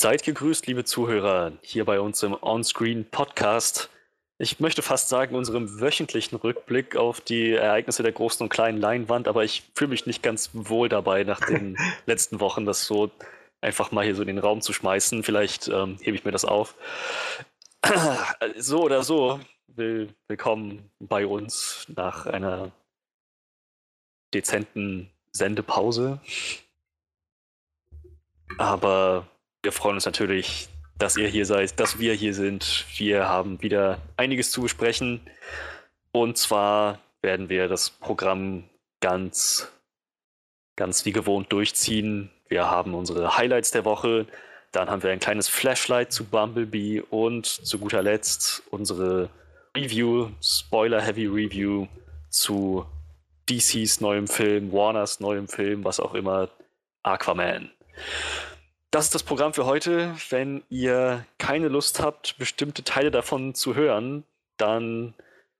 Seid gegrüßt, liebe Zuhörer, hier bei uns im Onscreen Podcast. Ich möchte fast sagen, unserem wöchentlichen Rückblick auf die Ereignisse der großen und kleinen Leinwand, aber ich fühle mich nicht ganz wohl dabei, nach den letzten Wochen das so einfach mal hier so in den Raum zu schmeißen. Vielleicht hebe ich mir das auf. So oder so, willkommen bei uns nach einer dezenten Sendepause. Aber wir freuen uns natürlich, dass ihr hier seid, dass wir hier sind. Wir haben wieder einiges zu besprechen. Und zwar werden wir das Programm ganz wie gewohnt durchziehen. Wir haben unsere Highlights der Woche. Dann haben wir ein kleines Flashlight zu Bumblebee und zu guter Letzt unsere Review, Spoiler-Heavy Review zu DCs neuem Film, Warners neuem Film, was auch immer, Aquaman. Das ist das Programm für heute. Wenn ihr keine Lust habt, bestimmte Teile davon zu hören, dann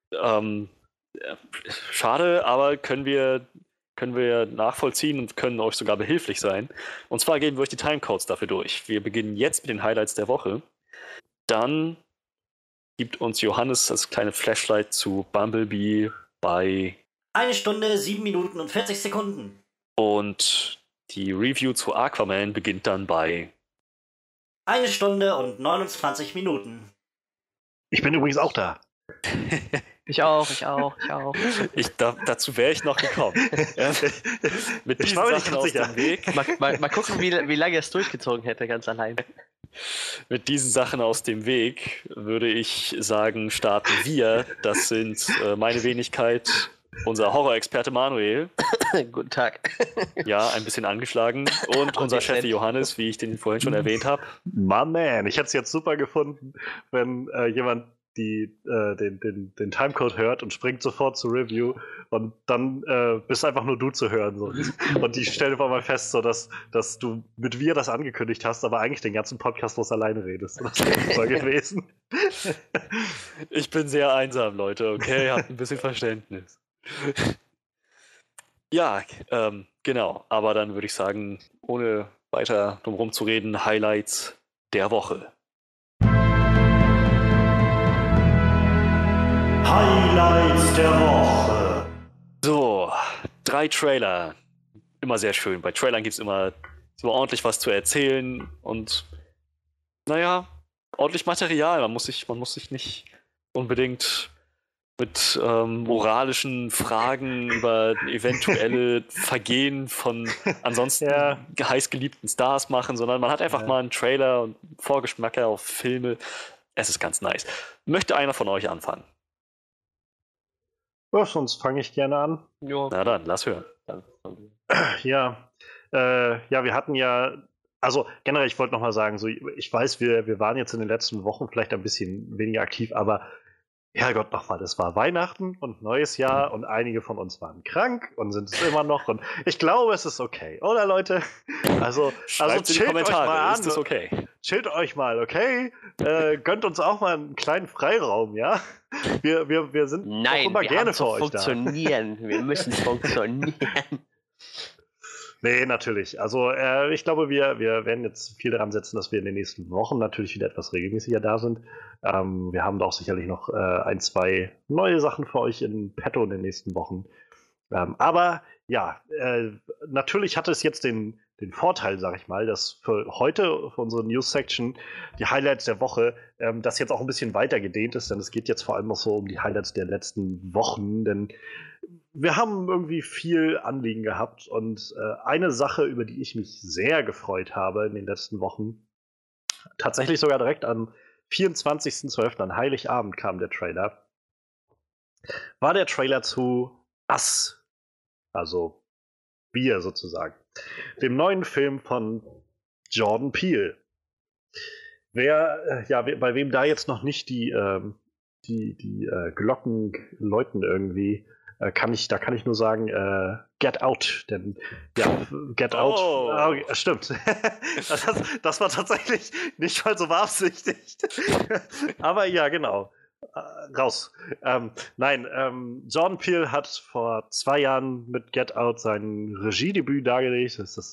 schade, aber können wir nachvollziehen und können euch sogar behilflich sein. Und zwar geben wir euch die Timecodes dafür durch. Wir beginnen jetzt mit den Highlights der Woche. Dann gibt uns Johannes das kleine Flashlight zu Bumblebee bei 1 Stunde, 7 Minuten und 40 Sekunden. Und die Review zu Aquaman beginnt dann bei 1 Stunde und 29 Minuten. Ich bin übrigens auch da. Ich auch. Dazu wäre ich noch gekommen. Ja. Mit diesen Sachen aus dem Weg. Mal gucken, wie lange er es durchgezogen hätte, ganz allein. Mit diesen Sachen aus dem Weg würde ich sagen, starten wir. Das sind meine Wenigkeit, unser Horrorexperte Manuel. Guten Tag. Ja, ein bisschen angeschlagen. Und unser Chef Johannes, wie ich den vorhin schon erwähnt habe. Man, ich hätte es jetzt super gefunden, wenn jemand den Timecode hört und springt sofort zur Review und dann bist einfach nur du zu hören. So. Und die stellen einfach mal fest, so, dass du mit wir das angekündigt hast, aber eigentlich den ganzen Podcast bloß alleine redest. Das wäre super gewesen. Ich bin sehr einsam, Leute, okay? Habt ein bisschen Verständnis. Ja, genau. Aber dann würde ich sagen, ohne weiter drum herum zu reden, Highlights der Woche. Highlights der Woche. So, 3 Trailer. Immer sehr schön. Bei Trailern gibt es immer so ordentlich was zu erzählen und naja, ordentlich Material. Man muss sich nicht unbedingt mit moralischen Fragen über eventuelle Vergehen von ansonsten heißgeliebten Stars machen, sondern man hat einfach mal einen Trailer und Vorgeschmäcker auf Filme. Es ist ganz nice. Möchte einer von euch anfangen? Ja, sonst fange ich gerne an. Jo. Na dann, lass hören. Ja, wir hatten ja, also generell, ich wollte nochmal sagen, so, ich weiß, wir waren jetzt in den letzten Wochen vielleicht ein bisschen weniger aktiv, aber Herrgott nochmal, das war Weihnachten und neues Jahr und einige von uns waren krank und sind es immer noch und ich glaube, es ist okay, oder Leute? Also Schreibt in die chillt Kommentare, euch mal an, ist das okay? Chillt euch mal, okay? Gönnt uns auch mal einen kleinen Freiraum, ja? Wir sind auch immer gerne für euch da. Wir müssen funktionieren. Nee, natürlich. Also ich glaube, wir werden jetzt viel daran setzen, dass wir in den nächsten Wochen natürlich wieder etwas regelmäßiger da sind. Wir haben da auch sicherlich noch 1, 2 neue Sachen für euch in petto in den nächsten Wochen. Aber ja, natürlich hat es jetzt den Vorteil, sag ich mal, dass für heute, für unsere News-Section, die Highlights der Woche, das jetzt auch ein bisschen weiter gedehnt ist, denn es geht jetzt vor allem auch so um die Highlights der letzten Wochen, denn wir haben irgendwie viel Anliegen gehabt und eine Sache, über die ich mich sehr gefreut habe in den letzten Wochen, tatsächlich sogar direkt am 24.12. an Heiligabend kam der Trailer, war der Trailer zu Us, also wir sozusagen, dem neuen Film von Jordan Peele. Bei wem da jetzt noch nicht die Glocken läuten irgendwie, kann ich nur sagen, Get Out, denn ja, Get Out, stimmt. das war tatsächlich nicht mal so beabsichtigt. Aber ja, genau. Raus. Jordan Peele hat vor 2 Jahren mit Get Out sein Regiedebüt dargelegt. Das ist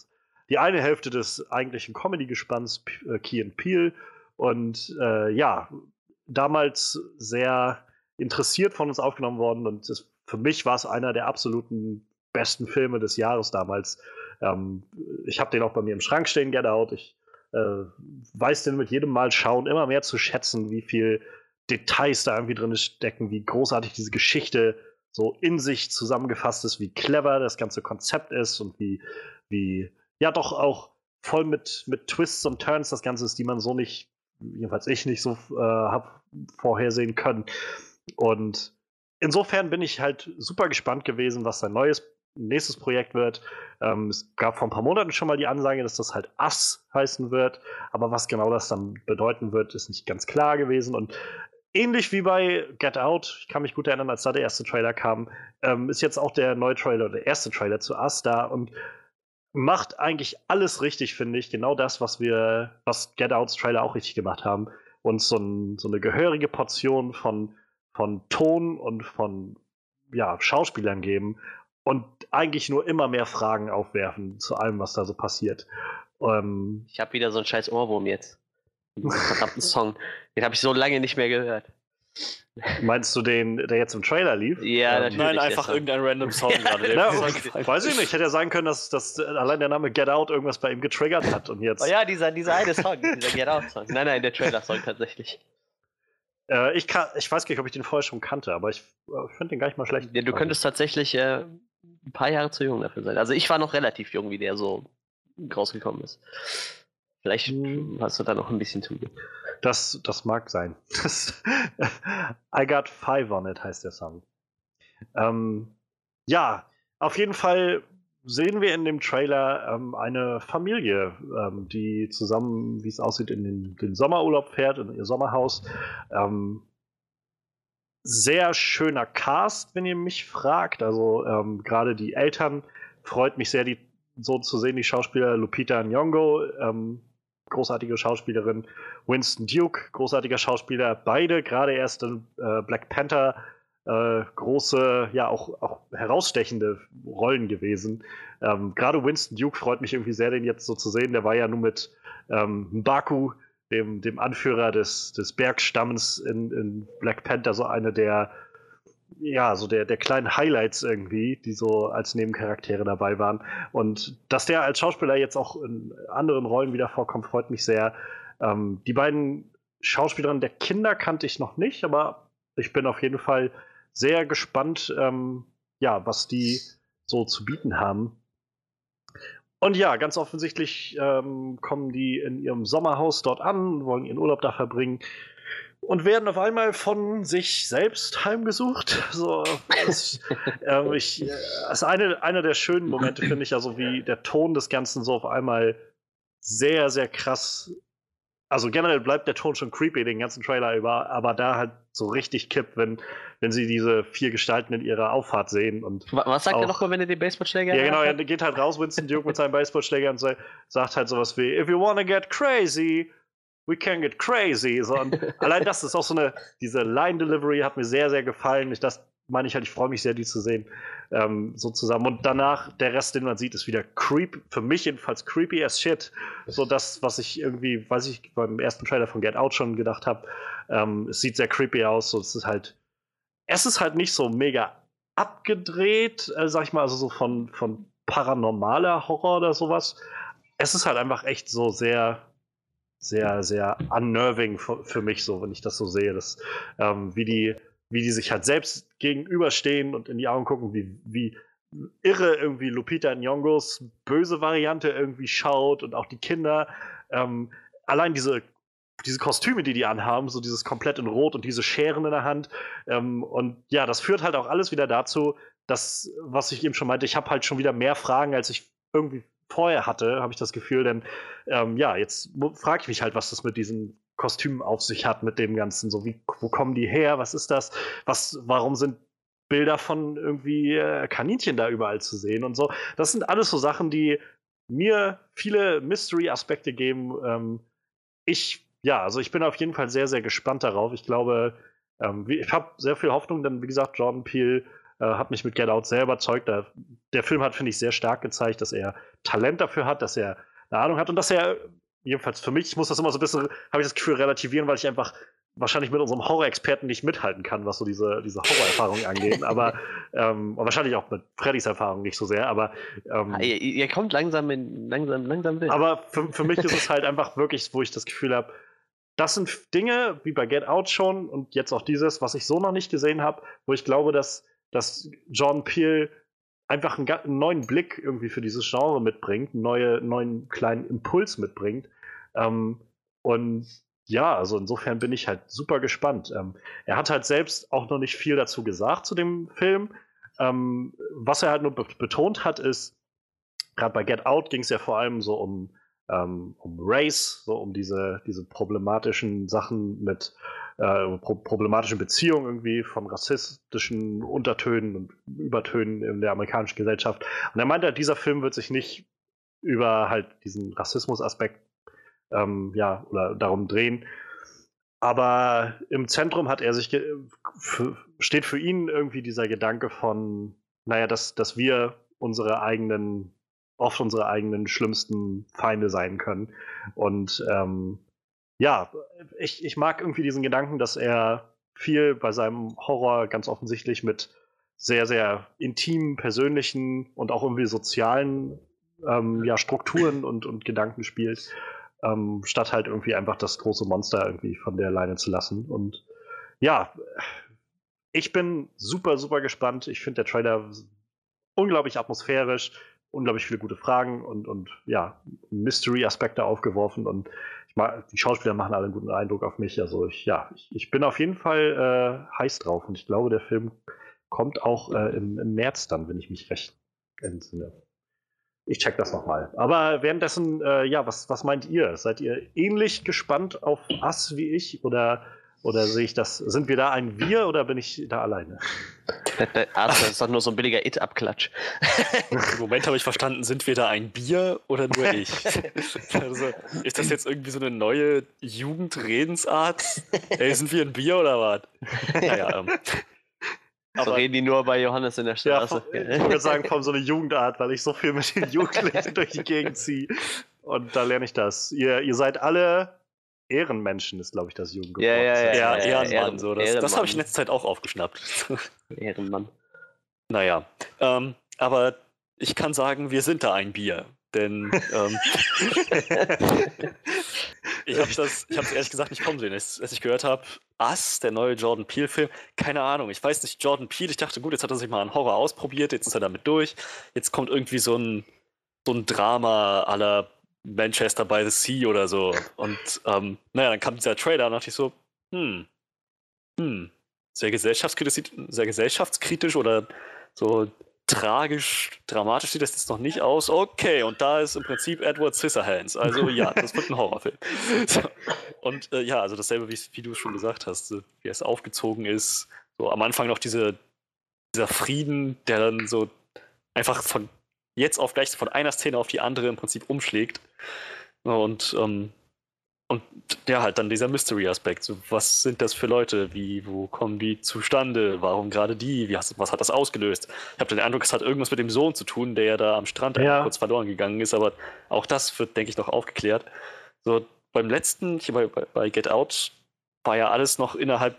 die eine Hälfte des eigentlichen Comedy-Gespanns Key and Peele und damals sehr interessiert von uns aufgenommen worden und für mich war es einer der absoluten besten Filme des Jahres damals. Ich habe den auch bei mir im Schrank stehen, Get Out. Ich weiß den mit jedem Mal schauen immer mehr zu schätzen, wie viel Details da irgendwie drin stecken, wie großartig diese Geschichte so in sich zusammengefasst ist, wie clever das ganze Konzept ist und wie ja doch auch voll mit Twists und Turns das Ganze ist, die man so nicht, jedenfalls ich nicht so habe vorhersehen können. Und insofern bin ich halt super gespannt gewesen, was sein nächstes Projekt wird. Es gab vor ein paar Monaten schon mal die Ansage, dass das halt Us heißen wird, aber was genau das dann bedeuten wird, ist nicht ganz klar gewesen und ähnlich wie bei Get Out, ich kann mich gut erinnern, als da der erste Trailer kam, ist jetzt auch der neue Trailer, der erste Trailer zu Us da und macht eigentlich alles richtig, finde ich. Genau das, was Get Outs Trailer auch richtig gemacht haben. Und so eine gehörige Portion von Ton und von Schauspielern geben und eigentlich nur immer mehr Fragen aufwerfen zu allem, was da so passiert. Ich habe wieder so einen scheiß Ohrwurm jetzt. Diesen verdammten Song. Den habe ich so lange nicht mehr gehört. Meinst du den, der jetzt im Trailer lief? Ja, natürlich. Nein, einfach irgendein random Song gerade. Weiß ich nicht. Hätte ja sein können, dass allein der Name Get Out irgendwas bei ihm getriggert hat. Und jetzt Oh ja, dieser eine Song, dieser Get Out-Song. Nein, der Trailer-Song tatsächlich. Ich weiß gar nicht, ob ich den vorher schon kannte, aber ich finde den gar nicht mal schlecht. Ja, du könntest tatsächlich ein paar Jahre zu jung dafür sein. Also ich war noch relativ jung, wie der so rausgekommen ist. Vielleicht hast du da noch ein bisschen zu. Das mag sein. I Got Five on It heißt der Song. Auf jeden Fall sehen wir in dem Trailer eine Familie, die zusammen, wie es aussieht, in den Sommerurlaub fährt, in ihr Sommerhaus. Sehr schöner Cast, wenn ihr mich fragt. Also gerade die Eltern, freut mich sehr, die so zu sehen, die Schauspieler Lupita Nyong'o, großartige Schauspielerin, Winston Duke, großartiger Schauspieler, beide gerade erst in Black Panther große, auch herausstechende Rollen gewesen. Gerade Winston Duke freut mich irgendwie sehr, den jetzt so zu sehen. Der war ja nur mit M'Baku, dem Anführer des Bergstammes in Black Panther, so eine der kleinen Highlights irgendwie, die so als Nebencharaktere dabei waren. Und dass der als Schauspieler jetzt auch in anderen Rollen wieder vorkommt, freut mich sehr. Die beiden Schauspielerinnen der Kinder kannte ich noch nicht, aber ich bin auf jeden Fall sehr gespannt, was die so zu bieten haben. Und ja, ganz offensichtlich kommen die in ihrem Sommerhaus dort an, wollen ihren Urlaub da verbringen und werden auf einmal von sich selbst heimgesucht. So, das ist einer der schönen Momente, finde ich, also wie der Ton des Ganzen so auf einmal sehr, sehr krass. Also generell bleibt der Ton schon creepy den ganzen Trailer über, aber da halt so richtig kippt, wenn sie diese 4 Gestalten in ihrer Auffahrt sehen. Und was sagt er nochmal, wenn er den Baseballschläger Ja, genau, er geht halt raus, Winston Duke mit seinem Baseballschläger und sagt halt sowas wie, if you wanna get crazy, we can get crazy. So, und allein das ist auch diese Line-Delivery hat mir sehr, sehr gefallen. Ich freue mich sehr, die zu sehen. So zusammen. Und danach, der Rest, den man sieht, ist wieder für mich jedenfalls creepy as shit. So das, was ich irgendwie, beim ersten Trailer von Get Out schon gedacht habe. Es sieht sehr creepy aus. So, es ist halt nicht so mega abgedreht, sag ich mal, also so von paranormaler Horror oder sowas. Es ist halt einfach echt so sehr, sehr, sehr unnerving für mich, so, wenn ich das so sehe. Wie die sich halt selbst gegenüberstehen und in die Augen gucken, wie irre irgendwie Lupita Nyong'os böse Variante irgendwie schaut und auch die Kinder. Allein diese Kostüme, die anhaben, so dieses komplett in Rot und diese Scheren in der Hand. Und ja, das führt halt auch alles wieder dazu, dass, was ich eben schon meinte, ich habe halt schon wieder mehr Fragen, als ich irgendwie vorher hatte, habe ich das Gefühl, denn jetzt frage ich mich halt, was das mit diesen Kostümen auf sich hat, mit dem Ganzen, so wo kommen die her, was ist das, warum sind Bilder von irgendwie Kaninchen da überall zu sehen und so. Das sind alles so Sachen, die mir viele Mystery-Aspekte geben. Ich bin auf jeden Fall sehr, sehr gespannt darauf. Ich glaube, ich habe sehr viel Hoffnung, denn wie gesagt, Jordan Peele hat mich mit Get Out sehr überzeugt. Der Film hat, finde ich, sehr stark gezeigt, dass er Talent dafür hat, dass er eine Ahnung hat und dass er, jedenfalls für mich, ich muss das immer so ein bisschen, habe ich das Gefühl, relativieren, weil ich einfach wahrscheinlich mit unserem Horror-Experten nicht mithalten kann, was so diese Horrorerfahrungen angeht. Aber und wahrscheinlich auch mit Freddys Erfahrung nicht so sehr. Aber ihr kommt langsam will. Aber für mich ist es halt einfach wirklich, wo ich das Gefühl habe, das sind Dinge, wie bei Get Out schon und jetzt auch dieses, was ich so noch nicht gesehen habe, wo ich glaube, dass Jordan Peele einfach einen neuen Blick irgendwie für dieses Genre mitbringt, einen neuen kleinen Impuls mitbringt. Und ja, also insofern bin ich halt super gespannt. Er hat halt selbst auch noch nicht viel dazu gesagt zu dem Film. Was er halt nur betont hat, ist, gerade bei Get Out ging es ja vor allem so um Race, so um diese problematischen Sachen mit problematischen Beziehungen irgendwie von rassistischen Untertönen und Übertönen in der amerikanischen Gesellschaft. Und er meinte, dieser Film wird sich nicht über halt diesen Rassismusaspekt oder darum drehen. Aber im Zentrum hat er sich steht für ihn irgendwie dieser Gedanke von, naja, dass wir oft unsere eigenen schlimmsten Feinde sein können. Und ich mag irgendwie diesen Gedanken, dass er viel bei seinem Horror ganz offensichtlich mit sehr, sehr intimen, persönlichen und auch irgendwie sozialen Strukturen und Gedanken spielt, statt halt irgendwie einfach das große Monster irgendwie von der Leine zu lassen. Und ja, ich bin super, super gespannt. Ich finde der Trailer unglaublich atmosphärisch, unglaublich viele gute Fragen und Mystery-Aspekte aufgeworfen. Und die Schauspieler machen alle einen guten Eindruck auf mich. Also ich bin auf jeden Fall heiß drauf. Und ich glaube, der Film kommt auch im März dann, wenn ich mich recht entsinne. Ich check das nochmal. Aber währenddessen, was meint ihr? Seid ihr ähnlich gespannt auf Us wie ich? Oder sehe ich das? Sind wir da ein Wir oder bin ich da alleine? Das ist doch nur so ein billiger It-Abklatsch. Im Moment habe ich verstanden, sind wir da ein Bier oder nur ich? Also, ist das jetzt irgendwie so eine neue Jugendredensart? Ey, sind wir ein Bier oder was? Naja, so reden die nur bei Johannes in der Straße. Ja, ich würde sagen, von so einer Jugendart, weil ich so viel mit den Jugendlichen durch die Gegend ziehe. Und da lerne ich das. Ihr seid alle Ehrenmenschen, ist, glaube ich, das Jugendwort. Ja, Ehrenmann. So. Das habe ich in letzter Zeit auch aufgeschnappt. Ehrenmann. Naja, aber ich kann sagen, wir sind da ein Bier. Denn ich habe es ehrlich gesagt nicht kommen sehen, als ich gehört habe, Us, der neue Jordan Peele-Film, keine Ahnung, ich weiß nicht, Jordan Peele, ich dachte, gut, jetzt hat er sich mal einen Horror ausprobiert, jetzt ist er damit durch, jetzt kommt irgendwie so ein Drama à la Manchester by the Sea oder so. Und dann kam dieser Trailer und dachte ich so, sehr gesellschaftskritisch oder so tragisch, dramatisch sieht das jetzt noch nicht aus. Okay, und da ist im Prinzip Edward Scissorhands. Also ja, das wird ein Horrorfilm. So. Und also dasselbe, wie du schon gesagt hast, wie es aufgezogen ist. So am Anfang noch dieser Frieden, der dann so einfach von jetzt auf gleich von einer Szene auf die andere im Prinzip umschlägt. Und ja, halt dann dieser Mystery-Aspekt. So, was sind das für Leute? Wo kommen die zustande? Warum gerade die? Was hat das ausgelöst? Ich habe den Eindruck, es hat irgendwas mit dem Sohn zu tun, der ja da am Strand kurz verloren gegangen ist, aber auch das wird, denke ich, noch aufgeklärt. So, beim letzten, hier bei Get Out, war ja alles noch innerhalb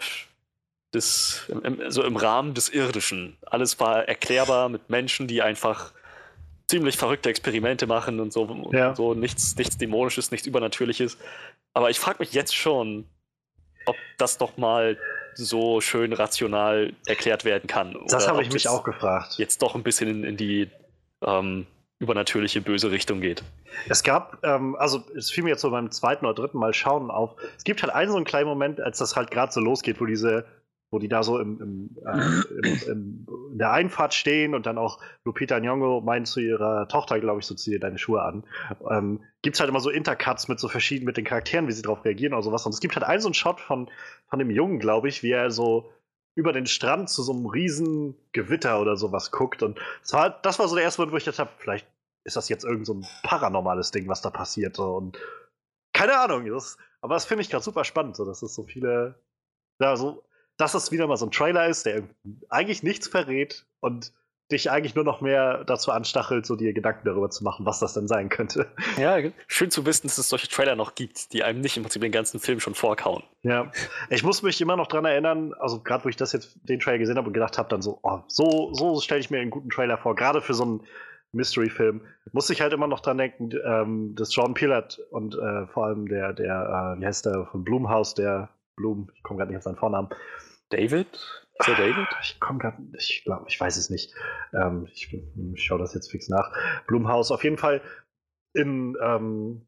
im Rahmen des Irdischen. Alles war erklärbar mit Menschen, die einfach ziemlich verrückte Experimente machen und so. Und so nichts Dämonisches, nichts Übernatürliches. Aber ich frage mich jetzt schon, ob das doch mal so schön rational erklärt werden kann. Das habe ich mich auch gefragt. Jetzt doch ein bisschen in die übernatürliche, böse Richtung geht. Es gab, es fiel mir jetzt so beim zweiten oder dritten Mal schauen auf, es gibt halt einen so einen kleinen Moment, als das halt gerade so losgeht, wo die da so in der Einfahrt stehen und dann auch Lupita Nyong'o meint zu ihrer Tochter, glaube ich, so zieh dir deine Schuhe an. Gibt's halt immer so Intercuts mit den Charakteren, wie sie darauf reagieren oder sowas. Und es gibt halt einen so einen Shot von dem Jungen, glaube ich, wie er so über den Strand zu so einem riesen Gewitter oder sowas guckt. Und das war so der erste Moment, wo ich dachte, vielleicht ist das jetzt irgend so ein paranormales Ding, was da passiert. So. Und keine Ahnung. Aber das finde ich gerade super spannend, so dass es so viele dass es wieder mal so ein Trailer ist, der eigentlich nichts verrät und dich eigentlich nur noch mehr dazu anstachelt, so dir Gedanken darüber zu machen, was das denn sein könnte. Ja, schön zu wissen, dass es solche Trailer noch gibt, die einem nicht im Prinzip den ganzen Film schon vorkauen. Ja, ich muss mich immer noch dran erinnern, also gerade wo ich den Trailer gesehen habe und gedacht habe, dann so stelle ich mir einen guten Trailer vor, gerade für so einen Mystery-Film, muss ich halt immer noch dran denken, dass Jordan Peele hat und vor allem der wie heißt der, von Blumhouse, ich komme gerade nicht auf seinen Vornamen. David? Ist der David? Ich weiß es nicht. Ich schaue das jetzt fix nach. Blumhouse auf jeden Fall in einem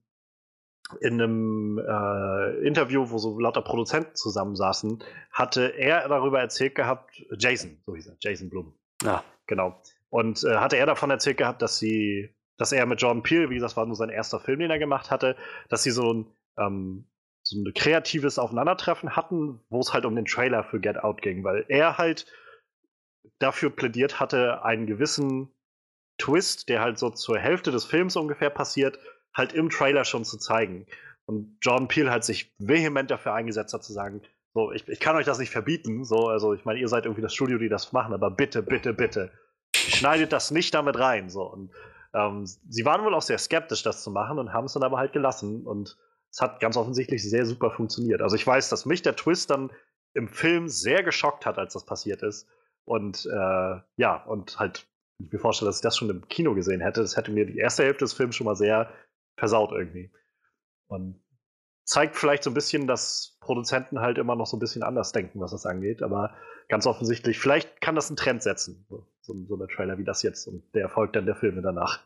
Interview, wo so lauter Produzenten zusammensaßen, hatte er darüber erzählt gehabt, Jason, so hieß er, Jason Blum. Ja. Genau. Und hatte er davon erzählt gehabt, dass er mit Jordan Peele, wie gesagt, das war nur sein erster Film, den er gemacht hatte, dass sie so ein kreatives Aufeinandertreffen hatten, wo es halt um den Trailer für Get Out ging, weil er halt dafür plädiert hatte, einen gewissen Twist, der halt so zur Hälfte des Films ungefähr passiert, halt im Trailer schon zu zeigen. Und Jordan Peele halt sich vehement dafür eingesetzt hat, zu sagen, so, ich kann euch das nicht verbieten, so, also ich meine, ihr seid irgendwie das Studio, die das machen, aber bitte, bitte, bitte, schneidet das nicht damit rein, so. Und sie waren wohl auch sehr skeptisch, das zu machen und haben es dann aber halt gelassen und es hat ganz offensichtlich sehr super funktioniert. Also ich weiß, dass mich der Twist dann im Film sehr geschockt hat, als das passiert ist. Und und halt, ich mir vorstelle, dass ich das schon im Kino gesehen hätte, das hätte mir die erste Hälfte des Films schon mal sehr versaut irgendwie. Und zeigt vielleicht so ein bisschen, dass Produzenten halt immer noch so ein bisschen anders denken, was das angeht. Aber ganz offensichtlich, vielleicht kann das einen Trend setzen, so ein Trailer wie das jetzt. Und der Erfolg dann der Filme danach.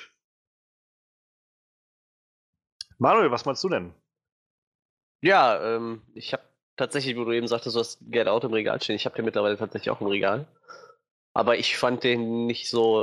Manuel, was meinst du denn? Ja, ich habe tatsächlich, wo du eben sagtest, du hast Get Out im Regal stehen. Ich habe den mittlerweile tatsächlich auch im Regal. Aber ich fand den nicht so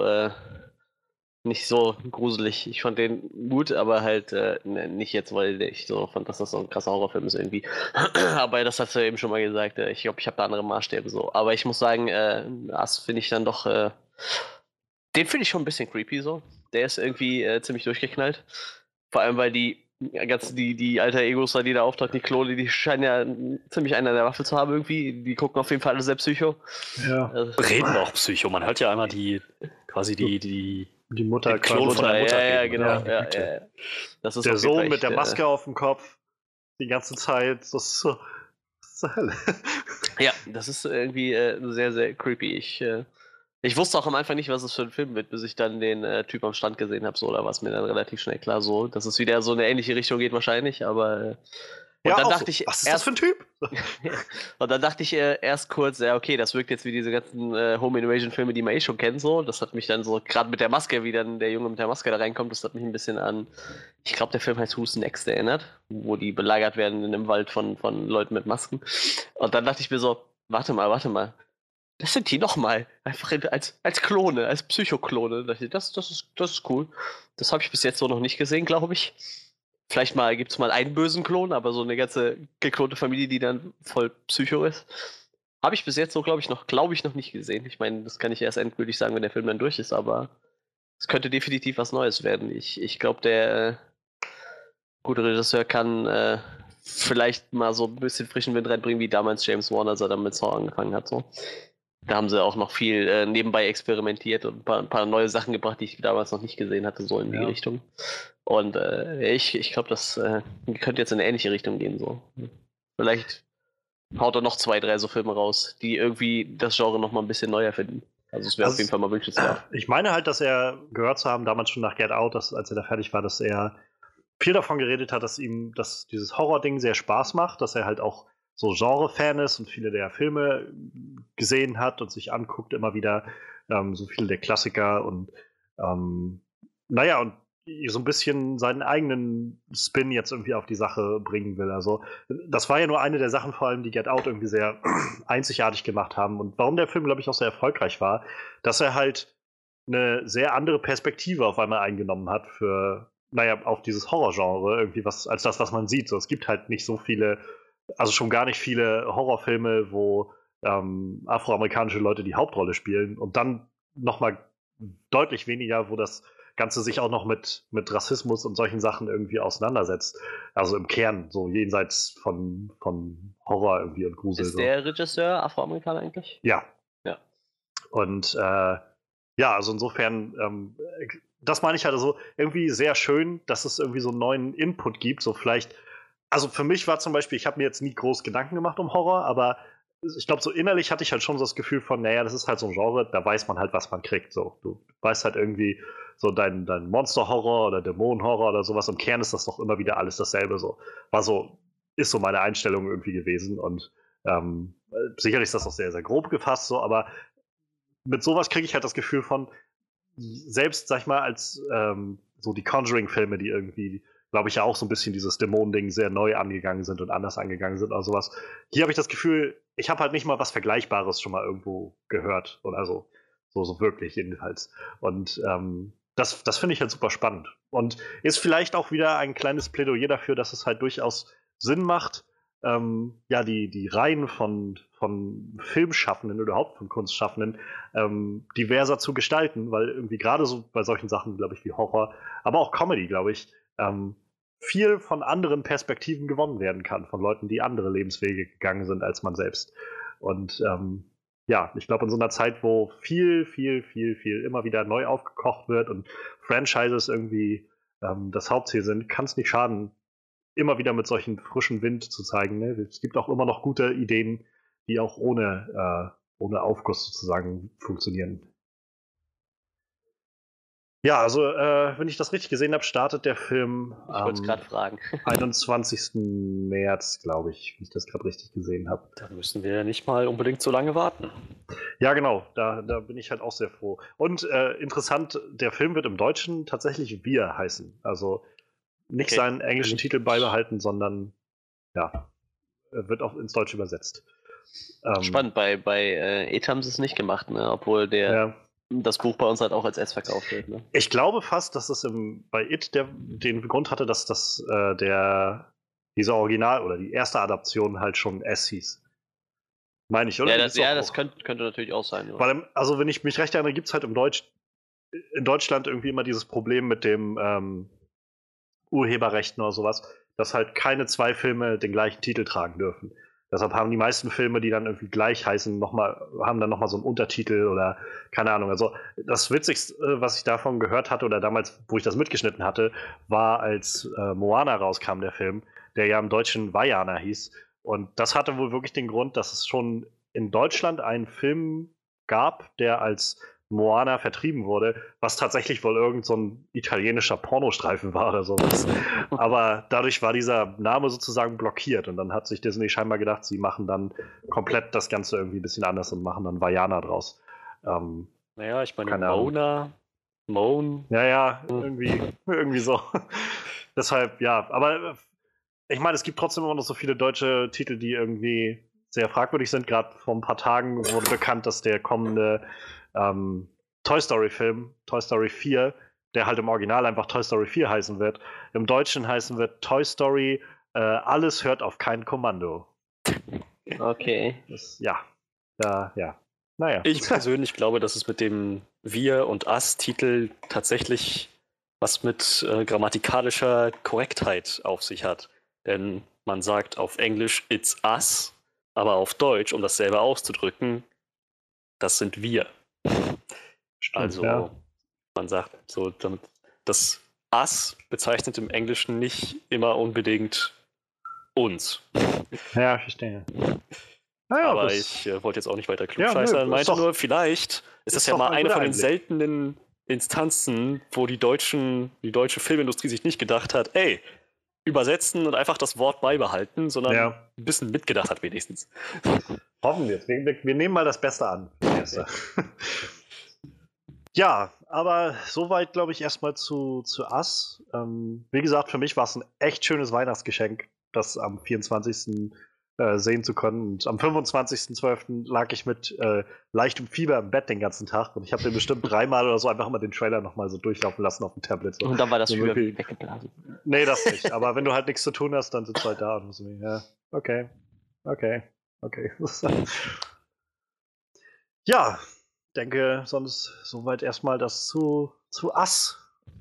gruselig. Ich fand den gut, aber halt nicht jetzt, weil ich so fand, dass das so ein krasser Horrorfilm ist irgendwie. Aber das hast du eben schon mal gesagt. Ich glaube, ich habe da andere Maßstäbe so. Aber ich muss sagen, das finde ich dann doch. Den finde ich schon ein bisschen creepy so. Der ist irgendwie ziemlich durchgeknallt. Vor allem, weil die alter Egos, die da auftauchen, die Klone, die scheinen ja ziemlich einer der Waffe zu haben irgendwie. Die gucken auf jeden Fall alle sehr Psycho. Ja. Reden auch Psycho. Man hört ja einmal die Mutter, Klon von der Mutter. Ja, reden. genau. Ja. Ja. Das ist Der auf jeden Fall Sohn mit echt, der Maske auf dem Kopf die ganze Zeit. Das ist so. Was zur Hölle? Ja, das ist irgendwie sehr, sehr creepy. Ich wusste auch am Anfang nicht, was es für ein Film wird, bis ich dann den Typ am Stand gesehen habe, so, da war es mir dann relativ schnell klar, so, dass es wieder so eine ähnliche Richtung geht wahrscheinlich, aber und dann dachte ich, was ist das für ein Typ? und dann dachte ich erst kurz, ja okay, das wirkt jetzt wie diese ganzen Home Invasion Filme, die man schon kennt, so, das hat mich dann so, gerade mit der Maske, wie dann der Junge mit der Maske da reinkommt, das hat mich ein bisschen an, ich glaube der Film heißt Who's Next erinnert, wo die belagert werden in einem Wald von Leuten mit Masken, und dann dachte ich mir so, warte mal, das sind die nochmal. Einfach als Klone, als Psychoklone. Das ist cool. Das habe ich bis jetzt so noch nicht gesehen, glaube ich. Vielleicht gibt es mal einen bösen Klon, aber so eine ganze geklonte Familie, die dann voll Psycho ist. Habe ich bis jetzt so, glaube ich, noch nicht gesehen. Ich meine, das kann ich erst endgültig sagen, wenn der Film dann durch ist, aber es könnte definitiv was Neues werden. Ich glaube, der gute Regisseur kann vielleicht mal so ein bisschen frischen Wind reinbringen, wie damals James Wan, als er dann mit Saw angefangen hat. So. Da haben sie auch noch viel nebenbei experimentiert und ein paar neue Sachen gebracht, die ich damals noch nicht gesehen hatte, so in die Richtung. Und ich glaube, das könnte jetzt in eine ähnliche Richtung gehen. So. Vielleicht haut er noch 2, 3 so Filme raus, die irgendwie das Genre noch mal ein bisschen neu erfinden. Also es wäre auf jeden Fall mal wünschenswert. Ich meine halt, dass er gehört zu haben, damals schon nach Get Out, als er da fertig war, dass er viel davon geredet hat, dass ihm dieses Horror-Ding sehr Spaß macht, dass er halt auch so Genre-Fan ist und viele der Filme gesehen hat und sich anguckt immer wieder, so viele der Klassiker und und so ein bisschen seinen eigenen Spin jetzt irgendwie auf die Sache bringen will. Also das war ja nur eine der Sachen vor allem, die Get Out irgendwie sehr einzigartig gemacht haben und warum der Film, glaube ich, auch sehr erfolgreich war, dass er halt eine sehr andere Perspektive auf einmal eingenommen hat für, auf dieses Horrorgenre irgendwie, als das, was man sieht. So, es gibt halt nicht so viele, also schon gar nicht viele Horrorfilme, wo afroamerikanische Leute die Hauptrolle spielen und dann nochmal deutlich weniger, wo das Ganze sich auch noch mit Rassismus und solchen Sachen irgendwie auseinandersetzt. Also im Kern, so jenseits von Horror irgendwie und Grusel. Ist der Regisseur Afroamerikaner eigentlich? Ja. Ja. Und also insofern, das meine ich halt so irgendwie sehr schön, dass es irgendwie so einen neuen Input gibt. So vielleicht, also für mich war zum Beispiel, ich habe mir jetzt nie groß Gedanken gemacht um Horror, aber ich glaube, so innerlich hatte ich halt schon so das Gefühl von, naja, das ist halt so ein Genre, da weiß man halt, was man kriegt. So, du weißt halt irgendwie so dein Monster-Horror oder Dämonen-Horror oder sowas. Im Kern ist das doch immer wieder alles dasselbe. So, ist so meine Einstellung irgendwie gewesen. Und sicherlich ist das auch sehr, sehr grob gefasst, so, aber mit sowas kriege ich halt das Gefühl von, selbst, sag ich mal, als so die Conjuring-Filme, die irgendwie, glaube ich, ja auch so ein bisschen dieses Dämonen-Ding sehr neu angegangen sind und anders angegangen sind oder sowas. Hier habe ich das Gefühl, ich habe halt nicht mal was Vergleichbares schon mal irgendwo gehört. Oder so wirklich jedenfalls. Und das finde ich halt super spannend. Und ist vielleicht auch wieder ein kleines Plädoyer dafür, dass es halt durchaus Sinn macht, die Reihen von Filmschaffenden oder überhaupt von Kunstschaffenden diverser zu gestalten, weil irgendwie gerade so bei solchen Sachen, glaube ich, wie Horror, aber auch Comedy, glaube ich, viel von anderen Perspektiven gewonnen werden kann, von Leuten, die andere Lebenswege gegangen sind als man selbst. Und ich glaube, in so einer Zeit, wo viel immer wieder neu aufgekocht wird und Franchises irgendwie das Hauptziel sind, kann es nicht schaden, immer wieder mit solchen frischen Wind zu zeigen. Ne? Es gibt auch immer noch gute Ideen, die auch ohne Aufguss sozusagen funktionieren. Ja, also wenn ich das richtig gesehen habe, startet der Film am 21. März, glaube ich, wenn ich das gerade richtig gesehen habe. Da müssen wir nicht mal unbedingt so lange warten. Ja, genau, da bin ich halt auch sehr froh. Und interessant, der Film wird im Deutschen tatsächlich Wir heißen. Also nicht seinen englischen Titel beibehalten, sondern wird auch ins Deutsche übersetzt. Spannend, bei It haben sie es nicht gemacht, ne? Obwohl das Buch bei uns halt auch als S verkauft wird. Ne? Ich glaube fast, dass es bei It den Grund hatte, dass diese Original- oder die erste Adaption halt schon S hieß. Meine ich, oder? Ja, das könnte natürlich auch sein. Weil, also wenn ich mich recht erinnere, gibt es halt in Deutschland irgendwie immer dieses Problem mit dem Urheberrechten oder sowas, dass halt keine zwei Filme den gleichen Titel tragen dürfen. Deshalb haben die meisten Filme, die dann irgendwie gleich heißen, haben dann nochmal so einen Untertitel oder keine Ahnung. Also das Witzigste, was ich davon gehört hatte oder damals, wo ich das mitgeschnitten hatte, war, als Moana rauskam, der Film, der ja im Deutschen Vaiana hieß. Und das hatte wohl wirklich den Grund, dass es schon in Deutschland einen Film gab, der als Moana vertrieben wurde, was tatsächlich wohl irgend so ein italienischer Pornostreifen war oder sowas. Aber dadurch war dieser Name sozusagen blockiert und dann hat sich Disney scheinbar gedacht, sie machen dann komplett das Ganze irgendwie ein bisschen anders und machen dann Vaiana draus. Naja, ich meine, Moan. Ja, irgendwie so. Deshalb, ja, aber ich meine, es gibt trotzdem immer noch so viele deutsche Titel, die irgendwie sehr fragwürdig sind. Gerade vor ein paar Tagen wurde bekannt, dass der kommende Toy Story-Film, Toy Story 4, der halt im Original einfach Toy Story 4 heißen wird, im Deutschen heißen wird Toy Story Alles hört auf kein Kommando. Okay. Naja. Ich persönlich glaube, dass es mit dem Wir- und Us-Titel tatsächlich was mit grammatikalischer Korrektheit auf sich hat. Denn man sagt auf Englisch It's Us, aber auf Deutsch, um das selber auszudrücken, das sind wir. Stimmt, also man sagt so, damit das Us bezeichnet im Englischen nicht immer unbedingt uns. Ja, verstehe. Aber ich wollte jetzt auch nicht weiter klugscheißern, meinte nur, vielleicht ist das ja mal eine von den seltenen Instanzen, wo die deutsche Filmindustrie sich nicht gedacht hat, ey, übersetzen und einfach das Wort beibehalten, sondern ein bisschen mitgedacht hat wenigstens. Hoffen wir es. Wir nehmen mal das Beste an. Ja, aber soweit, glaube ich, erstmal zu Us. Wie gesagt, für mich war es ein echt schönes Weihnachtsgeschenk, das am 24. Sehen zu können. Und am 25.12. lag ich mit leichtem Fieber im Bett den ganzen Tag und ich habe den bestimmt 3-mal oder so einfach mal den Trailer nochmal so durchlaufen lassen auf dem Tablet. So. Und dann war das so Fieber weggeblasen. Nee, das nicht. Aber wenn du halt nichts zu tun hast, dann sitzt du halt da und so, ja, okay. Ja, denke sonst soweit erstmal das zu Us.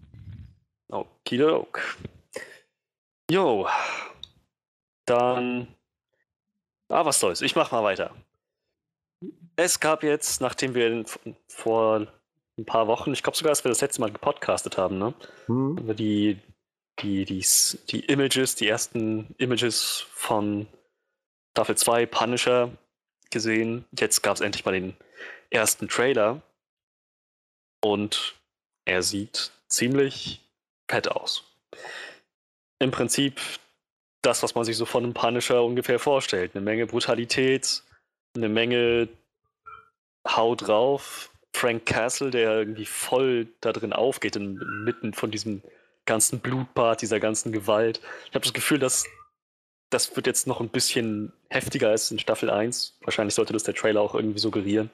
Okidok. Jo. Dann. Was soll's. Ich mach mal weiter. Es gab jetzt, nachdem wir vor ein paar Wochen, ich glaube sogar, als wir das letzte Mal gepodcastet haben, ne? Über die Images, die ersten Images von Staffel 2 Punisher gesehen. Jetzt gab es endlich mal den ersten Trailer. Und er sieht ziemlich fett aus. Im Prinzip das, was man sich so von einem Punisher ungefähr vorstellt. Eine Menge Brutalität, eine Menge Hau drauf. Frank Castle, der irgendwie voll da drin aufgeht, inmitten von diesem ganzen Blutbad, dieser ganzen Gewalt. Ich habe das Gefühl, dass das wird jetzt noch ein bisschen heftiger als in Staffel 1. Wahrscheinlich sollte das der Trailer auch irgendwie suggerieren.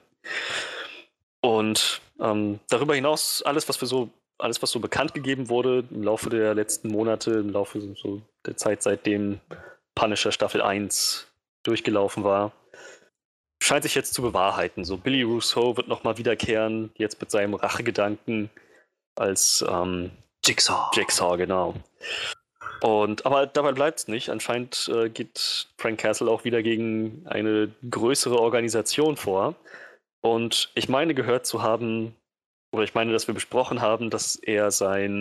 Und darüber hinaus, alles, was so bekannt gegeben wurde im Laufe der letzten Monate, im Laufe so der Zeit, seitdem Punisher Staffel 1 durchgelaufen war, scheint sich jetzt zu bewahrheiten. So Billy Russo wird nochmal wiederkehren, jetzt mit seinem Rachegedanken als Jigsaw, genau. Aber dabei bleibt es nicht. Anscheinend geht Frank Castle auch wieder gegen eine größere Organisation vor. Und ich meine gehört zu haben, oder ich meine, dass wir besprochen haben, dass er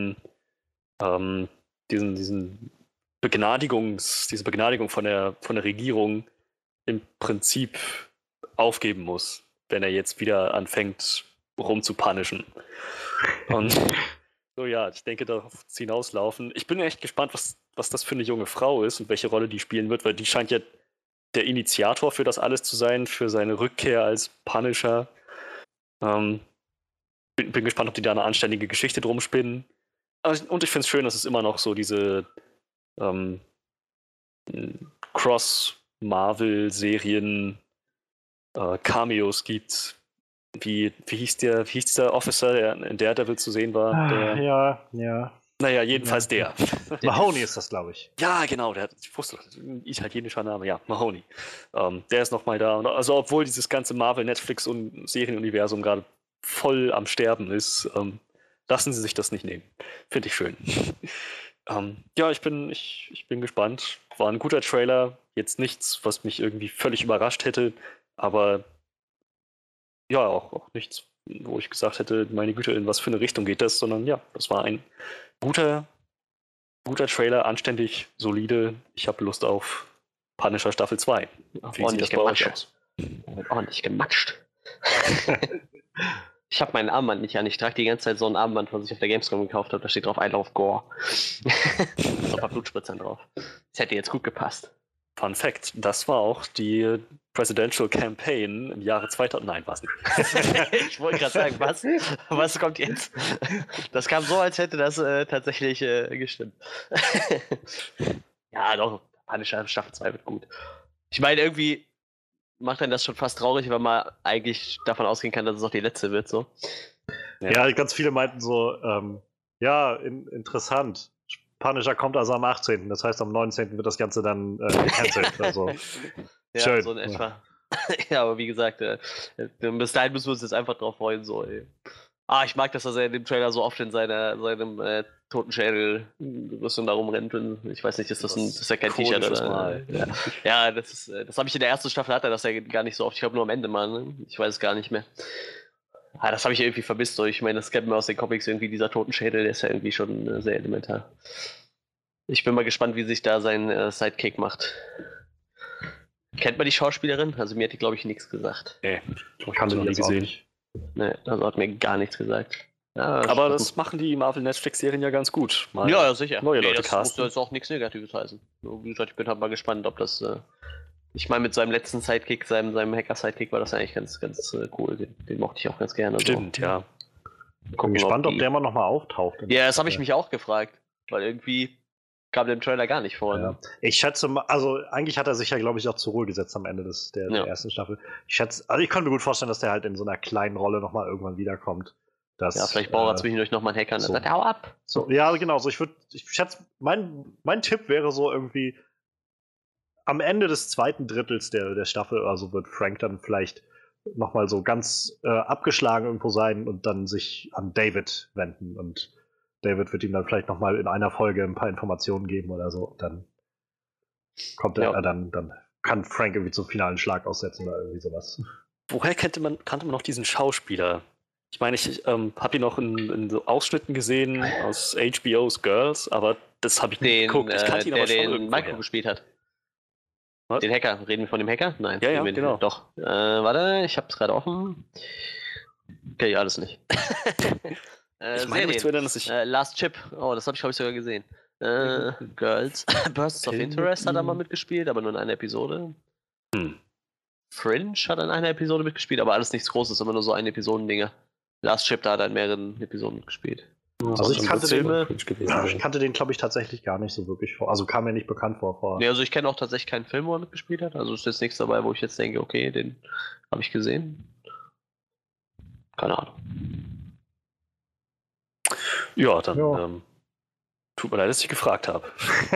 diese Begnadigung von der Regierung im Prinzip aufgeben muss, wenn er jetzt wieder anfängt rumzupunishen. Und so ja, ich denke, darauf wird es hinauslaufen. Ich bin echt gespannt, was das für eine junge Frau ist und welche Rolle die spielen wird, weil die scheint ja der Initiator für das alles zu sein, für seine Rückkehr als Punisher. Bin gespannt, ob die da eine anständige Geschichte drum spinnen. Und ich finde es schön, dass es immer noch so diese Cross-Marvel-Serien Cameos gibt. Wie hieß dieser Officer, der in Daredevil zu sehen war? Ja. Naja, jedenfalls der. Mahoney ist das, glaube ich. Ja, genau, ich wusste, ein italienischer Name, ja, Mahoney. Der ist nochmal da. Also, obwohl dieses ganze Marvel-Netflix- und Serienuniversum gerade voll am Sterben ist, lassen sie sich das nicht nehmen. Finde ich schön. Ja, ich bin gespannt. War ein guter Trailer. Jetzt nichts, was mich irgendwie völlig überrascht hätte, aber ja, auch nichts, wo ich gesagt hätte, meine Güte, in was für eine Richtung geht das, sondern ja, das war ein guter Trailer, anständig, solide. Ich habe Lust auf Punisher Staffel 2. Wie sieht das bei euch aus? Wird ordentlich gematscht. Ich habe meinen Armband nicht an. Ich trage die ganze Zeit so ein Armband, was ich auf der Gamescom gekauft habe. Da steht drauf I love Gore. Mit ein paar Blutspritzern drauf. Das hätte jetzt gut gepasst. Fun Fact, das war auch die Presidential Campaign im Jahre 2000. Nein, was nicht. Ich wollte gerade sagen, was? Was kommt jetzt? Das kam so, als hätte das tatsächlich gestimmt. Ja, doch, Punisher Staffel 2 wird gut. Ich meine, irgendwie macht einen das schon fast traurig, weil man eigentlich davon ausgehen kann, dass es auch die letzte wird, so. Ja, ganz viele meinten so, interessant. Punisher kommt also am 18. Das heißt, am 19. wird das Ganze dann gecancelt. Also. Ja, schön. so in etwa. Ja, aber wie gesagt, bis dahin müssen wir uns jetzt einfach drauf freuen. So, ey. Ich mag das, dass er in dem Trailer so oft in seinem toten Schädel-Rüstung da rumrennt. Ich weiß nicht, ist das ja kein T-Shirt oder? Ja, das habe ich in der ersten Staffel hatte, das ja gar nicht so oft. Ich glaube nur am Ende mal. Ne? Ich weiß es gar nicht mehr. Das habe ich irgendwie vermisst. So. Ich meine, das kennt man aus den Comics irgendwie, dieser Totenschädel, der ist ja irgendwie schon sehr elementar. Ich bin mal gespannt, wie sich da sein Sidekick macht. Kennt man die Schauspielerin? Also mir hat die, glaube ich, nichts gesagt. Nee, ich habe sie noch nie gesehen. Nee, also hat mir gar nichts gesagt. Ja, aber das machen die Marvel-Netflix-Serien ja ganz gut. Mal ja, sicher. Neue Leute das casten. muss jetzt auch nichts Negatives heißen. Wie gesagt, ich bin halt mal gespannt, ob das... Ich meine, mit seinem letzten Sidekick, seinem Hacker-Sidekick war das eigentlich ganz cool. Den mochte ich auch ganz gerne. Stimmt, ja. Ich bin gespannt, ob der mal nochmal auftaucht. Ja, das habe ich mich auch gefragt. Weil irgendwie kam der im Trailer gar nicht vor. Ja. Ich schätze mal, also eigentlich hat er sich ja, glaube ich, auch zur Ruhe gesetzt am Ende der ersten Staffel. Ich kann mir gut vorstellen, dass der halt in so einer kleinen Rolle nochmal irgendwann wiederkommt. Vielleicht baut er zwischendurch nochmal einen Hacker und dann sagt er, hau ab. So, ja, genau. So, ich schätze, mein Tipp wäre so irgendwie am Ende des zweiten Drittels der Staffel, also wird Frank dann vielleicht nochmal so ganz abgeschlagen irgendwo sein und dann sich an David wenden und David wird ihm dann vielleicht nochmal in einer Folge ein paar Informationen geben oder so. Dann kommt er, dann kann Frank irgendwie zum finalen Schlag aussetzen oder irgendwie sowas. Woher kannte man noch diesen Schauspieler? Ich meine, ich habe ihn noch in so Ausschnitten gesehen aus HBO's Girls, aber das habe ich nicht geguckt. Ich kannte ihn aber schon den Michael gespielt hat. Was? Den Hacker. Reden wir von dem Hacker? Nein. Ja, genau. Doch. Warte, ich habe es gerade offen. Okay, alles nicht. Ich meine mich zu erinnern, dass ich... Last Chip. Oh, das habe ich, glaube ich, sogar gesehen. Girls. Bursts of Interest hat er mal mitgespielt, aber nur in einer Episode. Fringe hat in einer Episode mitgespielt, aber alles nichts Großes, immer nur so eine Episodendinger. Last Chip, da hat er in mehreren Episoden mitgespielt. Also ich kannte den, glaube ich, tatsächlich gar nicht so wirklich vor. Also kam mir nicht bekannt vor. Nee, also ich kenne auch tatsächlich keinen Film, wo er mitgespielt hat. Also ist jetzt nichts dabei, wo ich jetzt denke, okay, den habe ich gesehen. Keine Ahnung. Ja, dann tut mir leid, dass ich gefragt habe.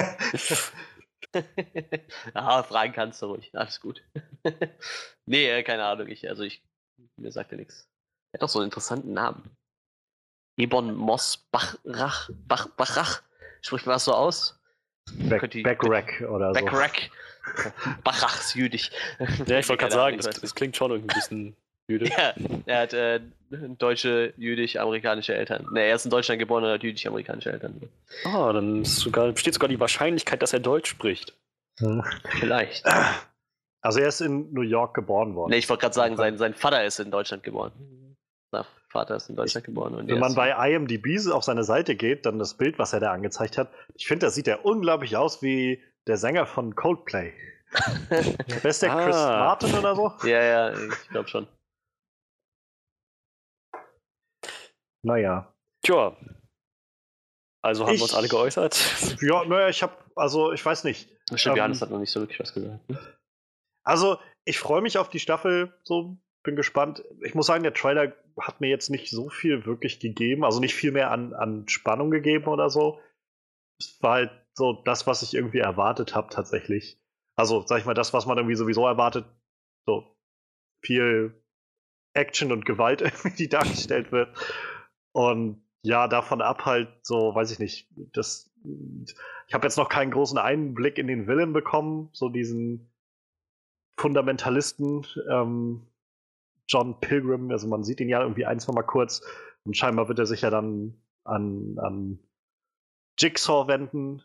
Fragen kannst du ruhig. Alles gut. Nee, keine Ahnung. Mir sagt er nichts. Er hat doch so einen interessanten Namen. Ebon Moss Bachrach. Spricht man das so aus? Backrack oder so. Backrack. Bachrach ist jüdisch. Ja, ich wollte gerade sagen, das klingt schon irgendwie ein bisschen jüdisch. Ja, er hat deutsche, jüdisch-amerikanische Eltern. Ne, er ist in Deutschland geboren und hat jüdisch-amerikanische Eltern. Dann besteht sogar die Wahrscheinlichkeit, dass er Deutsch spricht. Vielleicht. Also er ist in New York geboren worden. Ne, ich wollte gerade sagen, sein Vater ist in Deutschland geboren. Sein Vater ist in Deutschland geboren. Und wenn man bei IMDb auf seine Seite geht, dann das Bild, was er da angezeigt hat, ich finde, da sieht er unglaublich aus wie der Sänger von Coldplay. Wer ist der Chris Martin oder so? Ja, ich glaube schon. Naja. Tja. Also haben wir uns alle geäußert? Ja, naja, ich weiß nicht. Stimmt, Johannes hat noch nicht so wirklich was gesagt. Also, ich freue mich auf die Staffel, so, bin gespannt. Ich muss sagen, der Trailer hat mir jetzt nicht so viel wirklich gegeben, also nicht viel mehr an Spannung gegeben oder so. Es war halt so das, was ich irgendwie erwartet habe, tatsächlich. Also, sag ich mal, das, was man irgendwie sowieso erwartet, so viel Action und Gewalt irgendwie, die dargestellt wird. Und ja, davon ab halt so, weiß ich nicht, ich habe jetzt noch keinen großen Einblick in den Villain bekommen, so diesen Fundamentalisten, John Pilgrim, also man sieht ihn ja irgendwie ein, zwei Mal kurz und scheinbar wird er sich ja dann an Jigsaw wenden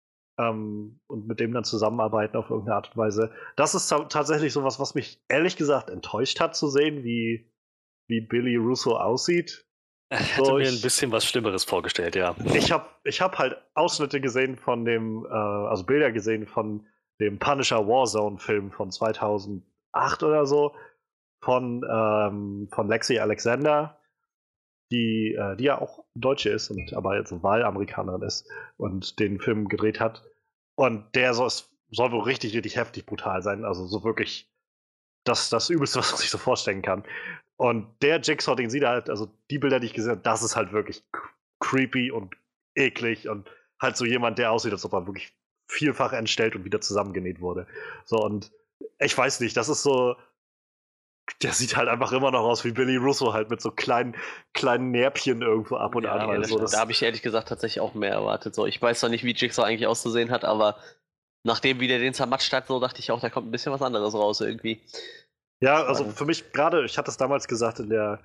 und mit dem dann zusammenarbeiten auf irgendeine Art und Weise. Das ist tatsächlich sowas, was mich ehrlich gesagt enttäuscht hat zu sehen, wie Billy Russo aussieht. Ich hätte mir ein bisschen was Schlimmeres vorgestellt, ja. Ich hab halt Ausschnitte gesehen von also Bilder gesehen von dem Punisher Warzone-Film von 2008 oder so, von Lexi Alexander, die ja auch Deutsche ist und aber jetzt Wahlamerikanerin ist und den Film gedreht hat. Und der soll wohl richtig, richtig heftig brutal sein. Also so wirklich das Übelste, was man sich so vorstellen kann. Und der Jigsaw, den sie da halt, also die Bilder, die ich gesehen habe, das ist halt wirklich creepy und eklig und halt so jemand, der aussieht, als ob er wirklich vielfach entstellt und wieder zusammengenäht wurde. So, und ich weiß nicht, das ist so, der sieht halt einfach immer noch aus wie Billy Russo, halt mit so kleinen Närbchen irgendwo ab und an. Also da habe ich ehrlich gesagt tatsächlich auch mehr erwartet. So, ich weiß zwar nicht, wie Jigsaw eigentlich auszusehen hat, aber nachdem wie der den zermatscht hat, so dachte ich auch, da kommt ein bisschen was anderes raus irgendwie. Ja, also für mich gerade, ich hatte es damals gesagt in der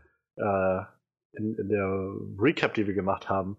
Recap, die wir gemacht haben,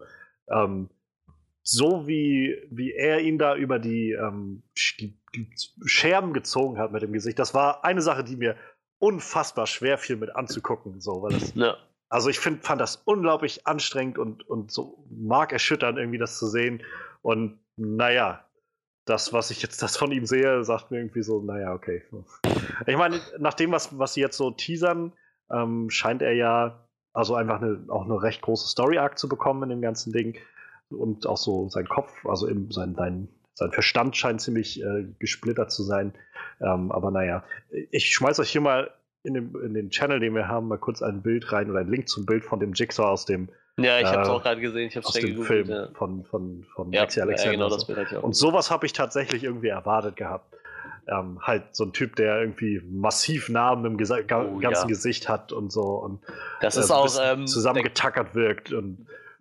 so wie er ihn da über die Scherben gezogen hat mit dem Gesicht, das war eine Sache, die mir unfassbar schwer fiel mit anzugucken. So, weil das, also ich fand das unglaublich anstrengend und so markerschütternd irgendwie das zu sehen. Und naja, das, was ich jetzt von ihm sehe, sagt mir irgendwie so, naja, okay. Ich meine, nach dem, was sie jetzt so teasern, scheint er ja also einfach auch eine recht große Story-Arc zu bekommen in dem ganzen Ding. Und auch so sein Kopf, also sein Verstand scheint ziemlich gesplittert zu sein. Aber naja, ich schmeiß euch hier mal in den Channel, den wir haben, mal kurz ein Bild rein oder einen Link zum Bild von dem Jigsaw aus dem Ja, ich habe es auch gerade gesehen, ich habe es schnell gegoogelt. Film von Lexi Alexander. Genau, das Bild hatte ich auch. Und sowas habe ich tatsächlich irgendwie erwartet gehabt. Halt so ein Typ, der irgendwie massiv Narben im ganzen Gesicht hat und so und das ist auch zusammengetackert wirkt und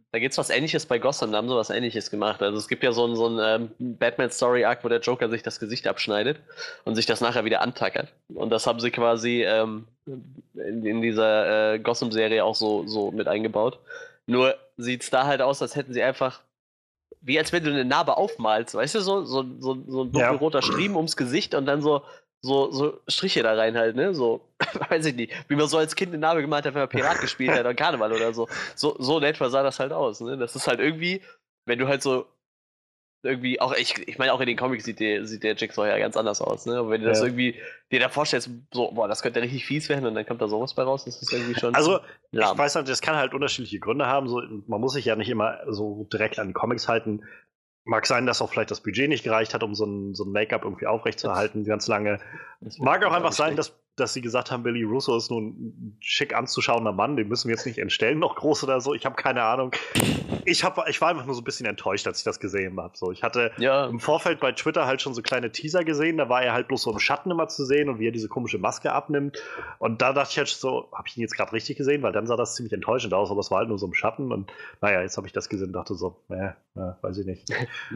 Da gibt's was Ähnliches bei Gotham, da haben sie was Ähnliches gemacht. Also es gibt ja so einen Batman-Story-Arc, wo der Joker sich das Gesicht abschneidet und sich das nachher wieder antackert. Und das haben sie quasi in dieser Gotham-Serie auch so mit eingebaut. Nur sieht's da halt aus, als hätten sie einfach, wie als wenn du eine Narbe aufmalst, weißt du, so ein dunkelroter Striemen ums Gesicht und dann so Striche da rein halt, ne? So, weiß ich nicht, wie man so als Kind eine Narbe gemalt hat, wenn man Pirat gespielt hat oder Karneval oder so. So in etwa sah das halt aus, ne? Das ist halt irgendwie, wenn du halt so irgendwie, auch ich meine, auch in den Comics sieht der Jigsaw ja ganz anders aus, ne? Aber wenn du das irgendwie dir da vorstellst, so, boah, das könnte richtig fies werden und dann kommt da sowas bei raus, das ist irgendwie schon. Also, lahm. ich weiß halt, das kann halt unterschiedliche Gründe haben. So, man muss sich ja nicht immer so direkt an die Comics halten. Mag sein, dass auch vielleicht das Budget nicht gereicht hat, um so ein Make-up irgendwie aufrechtzuerhalten, ganz lange. Mag auch einfach sein, dass sie gesagt haben, Billy Russo ist nun ein schick anzuschauender Mann, den müssen wir jetzt nicht entstellen, noch groß oder so. Ich habe keine Ahnung. Ich war einfach nur so ein bisschen enttäuscht, als ich das gesehen habe. So, ich hatte im Vorfeld bei Twitter halt schon so kleine Teaser gesehen, da war er halt bloß so im Schatten immer zu sehen und wie er diese komische Maske abnimmt. Und da dachte ich halt so, habe ich ihn jetzt gerade richtig gesehen? Weil dann sah das ziemlich enttäuschend aus, aber es war halt nur so im Schatten. Und naja, jetzt habe ich das gesehen und dachte so, weiß ich nicht.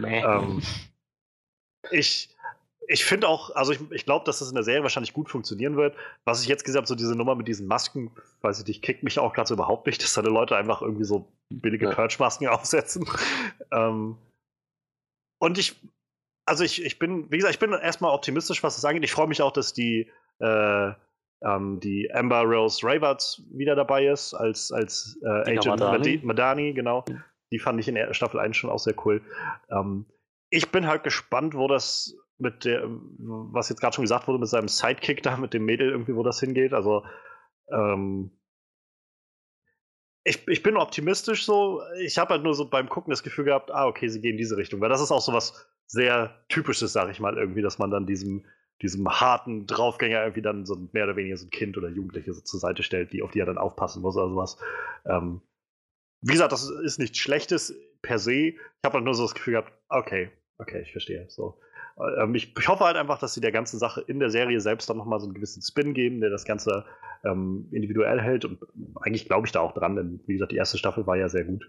Ich finde auch, also ich glaube, dass das in der Serie wahrscheinlich gut funktionieren wird. Was ich jetzt gesehen habe, so diese Nummer mit diesen Masken, weiß ich nicht, kickt mich auch gerade so überhaupt nicht, dass da die Leute einfach irgendwie so billige Purge-Masken aufsetzen. Und ich bin, wie gesagt, ich bin erstmal optimistisch, was das angeht. Ich freue mich auch, dass die Amber Rose Rayvards wieder dabei ist, als Agent Madani, genau. Die fand ich in Staffel 1 schon auch sehr cool. Ich bin halt gespannt, wo das was jetzt gerade schon gesagt wurde, mit seinem Sidekick da, mit dem Mädel irgendwie, wo das hingeht. Also, ich bin optimistisch so. Ich habe halt nur so beim Gucken das Gefühl gehabt, okay, sie gehen in diese Richtung. Weil das ist auch so was sehr Typisches, sag ich mal, irgendwie, dass man dann diesem harten Draufgänger irgendwie dann so mehr oder weniger so ein Kind oder Jugendliche so zur Seite stellt, auf die er dann aufpassen muss oder sowas. Wie gesagt, das ist nichts Schlechtes per se. Ich habe halt nur so das Gefühl gehabt, okay, ich verstehe. So. Ich hoffe halt einfach, dass sie der ganzen Sache in der Serie selbst dann nochmal so einen gewissen Spin geben, der das Ganze individuell hält. Und eigentlich glaube ich da auch dran, denn wie gesagt, die erste Staffel war ja sehr gut.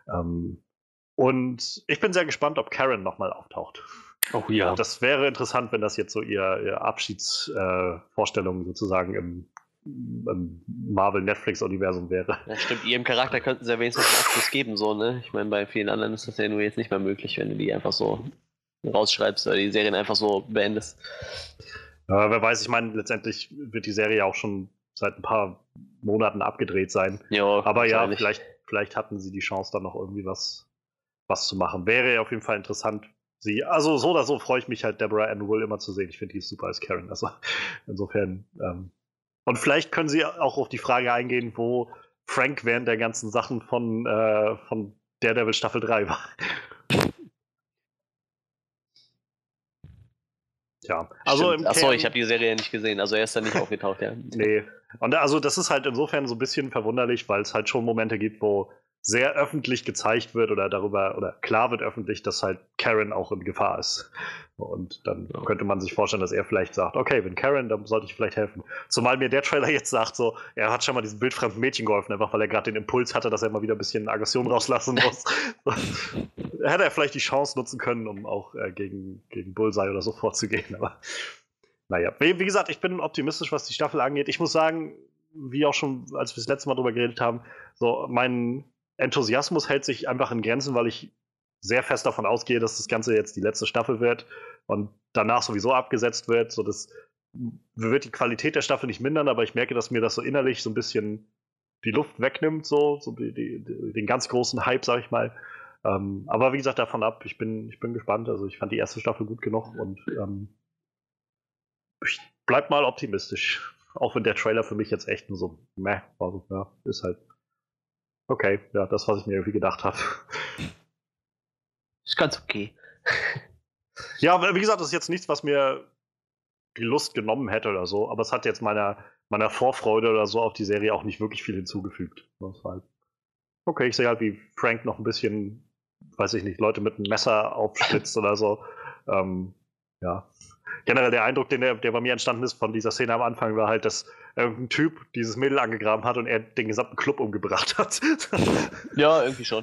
Und ich bin sehr gespannt, ob Karen nochmal auftaucht. Oh ja. Das wäre interessant, wenn das jetzt so ihr Abschiedsvorstellung sozusagen im Marvel-Netflix-Universum wäre. Ja, stimmt, ihrem Charakter könnten sie ja wenigstens einen Abschluss geben, so, ne? Ich meine, bei vielen anderen ist das ja nur jetzt nicht mehr möglich, wenn du die einfach so rausschreibst oder die Serien einfach so beendest. Wer weiß, ich meine, letztendlich wird die Serie ja auch schon seit ein paar Monaten abgedreht sein. Jo, aber ja, vielleicht hatten sie die Chance, dann noch irgendwie was zu machen. Wäre ja auf jeden Fall interessant. Also so oder so freue ich mich halt, Deborah Ann Woll immer zu sehen. Ich finde, die ist super als Karen. Also insofern. Und vielleicht können sie auch auf die Frage eingehen, wo Frank während der ganzen Sachen von Daredevil Staffel 3 war. Ja, also achso, ich habe die Serie nicht gesehen, also er ist da nicht aufgetaucht, ja. Nee. Und also das ist halt insofern so ein bisschen verwunderlich, weil es halt schon Momente gibt, wo sehr öffentlich gezeigt wird oder klar wird öffentlich, dass halt Karen auch in Gefahr ist. Und dann könnte man sich vorstellen, dass er vielleicht sagt, okay, wenn Karen, dann sollte ich vielleicht helfen. Zumal mir der Trailer jetzt sagt, so, er hat schon mal diesem wildfremden Mädchen geholfen, einfach weil er gerade den Impuls hatte, dass er mal wieder ein bisschen Aggression rauslassen muss. Hätte er vielleicht die Chance nutzen können, um auch gegen Bullseye oder so vorzugehen. Aber naja, wie gesagt, ich bin optimistisch, was die Staffel angeht. Ich muss sagen, wie auch schon, als wir das letzte Mal drüber geredet haben, so mein Enthusiasmus hält sich einfach in Grenzen, weil ich sehr fest davon ausgehe, dass das Ganze jetzt die letzte Staffel wird und danach sowieso abgesetzt wird. So, das wird die Qualität der Staffel nicht mindern, aber ich merke, dass mir das so innerlich so ein bisschen die Luft wegnimmt, so den ganz großen Hype, sag ich mal. Aber wie gesagt, davon ab, ich bin gespannt. Also ich fand die erste Staffel gut genug und ich bleib mal optimistisch. Auch wenn der Trailer für mich jetzt echt nur so war. Ja, ist halt okay, ja, das, was ich mir irgendwie gedacht habe. Ist ganz okay. Ja, aber wie gesagt, das ist jetzt nichts, was mir die Lust genommen hätte oder so, aber es hat jetzt meiner Vorfreude oder so auf die Serie auch nicht wirklich viel hinzugefügt. Das war halt okay, ich sehe halt, wie Frank noch ein bisschen, weiß ich nicht, Leute mit einem Messer aufschlitzt oder so. Ja. Generell der Eindruck, der bei mir entstanden ist von dieser Szene am Anfang, war halt, dass irgendein Typ dieses Mädel angegraben hat und er den gesamten Club umgebracht hat. Ja, irgendwie schon.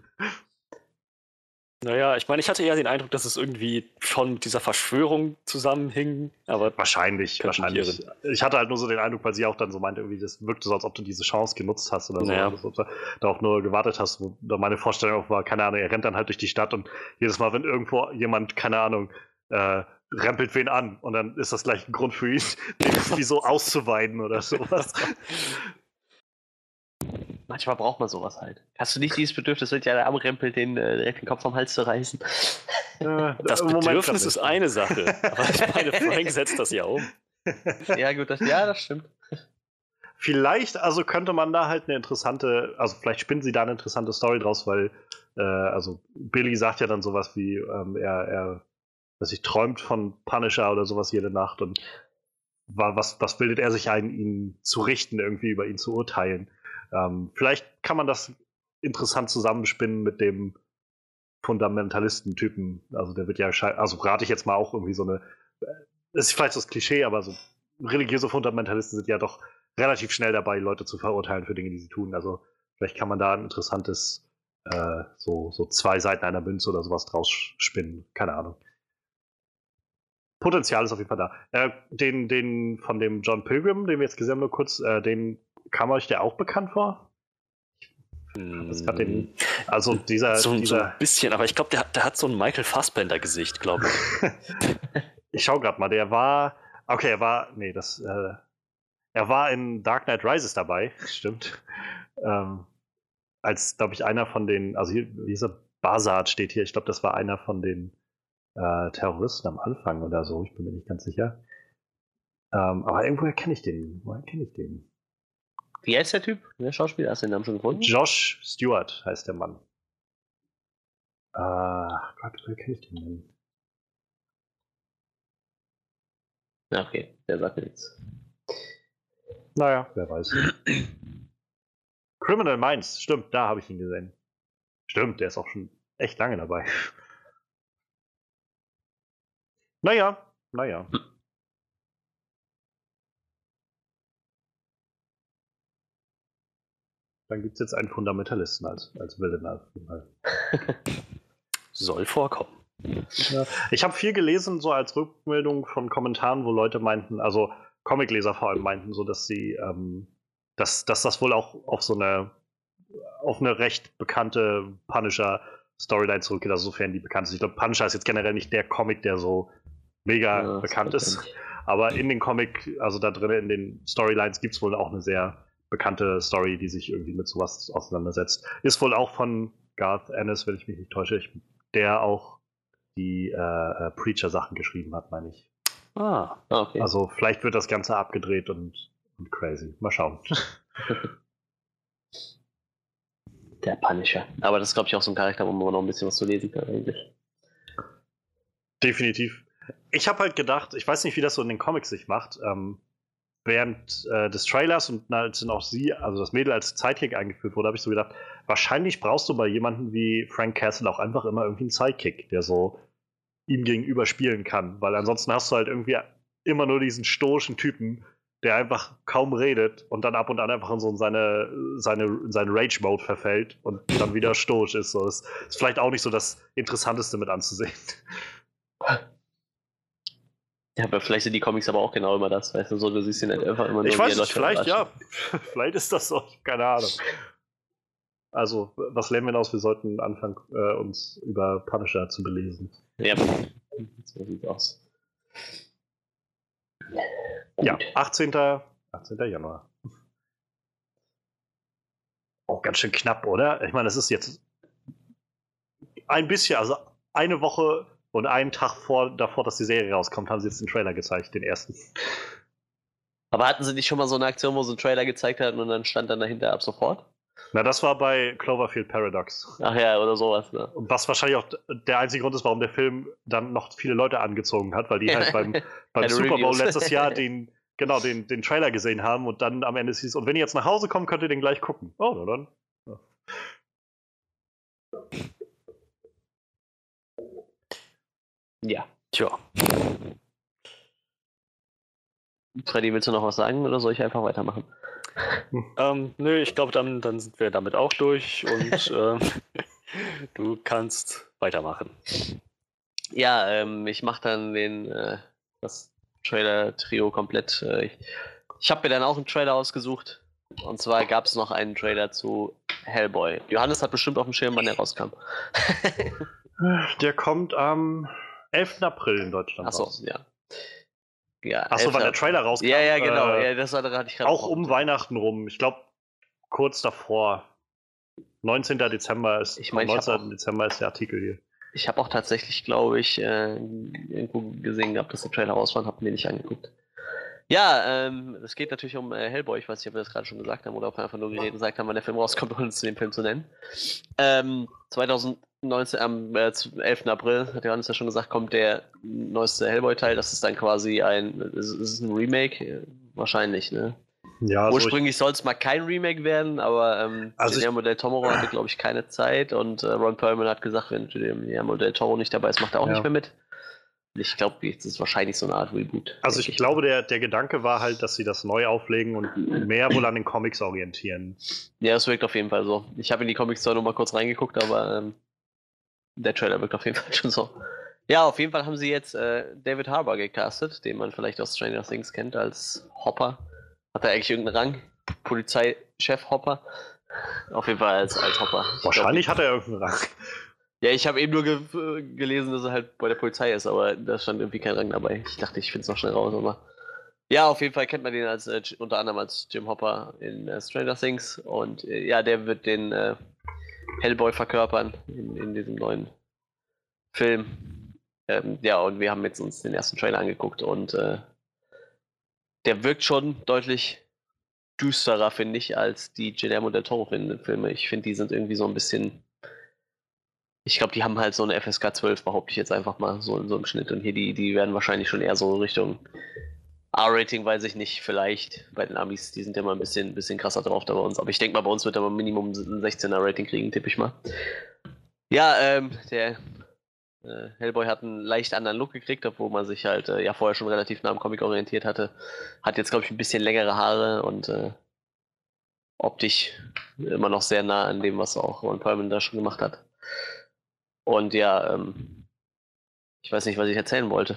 Naja, ich meine, ich hatte eher den Eindruck, dass es irgendwie schon mit dieser Verschwörung zusammenhing, aber Wahrscheinlich. Ich hatte halt nur so den Eindruck, weil sie auch dann so meinte, irgendwie, das wirkte so, als ob du diese Chance genutzt hast oder so. Naja. Als ob du darauf nur gewartet hast, wo meine Vorstellung auch war, keine Ahnung, er rennt dann halt durch die Stadt und jedes Mal, wenn irgendwo jemand, keine Ahnung, rempelt wen an und dann ist das gleich ein Grund für ihn, den irgendwie so auszuweiden oder sowas. Manchmal braucht man sowas halt. Hast du nicht dieses Bedürfnis, wenn dich einer anrempelt, den direkt den Kopf vom Hals zu reißen? das Bedürfnis ist eine Sache. Aber ich meine, Frank setzt das ja um. Ja, gut, das stimmt. Vielleicht, also könnte man da halt eine interessante, also vielleicht spinnen sie da eine interessante Story draus, weil, also Billy sagt ja dann sowas wie, er dass sich träumt von Punisher oder sowas jede Nacht und was bildet er sich ein, ihn zu richten, irgendwie über ihn zu urteilen. Vielleicht kann man das interessant zusammenspinnen mit dem Fundamentalisten-Typen. Also der wird ja, also rate ich jetzt mal auch irgendwie so eine, ist vielleicht so das Klischee, aber so religiöse Fundamentalisten sind ja doch relativ schnell dabei, Leute zu verurteilen für Dinge, die sie tun. Also vielleicht kann man da ein interessantes, so zwei Seiten einer Münze oder sowas draus spinnen. Keine Ahnung. Potenzial ist auf jeden Fall da. Den von dem John Pilgrim, den wir jetzt gesehen haben, nur kurz, den kam euch der auch bekannt vor? Also dieser. So ein bisschen, aber ich glaube, der hat so ein Michael Fassbender-Gesicht, glaube ich. Ich schau gerade mal, er war in Dark Knight Rises dabei, stimmt. Als, glaube ich, einer von den, also hier, dieser Bazard steht hier, ich glaube, das war einer von den Terroristen am Anfang oder so, ich bin mir nicht ganz sicher. Aber irgendwoher kenne ich den. Woher kenne ich den? Wie heißt der Typ? Der Schauspieler? Hast du den Namen schon gefunden? Josh Stewart heißt der Mann. Gott, woher kenne ich den denn? Ja, okay, der sagt mir nichts. Naja, wer weiß. Criminal Minds, stimmt, da habe ich ihn gesehen. Stimmt, der ist auch schon echt lange dabei. Naja. Dann gibt es jetzt einen Fundamentalisten als Villain. Soll vorkommen. Ja. Ich habe viel gelesen, so als Rückmeldung von Kommentaren, wo Leute meinten, also Comicleser vor allem meinten, so dass sie, dass das wohl auch auf eine recht bekannte Punisher-Storyline zurückgeht, also sofern die bekannt ist. Ich glaube, Punisher ist jetzt generell nicht der Comic, der so mega bekannt ist. Aber in den Comic, also da drin in den Storylines, gibt es wohl auch eine sehr bekannte Story, die sich irgendwie mit sowas auseinandersetzt. Ist wohl auch von Garth Ennis, wenn ich mich nicht täusche, der auch die Preacher-Sachen geschrieben hat, meine ich. Okay. Also vielleicht wird das Ganze abgedreht und crazy. Mal schauen. Der Punisher. Aber das ist, glaube ich, auch so ein Charakter, wo man noch ein bisschen was zu lesen kann eigentlich. Definitiv. Ich habe halt gedacht, ich weiß nicht, wie das so in den Comics sich macht, während des Trailers und als dann auch also das Mädel als Sidekick eingeführt wurde, habe ich so gedacht, wahrscheinlich brauchst du bei jemandem wie Frank Castle auch einfach immer irgendwie einen Sidekick, der so ihm gegenüber spielen kann, weil ansonsten hast du halt irgendwie immer nur diesen stoischen Typen, der einfach kaum redet und dann ab und an einfach in so seinen Rage-Mode verfällt und dann wieder stoisch ist. So, das ist vielleicht auch nicht so das Interessanteste mit anzusehen. Ja, aber vielleicht sind die Comics aber auch genau immer das, weißt du, so, du siehst ihn halt einfach immer nur. Ich weiß nicht, vielleicht ja. Vielleicht ist das so, keine Ahnung. Also, was lernen wir daraus? Wir sollten anfangen, uns über Punisher zu belesen. Ja, so sieht's aus. Ja, 18. Januar. Auch ganz schön knapp, oder? Ich meine, es ist jetzt ein bisschen, also eine Woche und einen Tag davor, dass die Serie rauskommt, haben sie jetzt den Trailer gezeigt, den ersten. Aber hatten sie nicht schon mal so eine Aktion, wo sie einen Trailer gezeigt hatten und dann stand dann dahinter ab sofort? Na, das war bei Cloverfield Paradox. Ach ja, oder sowas, ne? Und was wahrscheinlich auch der einzige Grund ist, warum der Film dann noch viele Leute angezogen hat, weil die halt beim Super Bowl letztes Jahr den Trailer gesehen haben und dann am Ende hieß, und wenn ihr jetzt nach Hause kommt, könnt ihr den gleich gucken. Oh, na dann. Ja. Tja. Freddy, willst du noch was sagen oder soll ich einfach weitermachen? Nö, ich glaube, dann sind wir damit auch durch und du kannst weitermachen. Ja, ich mache dann das Trailer-Trio komplett. Ich habe mir dann auch einen Trailer ausgesucht. Und zwar gab es noch einen Trailer zu Hellboy. Johannes hat bestimmt auf dem Schirm, wann der rauskam. Der kommt am 11. April in Deutschland Achso, raus. ja. Ja, Achso, wann der Trailer rauskam? Ja, genau. Ja, das hatte ich gerade. Auch um Weihnachten rum. Ich glaube, kurz davor. 19. Dezember ist, Ich mein, 19. Dezember ist der Artikel hier. Ich habe auch tatsächlich, glaube ich, irgendwo gesehen gehabt, dass der Trailer raus war und habe mir nicht angeguckt. Ja, es geht natürlich um Hellboy. Ich weiß nicht, ob wir das gerade schon gesagt haben oder ob wir einfach nur gesagt haben, wann der Film rauskommt, ohne uns zu dem Film zu nennen. 2019, am 11. April, hat Johannes ja schon gesagt, kommt der neueste Hellboy-Teil. Das ist dann quasi es ist ein Remake, wahrscheinlich, ne? Ja, ursprünglich soll es mal kein Remake werden, aber Guillermo del Toro hatte, glaube ich, keine Zeit und Ron Perlman hat gesagt, wenn Guillermo del Toro nicht dabei ist, macht er auch nicht mehr mit. Ich glaube, jetzt ist wahrscheinlich so eine Art Reboot. Also ich glaube, der Gedanke war halt, dass sie das neu auflegen und mehr wohl an den Comics orientieren. Ja, das wirkt auf jeden Fall so. Ich habe in die Comics zwar nur mal kurz reingeguckt, aber der Trailer wirkt auf jeden Fall schon so. Ja, auf jeden Fall haben sie jetzt David Harbour gecastet, den man vielleicht aus Stranger Things kennt als Hopper. Hat er eigentlich irgendeinen Rang? Polizeichef Hopper? Auf jeden Fall als Hopper. Wahrscheinlich hat er irgendeinen Rang. Ja, ich habe eben nur gelesen, dass er halt bei der Polizei ist, aber da stand irgendwie kein Rang dabei. Ich dachte, ich finde es noch schnell raus, aber. Ja, auf jeden Fall kennt man den als unter anderem als Jim Hopper in Stranger Things und ja, der wird den Hellboy verkörpern in diesem neuen Film. Ja, und wir haben jetzt uns den ersten Trailer angeguckt und der wirkt schon deutlich düsterer, finde ich, als die Guillermo del Toro-Filme. Ich finde, die sind irgendwie so ein bisschen. Ich glaube, die haben halt so eine FSK 12, behaupte ich jetzt einfach mal, so in so einem Schnitt. Und hier, die werden wahrscheinlich schon eher so Richtung R-Rating, weiß ich nicht, vielleicht. Bei den Amis, die sind ja mal ein bisschen krasser drauf da bei uns. Aber ich denke mal, bei uns wird er mal Minimum ein 16er-Rating kriegen, tippe ich mal. Ja, der Hellboy hat einen leicht anderen Look gekriegt, obwohl man sich halt ja vorher schon relativ nah am Comic orientiert hatte. Hat jetzt, glaube ich, ein bisschen längere Haare und optisch immer noch sehr nah an dem, was auch Ron Perlman da schon gemacht hat. Und ja, ich weiß nicht, was ich erzählen wollte.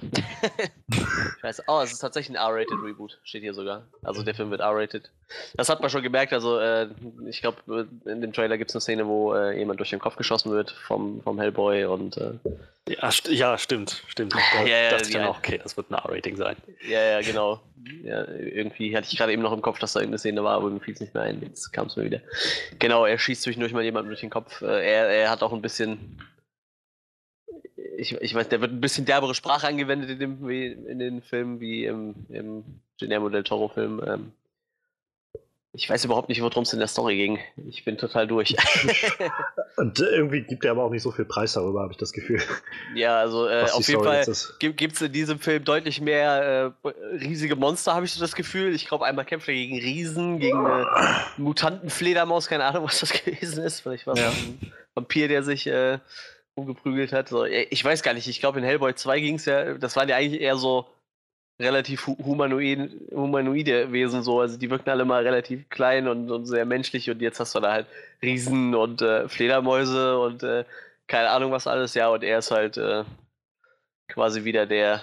Es ist tatsächlich ein R-Rated Reboot, steht hier sogar. Also der Film wird R-Rated. Das hat man schon gemerkt, also ich glaube, in dem Trailer gibt es eine Szene, wo jemand durch den Kopf geschossen wird vom Hellboy und ja, stimmt. Da dachte ich dann auch, okay, das wird ein R-Rating sein. Ja, genau. Ja, irgendwie hatte ich gerade eben noch im Kopf, dass da irgendeine Szene war, aber mir fiel es nicht mehr ein. Jetzt kam es mir wieder. Genau, er schießt zwischendurch mal jemanden durch den Kopf. Er hat auch ein bisschen. Ich weiß, der wird ein bisschen derbere Sprache angewendet in den Filmen wie im Guillermo del Toro-Film. Ich weiß überhaupt nicht, worum es in der Story ging. Ich bin total durch. Und irgendwie gibt er aber auch nicht so viel Preis darüber, habe ich das Gefühl. Ja, also auf jeden Fall gibt es in diesem Film deutlich mehr riesige Monster, habe ich so das Gefühl. Ich glaube, einmal kämpft er gegen Riesen, gegen eine Mutantenfledermaus, keine Ahnung, was das gewesen ist. Vielleicht war es ein Vampir, der sich umgeprügelt hat. So, ich weiß gar nicht, ich glaube in Hellboy 2 ging es ja, das waren ja eigentlich eher so relativ humanoide Wesen, so, also die wirken alle mal relativ klein und sehr menschlich und jetzt hast du da halt Riesen und Fledermäuse und keine Ahnung was alles, ja, und er ist halt quasi wieder der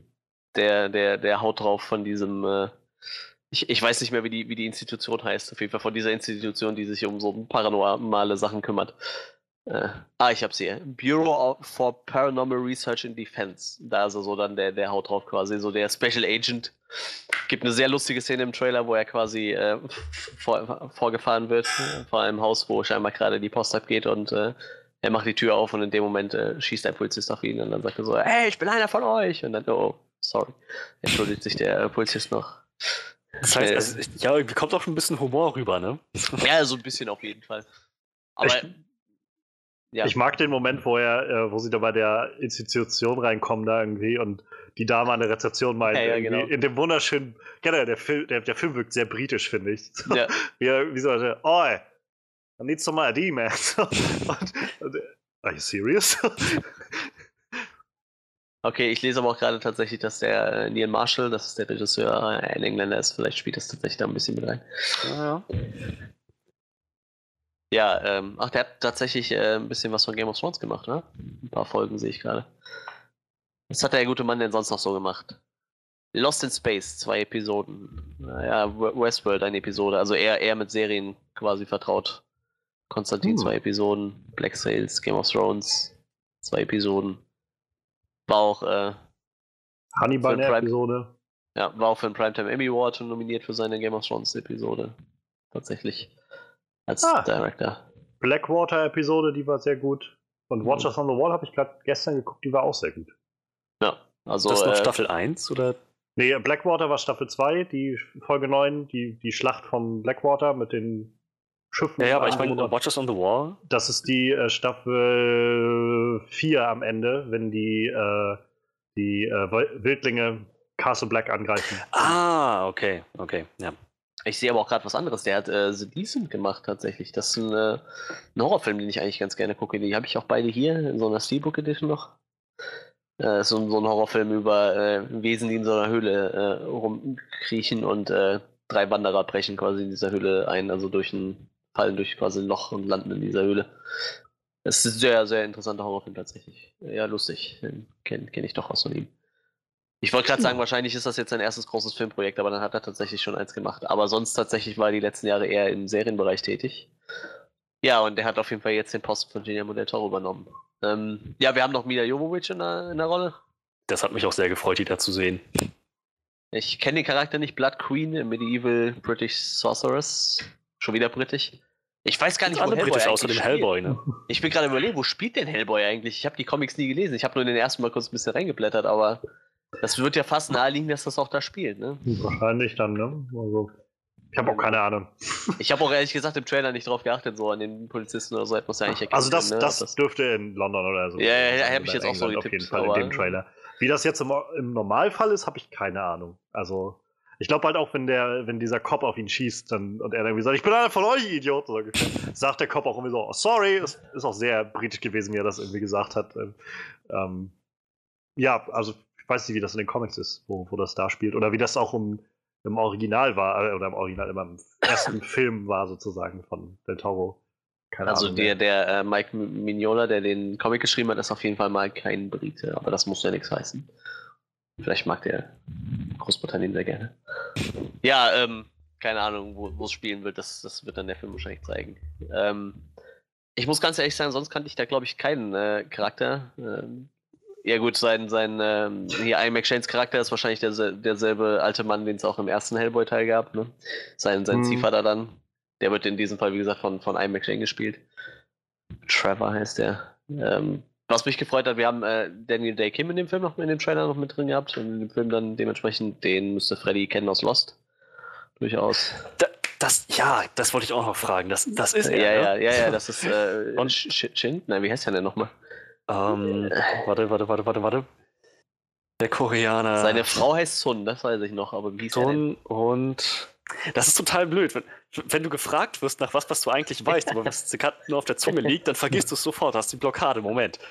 Haut drauf von diesem ich weiß nicht mehr, wie die Institution heißt, auf jeden Fall von dieser Institution, die sich um so paranormale Sachen kümmert. Ich hab's hier. Bureau for Paranormal Research and Defense. Da ist er so dann der Haut drauf quasi, so der Special Agent. Gibt eine sehr lustige Szene im Trailer, wo er quasi vorgefahren wird, vor einem Haus, wo scheinbar gerade die Post abgeht und er macht die Tür auf und in dem Moment schießt ein Polizist auf ihn und dann sagt er so, hey, ich bin einer von euch. Und dann, oh, sorry. Entschuldigt sich der Polizist noch. Das heißt, irgendwie kommt auch schon ein bisschen Humor rüber, ne? Ja, so ein bisschen auf jeden Fall. Aber ja. Ich mag den Moment, wo sie da bei der Institution reinkommen da irgendwie und die Dame an der Rezeption meint, genau. In dem wunderschönen, der Film wirkt sehr britisch, finde ich. So, ja. Wie so, I need some ID, man. Are you serious? Okay, ich lese aber auch gerade tatsächlich, dass der Neil Marshall, das ist der Regisseur, ein Engländer ist. Vielleicht spielt das tatsächlich da ein bisschen mit rein. Ja. Ja, ach, der hat tatsächlich ein bisschen was von Game of Thrones gemacht, ne? Ein paar Folgen sehe ich gerade. Was hat der gute Mann denn sonst noch so gemacht? Lost in Space, 2 Episoden. Naja, Westworld, eine Episode. Also eher mit Serien quasi vertraut. Konstantin, 2 Episoden. Black Sails, Game of Thrones, 2 Episoden. War auch Hannibal für eine Prime- Episode. Ja, war auch für den Primetime Emmy Award nominiert für seine Game of Thrones Episode. Tatsächlich. Als Director. Blackwater-Episode, die war sehr gut. Und Watchers on the Wall habe ich gerade gestern geguckt, die war auch sehr gut. Ja, also. Das ist noch Staffel 1 oder? Nee, Blackwater war Staffel 2, die Folge 9, die Schlacht von Blackwater mit den Schiffen. Ja, aber ich meine, Watchers on the Wall. Das ist die Staffel 4 am Ende, wenn die Wildlinge Castle Black angreifen. Ah, okay, ja. Ich sehe aber auch gerade was anderes. Der hat The Decent gemacht tatsächlich. Das ist ein Horrorfilm, den ich eigentlich ganz gerne gucke. Die habe ich auch beide hier in so einer Steelbook Edition noch. So ein Horrorfilm über Wesen, die in so einer Höhle rumkriechen und 3 Wanderer brechen quasi in dieser Höhle ein, also fallen durch quasi ein Loch und landen in dieser Höhle. Das ist ein sehr, sehr interessanter Horrorfilm tatsächlich. Ja, lustig. Kenn ich doch was von ihm. Ich wollte gerade sagen, wahrscheinlich ist das jetzt sein erstes großes Filmprojekt, aber dann hat er tatsächlich schon eins gemacht. Aber sonst tatsächlich war er die letzten Jahre eher im Serienbereich tätig. Ja, und der hat auf jeden Fall jetzt den Posten von Guillermo del Toro übernommen. Ja, wir haben noch Mila Jovovich in der Rolle. Das hat mich auch sehr gefreut, die da zu sehen. Ich kenne den Charakter nicht. Blood Queen, Medieval British Sorceress. Schon wieder britisch. Ich weiß gar nicht, alle britisch außer dem Hellboy, ne? Ich bin gerade überlegen, wo spielt denn Hellboy eigentlich? Ich habe die Comics nie gelesen. Ich habe nur in den ersten Mal kurz ein bisschen reingeblättert, aber das wird ja fast naheliegen, dass das auch da spielt, ne? Wahrscheinlich dann, ne? Also, ich habe auch keine Ahnung. Ich habe auch ehrlich gesagt im Trailer nicht drauf geachtet, so an den Polizisten oder so hätte man es ja eigentlich erkennen Also das, können, ne? das dürfte in London oder so. Ja, habe ich jetzt auch so auf jeden getippt, Fall in dem Trailer. Wie das jetzt im Normalfall ist, habe ich keine Ahnung. Also ich glaube halt auch, wenn dieser Cop auf ihn schießt und er dann irgendwie sagt, ich bin einer von euch, Idiot, so ungefähr, sagt der Cop auch irgendwie so, oh, sorry, ist auch sehr britisch gewesen, wie er das irgendwie gesagt hat. Ja, also ich weiß nicht, wie das in den Comics ist, wo das da spielt. Oder wie das auch im Original war, oder im ersten Film war sozusagen von Del Toro. Keine Also Ahnung, der Mike Mignola, der den Comic geschrieben hat, ist auf jeden Fall mal kein Brite, aber das muss ja nichts heißen. Vielleicht mag der Großbritannien sehr gerne. Ja, keine Ahnung, wo es spielen wird, das wird dann der Film wahrscheinlich zeigen. Ich muss ganz ehrlich sagen, sonst kannte ich da, glaube ich, keinen Charakter. Ja gut, sein hier Ian McShanes Charakter ist wahrscheinlich derselbe alte Mann, den es auch im ersten Hellboy-Teil gab, ne? Sein Ziehvater dann. Der wird in diesem Fall, wie gesagt, von Ian McShane gespielt. Trevor heißt der. Was mich gefreut hat, wir haben Daniel Day Kim in dem Film in dem Trailer noch mit drin gehabt und in dem Film dann dementsprechend, den müsste Freddy kennen aus Lost. Durchaus. Das wollte ich auch noch fragen. Das ist er, ja, das ist und Shin? Nein, wie heißt der denn nochmal? Warte. Der Koreaner. Seine Frau heißt Sun, das weiß ich noch, aber wie hieß Sun und das ist total blöd. Wenn du gefragt wirst, nach was du eigentlich weißt, aber was nur auf der Zunge liegt, dann vergisst du es sofort, hast die Blockade. Moment.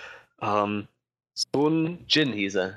Sun. Jin hieß er.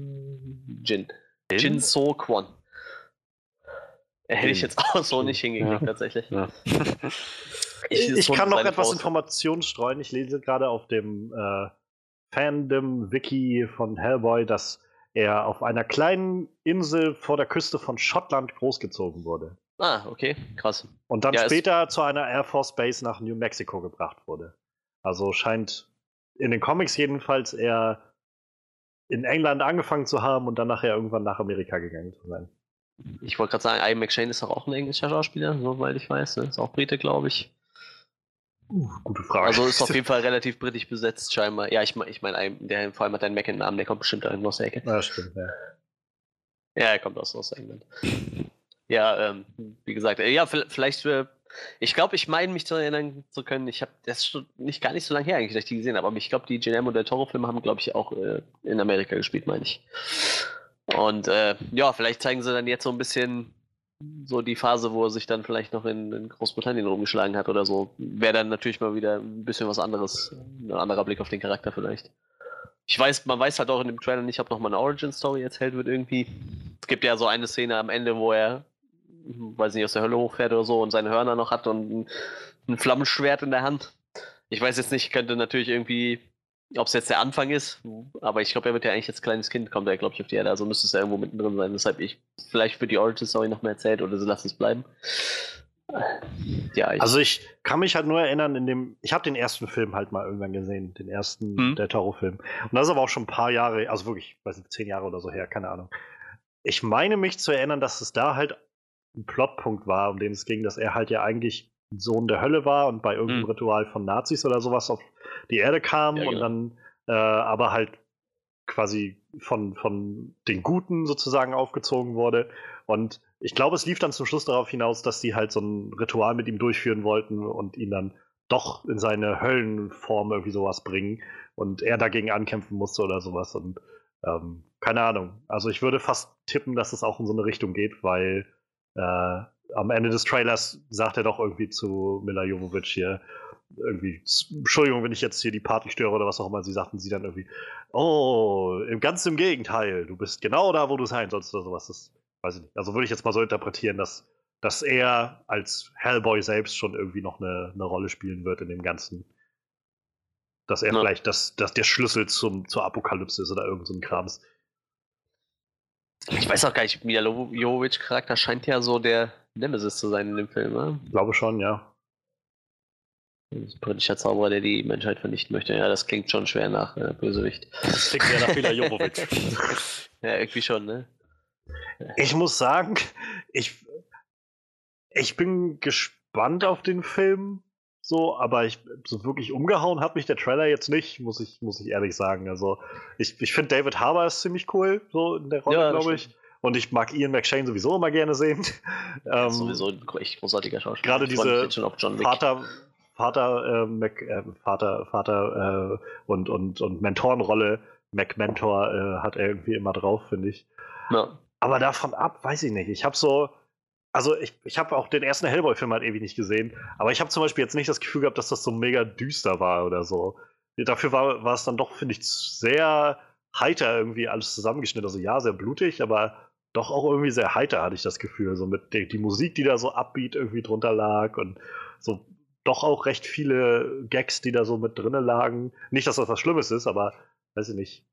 Jin So Kwon. Hätte ich jetzt auch so nicht hingekriegt, tatsächlich. Ja. Ich kann noch etwas Informationen streuen. Ich lese gerade auf dem Fandom-Wiki von Hellboy, dass er auf einer kleinen Insel vor der Küste von Schottland großgezogen wurde. Ah, okay, krass. Und dann später zu einer Air Force Base nach New Mexico gebracht wurde. Also scheint in den Comics jedenfalls eher in England angefangen zu haben und dann nachher irgendwann nach Amerika gegangen zu sein. Ich wollte gerade sagen, Ian McShane ist doch auch ein englischer Schauspieler, soweit ich weiß. Ne? Ist auch Brite, glaube ich. Gute Frage. Also ist auf jeden Fall relativ britisch besetzt, scheinbar. Ja, ich meine, der vor allem hat einen Mac im Namen, der kommt bestimmt irgendwo aus der Ecke. Ja, stimmt, ja. Ja, er kommt aus England. Ja, wie gesagt, ja, vielleicht, ich glaube, ich meine mich zu erinnern zu können, ich habe das schon gar nicht so lange her eigentlich, dass ich die gesehen habe, aber ich glaube, die Guillermo del Toro-Filme haben, glaube ich, auch in Amerika gespielt, meine ich. Und ja, vielleicht zeigen sie dann jetzt so ein bisschen so die Phase, wo er sich dann vielleicht noch in Großbritannien rumgeschlagen hat oder so. Wäre dann natürlich mal wieder ein bisschen was anderes, ein anderer Blick auf den Charakter vielleicht. man weiß halt auch in dem Trailer nicht, ob nochmal eine Origin-Story erzählt wird irgendwie. Es gibt ja so eine Szene am Ende, wo er, weiß nicht, aus der Hölle hochfährt oder so und seine Hörner noch hat und ein Flammenschwert in der Hand. Ich weiß jetzt nicht, könnte natürlich irgendwie, ob es jetzt der Anfang ist, aber ich glaube, er wird ja eigentlich als kleines Kind, kommt er, glaube ich, auf die Erde, also müsste es ja irgendwo mittendrin sein. Deshalb vielleicht wird die Origin-Story noch mehr erzählt oder sie lassen es bleiben. Ja, also ich kann mich halt nur erinnern, ich habe den ersten Film halt mal irgendwann gesehen, den ersten Del Toro-Film. Und das ist aber auch schon ein paar Jahre, also wirklich, weiß nicht, 10 Jahre oder so her, keine Ahnung. Ich meine mich zu erinnern, dass es da halt ein Plotpunkt war, um den es ging, dass er halt ja eigentlich ein Sohn der Hölle war und bei irgendeinem Ritual von Nazis oder sowas auf die Erde kam und dann aber halt quasi von den Guten sozusagen aufgezogen wurde. Und ich glaube, es lief dann zum Schluss darauf hinaus, dass die halt so ein Ritual mit ihm durchführen wollten und ihn dann doch in seine Höllenform irgendwie sowas bringen und er dagegen ankämpfen musste oder sowas. Und keine Ahnung. Also ich würde fast tippen, dass es auch in so eine Richtung geht, weil am Ende des Trailers sagt er doch irgendwie zu Milla Jovovich hier irgendwie, Entschuldigung, wenn ich jetzt hier die Party störe oder was auch immer, sie sagten sie dann irgendwie, oh, ganz im Gegenteil, du bist genau da, wo du sein sollst oder sowas. Das weiß ich nicht. Also würde ich jetzt mal so interpretieren, dass er als Hellboy selbst schon irgendwie noch eine Rolle spielen wird in dem Ganzen. Dass er vielleicht dass der Schlüssel zur Apokalypse ist oder irgend so ein Krams. Ich weiß auch gar nicht, Milla Jovovich-Charakter scheint ja so der Nemesis zu sein in dem Film, ne? Ich glaube schon, ja. Ein britischer Zauberer, der die Menschheit vernichten möchte. Ja, das klingt schon schwer nach Bösewicht. Das klingt sehr nach Milla Jovovich. Ja, irgendwie schon, ne? Ich muss sagen, ich bin gespannt auf den Film, so, aber so wirklich umgehauen hat mich der Trailer jetzt nicht, muss ich ehrlich sagen. Also, ich finde David Harbour ist ziemlich cool, so in der Rolle, glaube ich. Und ich mag Ian McShane sowieso immer gerne sehen. Sowieso ein echt großartiger Schauspieler. Gerade diese Vater und Mentorenrolle, McMentor, hat er irgendwie immer drauf, finde ich. Ja. Aber davon ab, weiß ich nicht. Ich habe ich habe auch den ersten Hellboy-Film halt ewig nicht gesehen, aber ich habe zum Beispiel jetzt nicht das Gefühl gehabt, dass das so mega düster war oder so. Dafür war es dann doch, finde ich, sehr heiter irgendwie alles zusammengeschnitten. Also ja, sehr blutig, aber doch auch irgendwie sehr heiter, hatte ich das Gefühl. So mit die Musik, die da so upbeat irgendwie drunter lag und so doch auch recht viele Gags, die da so mit drinne lagen. Nicht, dass das was Schlimmes ist, aber weiß ich nicht.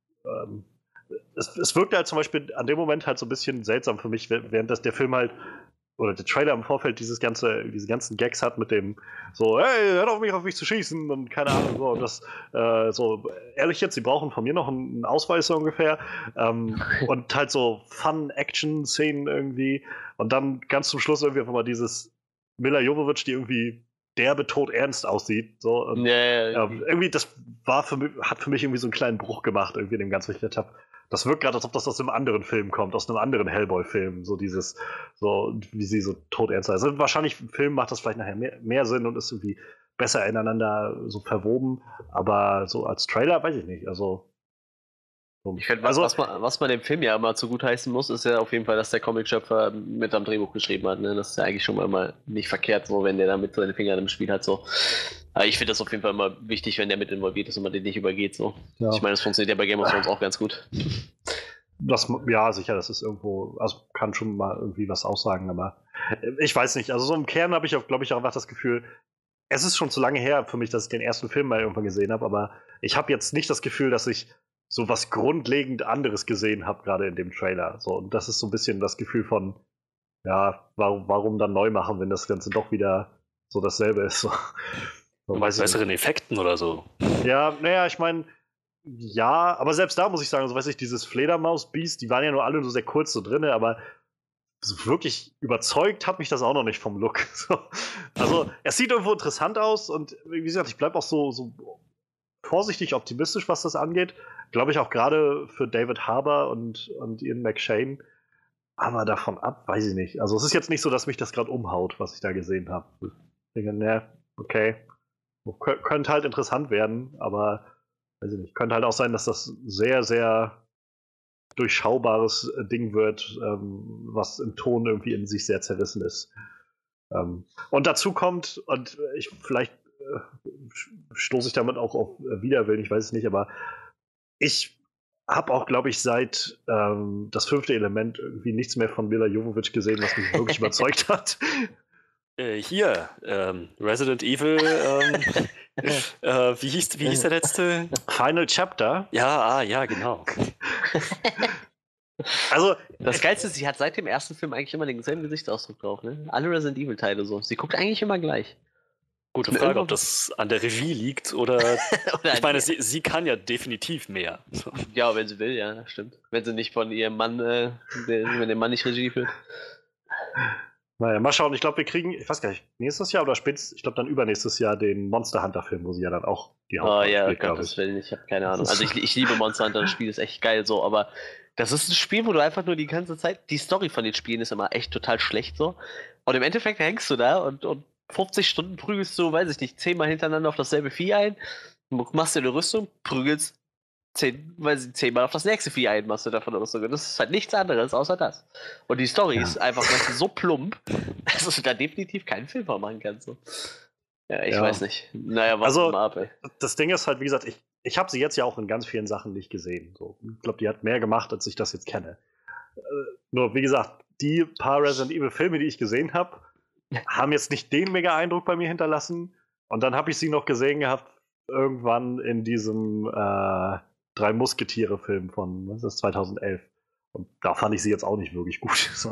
Es wirkte halt zum Beispiel an dem Moment halt so ein bisschen seltsam für mich, während der Film halt oder der Trailer im Vorfeld diese ganzen Gags hat mit dem so, hey, hört auf mich zu schießen und keine Ahnung, so, und das, so, ehrlich jetzt, sie brauchen von mir noch einen Ausweis so ungefähr, und halt so Fun-Action-Szenen irgendwie und dann ganz zum Schluss irgendwie einfach mal dieses Milla Jovovich, die irgendwie derbe todernst aussieht, so, und, irgendwie, das hat für mich irgendwie so einen kleinen Bruch gemacht, irgendwie in dem Ganzen, was ich gedacht habe. Das wirkt gerade, als ob das aus einem anderen Film kommt, aus einem anderen Hellboy-Film. So dieses, so wie sie so todernst. Also wahrscheinlich im Film macht das vielleicht nachher mehr Sinn und ist irgendwie besser ineinander so verwoben. Aber so als Trailer weiß ich nicht. Also. Ich finde, was man dem Film ja immer zugutheißen muss, ist ja auf jeden Fall, dass der Comic-Schöpfer mit am Drehbuch geschrieben hat. Ne? Das ist ja eigentlich schon mal nicht verkehrt, so wenn der da mit seinen Fingern im Spiel hat. So. Aber ich finde das auf jeden Fall immer wichtig, wenn der mit involviert ist und man den nicht übergeht. So. Ja. Ich meine, das funktioniert ja bei Game of Thrones auch ganz gut. Ja, sicher, das ist irgendwo, also kann schon mal irgendwie was aussagen, aber ich weiß nicht. Also so im Kern habe ich, glaube ich, auch einfach das Gefühl, es ist schon zu lange her für mich, dass ich den ersten Film mal irgendwann gesehen habe, aber ich habe jetzt nicht das Gefühl, dass ich so was grundlegend anderes gesehen habe, gerade in dem Trailer. So, und das ist so ein bisschen das Gefühl von, ja, warum dann neu machen, wenn das Ganze doch wieder so dasselbe ist. So. Mit besseren Effekten oder so. Ja, naja, ich meine, ja, aber selbst da muss ich sagen, so weiß ich, dieses Fledermaus-Biest, die waren ja nur alle nur sehr kurz so drin, aber so wirklich überzeugt hat mich das auch noch nicht vom Look. So. Also, es sieht irgendwo interessant aus und wie gesagt, ich bleibe auch so vorsichtig optimistisch, was das angeht. Glaube ich auch gerade für David Harbour und Ian McShane. Aber davon ab, weiß ich nicht. Also es ist jetzt nicht so, dass mich das gerade umhaut, was ich da gesehen habe. Ich denke, ne, okay. Könnte halt interessant werden, aber weiß ich nicht. Könnte halt auch sein, dass das sehr, sehr durchschaubares Ding wird, was im Ton irgendwie in sich sehr zerrissen ist. Und dazu kommt, und vielleicht stoße ich damit auch auf Widerwillen, ich weiß es nicht, aber Ich habe auch, glaube ich, seit das 5. Element irgendwie nichts mehr von Mila Jovovich gesehen, was mich wirklich überzeugt hat. Hier, Resident Evil, wie hieß der letzte? Final Chapter. Ja, ja, genau. Also, Das Geilste ist, sie hat seit dem ersten Film eigentlich immer denselben Gesichtsausdruck drauf, ne? Alle Resident Evil-Teile so. Sie guckt eigentlich immer gleich. Gute Frage, ob das an der Regie liegt oder. Oder Ich meine, sie kann ja definitiv mehr. So. Ja, wenn sie will, ja, das stimmt. Wenn sie nicht von ihrem Mann, wenn der Mann nicht Regie führt. naja, mal schauen. Ich glaube, wir kriegen, ich weiß gar nicht, nächstes Jahr oder spätestens, ich glaube dann übernächstes Jahr den Monster Hunter-Film, wo sie ja dann auch die Oh Hauptrolle ja, spielt, glaub Gottes Willen, ich habe keine Ahnung. Also ich liebe Monster Hunter, das Spiel ist echt geil so, aber das ist ein Spiel, wo du einfach nur die ganze Zeit, die Story von den Spielen ist immer echt total schlecht so. Und im Endeffekt hängst du da und 50 Stunden prügelst du, weiß ich nicht, 10-mal hintereinander auf dasselbe Vieh ein, machst dir eine Rüstung, prügelst 10-mal auf das nächste Vieh ein, machst du davon eine Rüstung. Und das ist halt nichts anderes außer das. Und die Story ist einfach so plump, dass du da definitiv keinen Film von machen kannst. So. Ja, ich weiß nicht. Naja, was Also, mal ab, ey. Das Ding ist halt, wie gesagt, ich habe sie jetzt ja auch in ganz vielen Sachen nicht gesehen. So. Ich glaube, die hat mehr gemacht, als ich das jetzt kenne. Nur, wie gesagt, die paar Resident Evil Filme, die ich gesehen habe, haben jetzt nicht den mega Eindruck bei mir hinterlassen. Und dann habe ich sie noch gesehen gehabt, irgendwann in diesem Drei Musketiere-Film von, was ist das, 2011. Und da fand ich sie jetzt auch nicht wirklich gut. So.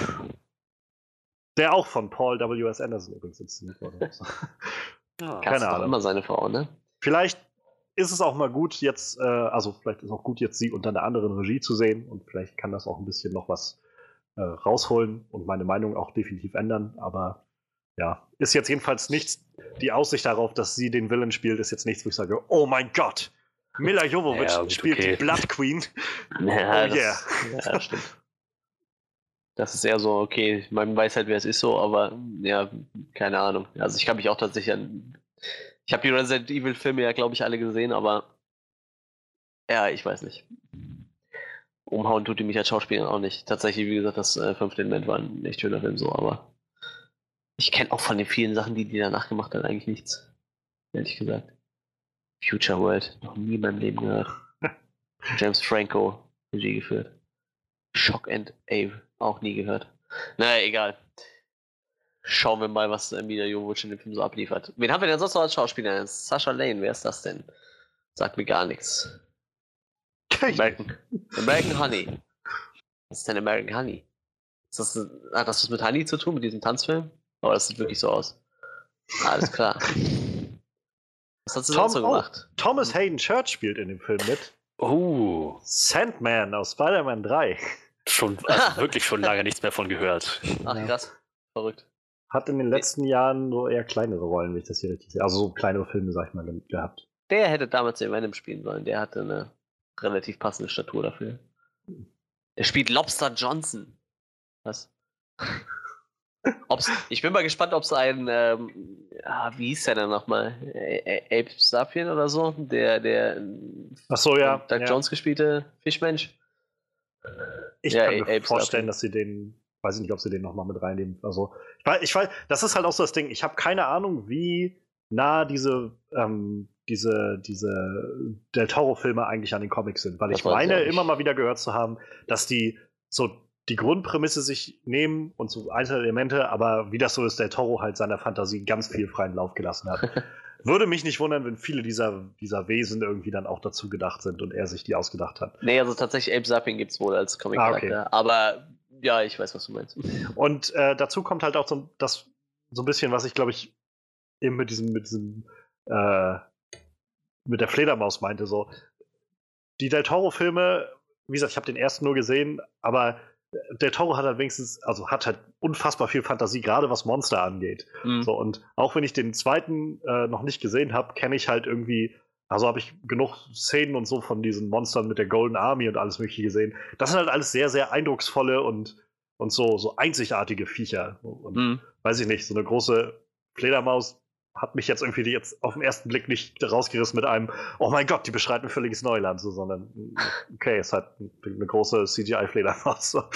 Der auch von Paul W.S. Anderson übrigens inszeniert wurde. Ja. Keine Ahnung. Ahnung. Immer seine Frau, ne? Vielleicht ist es auch mal gut, jetzt, also vielleicht ist es auch gut, jetzt sie unter einer anderen Regie zu sehen und vielleicht kann das auch ein bisschen noch was rausholen und meine Meinung auch definitiv ändern, aber ja, ist jetzt jedenfalls nichts, die Aussicht darauf, dass sie den Villain spielt, ist jetzt nichts, wo ich sage, oh mein Gott, Mila Jovovich Ja, gut, spielt okay. die Blood Queen. Ja, Oh yeah. Ja, stimmt. Das ist eher so, okay, man weiß halt, wer es ist so, aber ja, keine Ahnung. Also ich kann mich auch tatsächlich an. Ich habe die Resident Evil Filme ja, glaube ich, alle gesehen, aber ja, ich weiß nicht. Umhauen tut die mich als Schauspielerin auch nicht. Tatsächlich, wie gesagt, das 5. Element war ein echt schöner Film so, aber ich kenne auch von den vielen Sachen, die danach gemacht hat, eigentlich nichts. Ehrlich gesagt. Future World, noch nie in meinem Leben gehört. James Franco, Regie geführt. Shock and Awe, auch nie gehört. Naja, egal. Schauen wir mal, was Mila Jovovich in dem Film so abliefert. Wen haben wir denn sonst noch als Schauspieler? Sasha Lane, wer ist das denn? Sagt mir gar nichts. American Honey. Was ist denn American Honey? Hat das was mit Honey zu tun, mit diesem Tanzfilm? Oh, das sieht wirklich so aus. Alles klar. Was hat sie sonst so gemacht? Thomas Hayden Church spielt in dem Film mit. Oh, Sandman aus Spider-Man 3. wirklich schon lange nichts mehr von gehört. Ach, krass. Verrückt. Hat in den letzten Jahren so eher kleinere Rollen, wenn ich das hier richtig sehe. Also so kleinere Filme, sag ich mal, gehabt. Der hätte damals den Venom spielen sollen. Der hatte eine relativ passende Statur dafür. Der spielt Lobster Johnson. Was? Ich bin mal gespannt, ob es ein, wie hieß der denn nochmal? Ape Sapien oder so? Der Ach so, ja. Doug Jones gespielte Fischmensch. Ich kann mir vorstellen, dass sie den, weiß ich nicht, ob sie den nochmal mit reinnehmen. Also, ich weiß, das ist halt auch so das Ding. Ich habe keine Ahnung, wie nah diese Del Toro-Filme eigentlich an den Comics sind. Weil ich meine, immer mal wieder gehört zu haben, dass die so die Grundprämisse sich nehmen und so einzelne Elemente, aber wie das so ist, Del Toro halt seiner Fantasie ganz viel freien Lauf gelassen hat. Würde mich nicht wundern, wenn viele dieser Wesen irgendwie dann auch dazu gedacht sind und er sich die ausgedacht hat. Nee, also tatsächlich Ape Sapien gibt es wohl als Comic-Charakter. Okay. Aber ja, ich weiß, was du meinst. Und dazu kommt halt auch so ein bisschen, was ich glaube ich eben mit der Fledermaus meinte, so. Die Del Toro-Filme, wie gesagt, ich habe den ersten nur gesehen, aber Del Toro hat halt wenigstens, also hat halt unfassbar viel Fantasie, gerade was Monster angeht. Mhm. So, und auch wenn ich den zweiten noch nicht gesehen habe, kenne ich halt irgendwie, also habe ich genug Szenen und so von diesen Monstern mit der Golden Army und alles mögliche gesehen. Das sind halt alles sehr, sehr eindrucksvolle und so einzigartige Viecher. Und weiß ich nicht, so eine große Fledermaus hat mich jetzt irgendwie auf den ersten Blick nicht rausgerissen mit einem, oh mein Gott, die beschreiten ein völliges Neuland, so, sondern okay, es hat eine große CGI-Fledermaus. So.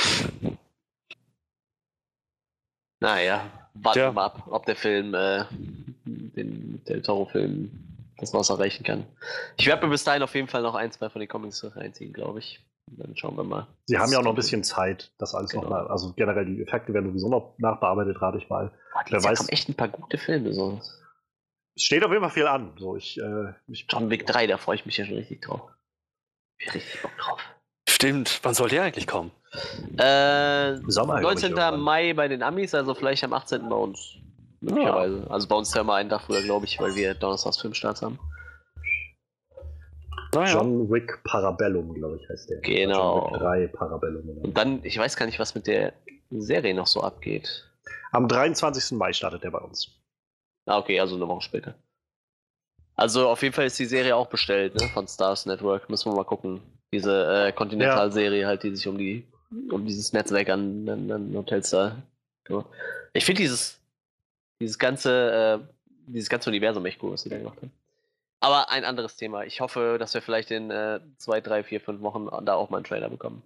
Naja, warten wir mal ab, ob der Film, den Del Toro-Film was man erreichen kann. Ich werde mir bis dahin auf jeden Fall noch 1, 2 von den Comics reinziehen, glaube ich. Und dann schauen wir mal. Sie haben ja auch noch ein bisschen Zeit, das alles nochmal, also generell die Effekte werden sowieso noch nachbearbeitet, rate ich mal. Wer weiß, kommen echt ein paar gute Filme. So. Es steht auf jeden Fall viel an. So, John Wick 3, da freue ich mich ja schon richtig drauf. Ich hab richtig Bock drauf. Stimmt, wann soll der eigentlich kommen? Sommer, 19. Mai bei den Amis, also vielleicht am 18. bei uns. Möglicherweise. Also bei uns ja mal einen Tag früher, glaube ich, weil wir Donnerstags Filmstarts haben. John Wick Parabellum, glaube ich, heißt der. Genau. John Wick 3 Parabellum. Oder? Und dann, ich weiß gar nicht, was mit der Serie noch so abgeht. Am 23. Mai startet der bei uns. Ah, okay, also eine Woche später. Also auf jeden Fall ist die Serie auch bestellt, ne, von Stars Network. Müssen wir mal gucken. Diese Continental-Serie halt, die sich um dieses Netzwerk an Hotels da kümmert. Ich finde dieses ganze Universum echt cool, was sie da gemacht haben. Aber ein anderes Thema. Ich hoffe, dass wir vielleicht in 2, 3, 4, 5 Wochen da auch mal einen Trailer bekommen.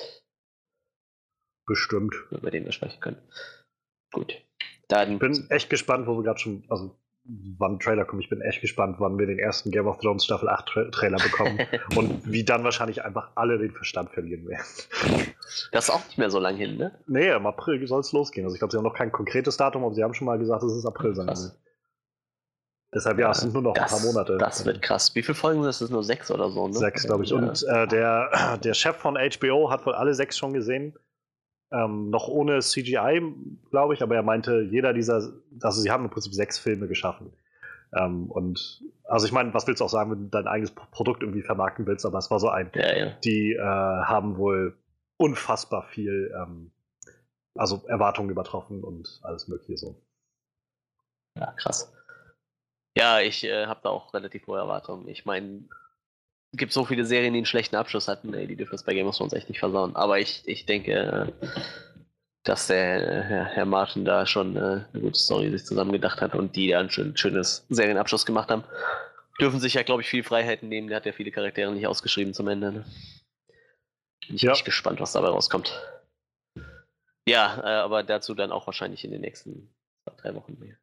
Bestimmt. Über den wir sprechen können. Gut. Dann Ich bin echt gespannt, wo wir gerade schon, also wann ein Trailer kommt. Ich bin echt gespannt, wann wir den ersten Game of Thrones Staffel 8 Trailer bekommen und wie dann wahrscheinlich einfach alle den Verstand verlieren werden. Das ist auch nicht mehr so lang hin, ne? Nee, im April soll es losgehen. Also ich glaube, sie haben noch kein konkretes Datum, aber sie haben schon mal gesagt, dass es April sein wird. Deshalb, ja, es sind nur noch ein paar Monate. Das wird krass. Wie viele Folgen sind es? Nur 6 oder so, ne? 6, glaube ich. Und der Chef von HBO hat wohl alle 6 schon gesehen. Noch ohne CGI, glaube ich, aber er meinte, jeder dieser, also sie haben im Prinzip 6 Filme geschaffen. Und also ich meine, was willst du auch sagen, wenn du dein eigenes Produkt irgendwie vermarkten willst, aber es war so ein. Ja. Die haben wohl unfassbar viel also Erwartungen übertroffen und alles mögliche so. Ja, krass. Ja, ich habe da auch relativ hohe Erwartungen. Ich meine, es gibt so viele Serien, die einen schlechten Abschluss hatten, die dürfen das bei Game of Thrones echt nicht versauen. Aber ich denke, dass der Herr Martin da schon eine gute Story sich zusammengedacht hat und die da ein schönes Serienabschluss gemacht haben. Dürfen sich ja, glaube ich, viel Freiheiten nehmen. Der hat ja viele Charaktere nicht ausgeschrieben zum Ende. Ne? Bin ich echt gespannt, was dabei rauskommt. Ja, aber dazu dann auch wahrscheinlich in den nächsten 2, 3 Wochen mehr.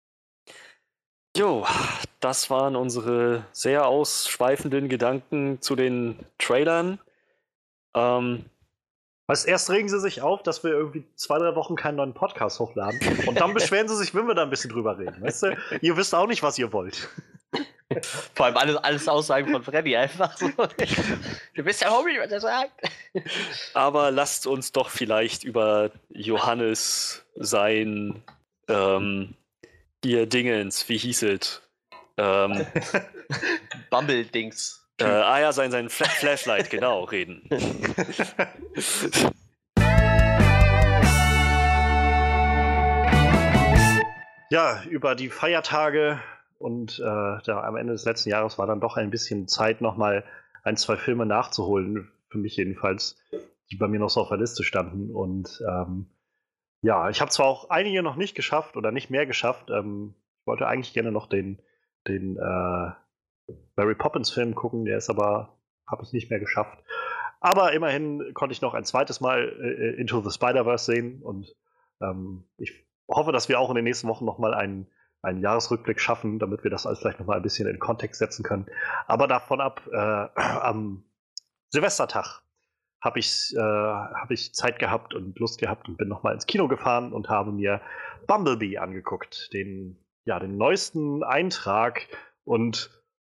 Jo, das waren unsere sehr ausschweifenden Gedanken zu den Trailern. Erst regen sie sich auf, dass wir irgendwie 2, 3 Wochen keinen neuen Podcast hochladen. Und dann beschweren sie sich, wenn wir da ein bisschen drüber reden. Weißt du? Ihr wisst auch nicht, was ihr wollt. Vor allem alles Aussagen von Freddy einfach so. Du bist ja Homie, was er sagt. Aber lasst uns doch vielleicht über Johannes sein ihr Dingens, wie hieß es? Bumble-Dings. Ja, sein Flashlight, genau, reden. Ja, über die Feiertage und am Ende des letzten Jahres war dann doch ein bisschen Zeit, nochmal 1, 2 Filme nachzuholen, für mich jedenfalls, die bei mir noch so auf der Liste standen. Und ja, ich habe zwar auch einige noch nicht geschafft oder nicht mehr geschafft. Ich wollte eigentlich gerne noch den Mary Poppins Film gucken, der ist aber, habe ich nicht mehr geschafft. Aber immerhin konnte ich noch ein zweites Mal Into the Spider-Verse sehen und ich hoffe, dass wir auch in den nächsten Wochen nochmal einen Jahresrückblick schaffen, damit wir das alles vielleicht nochmal ein bisschen in Kontext setzen können. Aber davon ab, am Silvestertag habe ich Zeit gehabt und Lust gehabt und bin nochmal ins Kino gefahren und habe mir Bumblebee angeguckt, den neuesten Eintrag und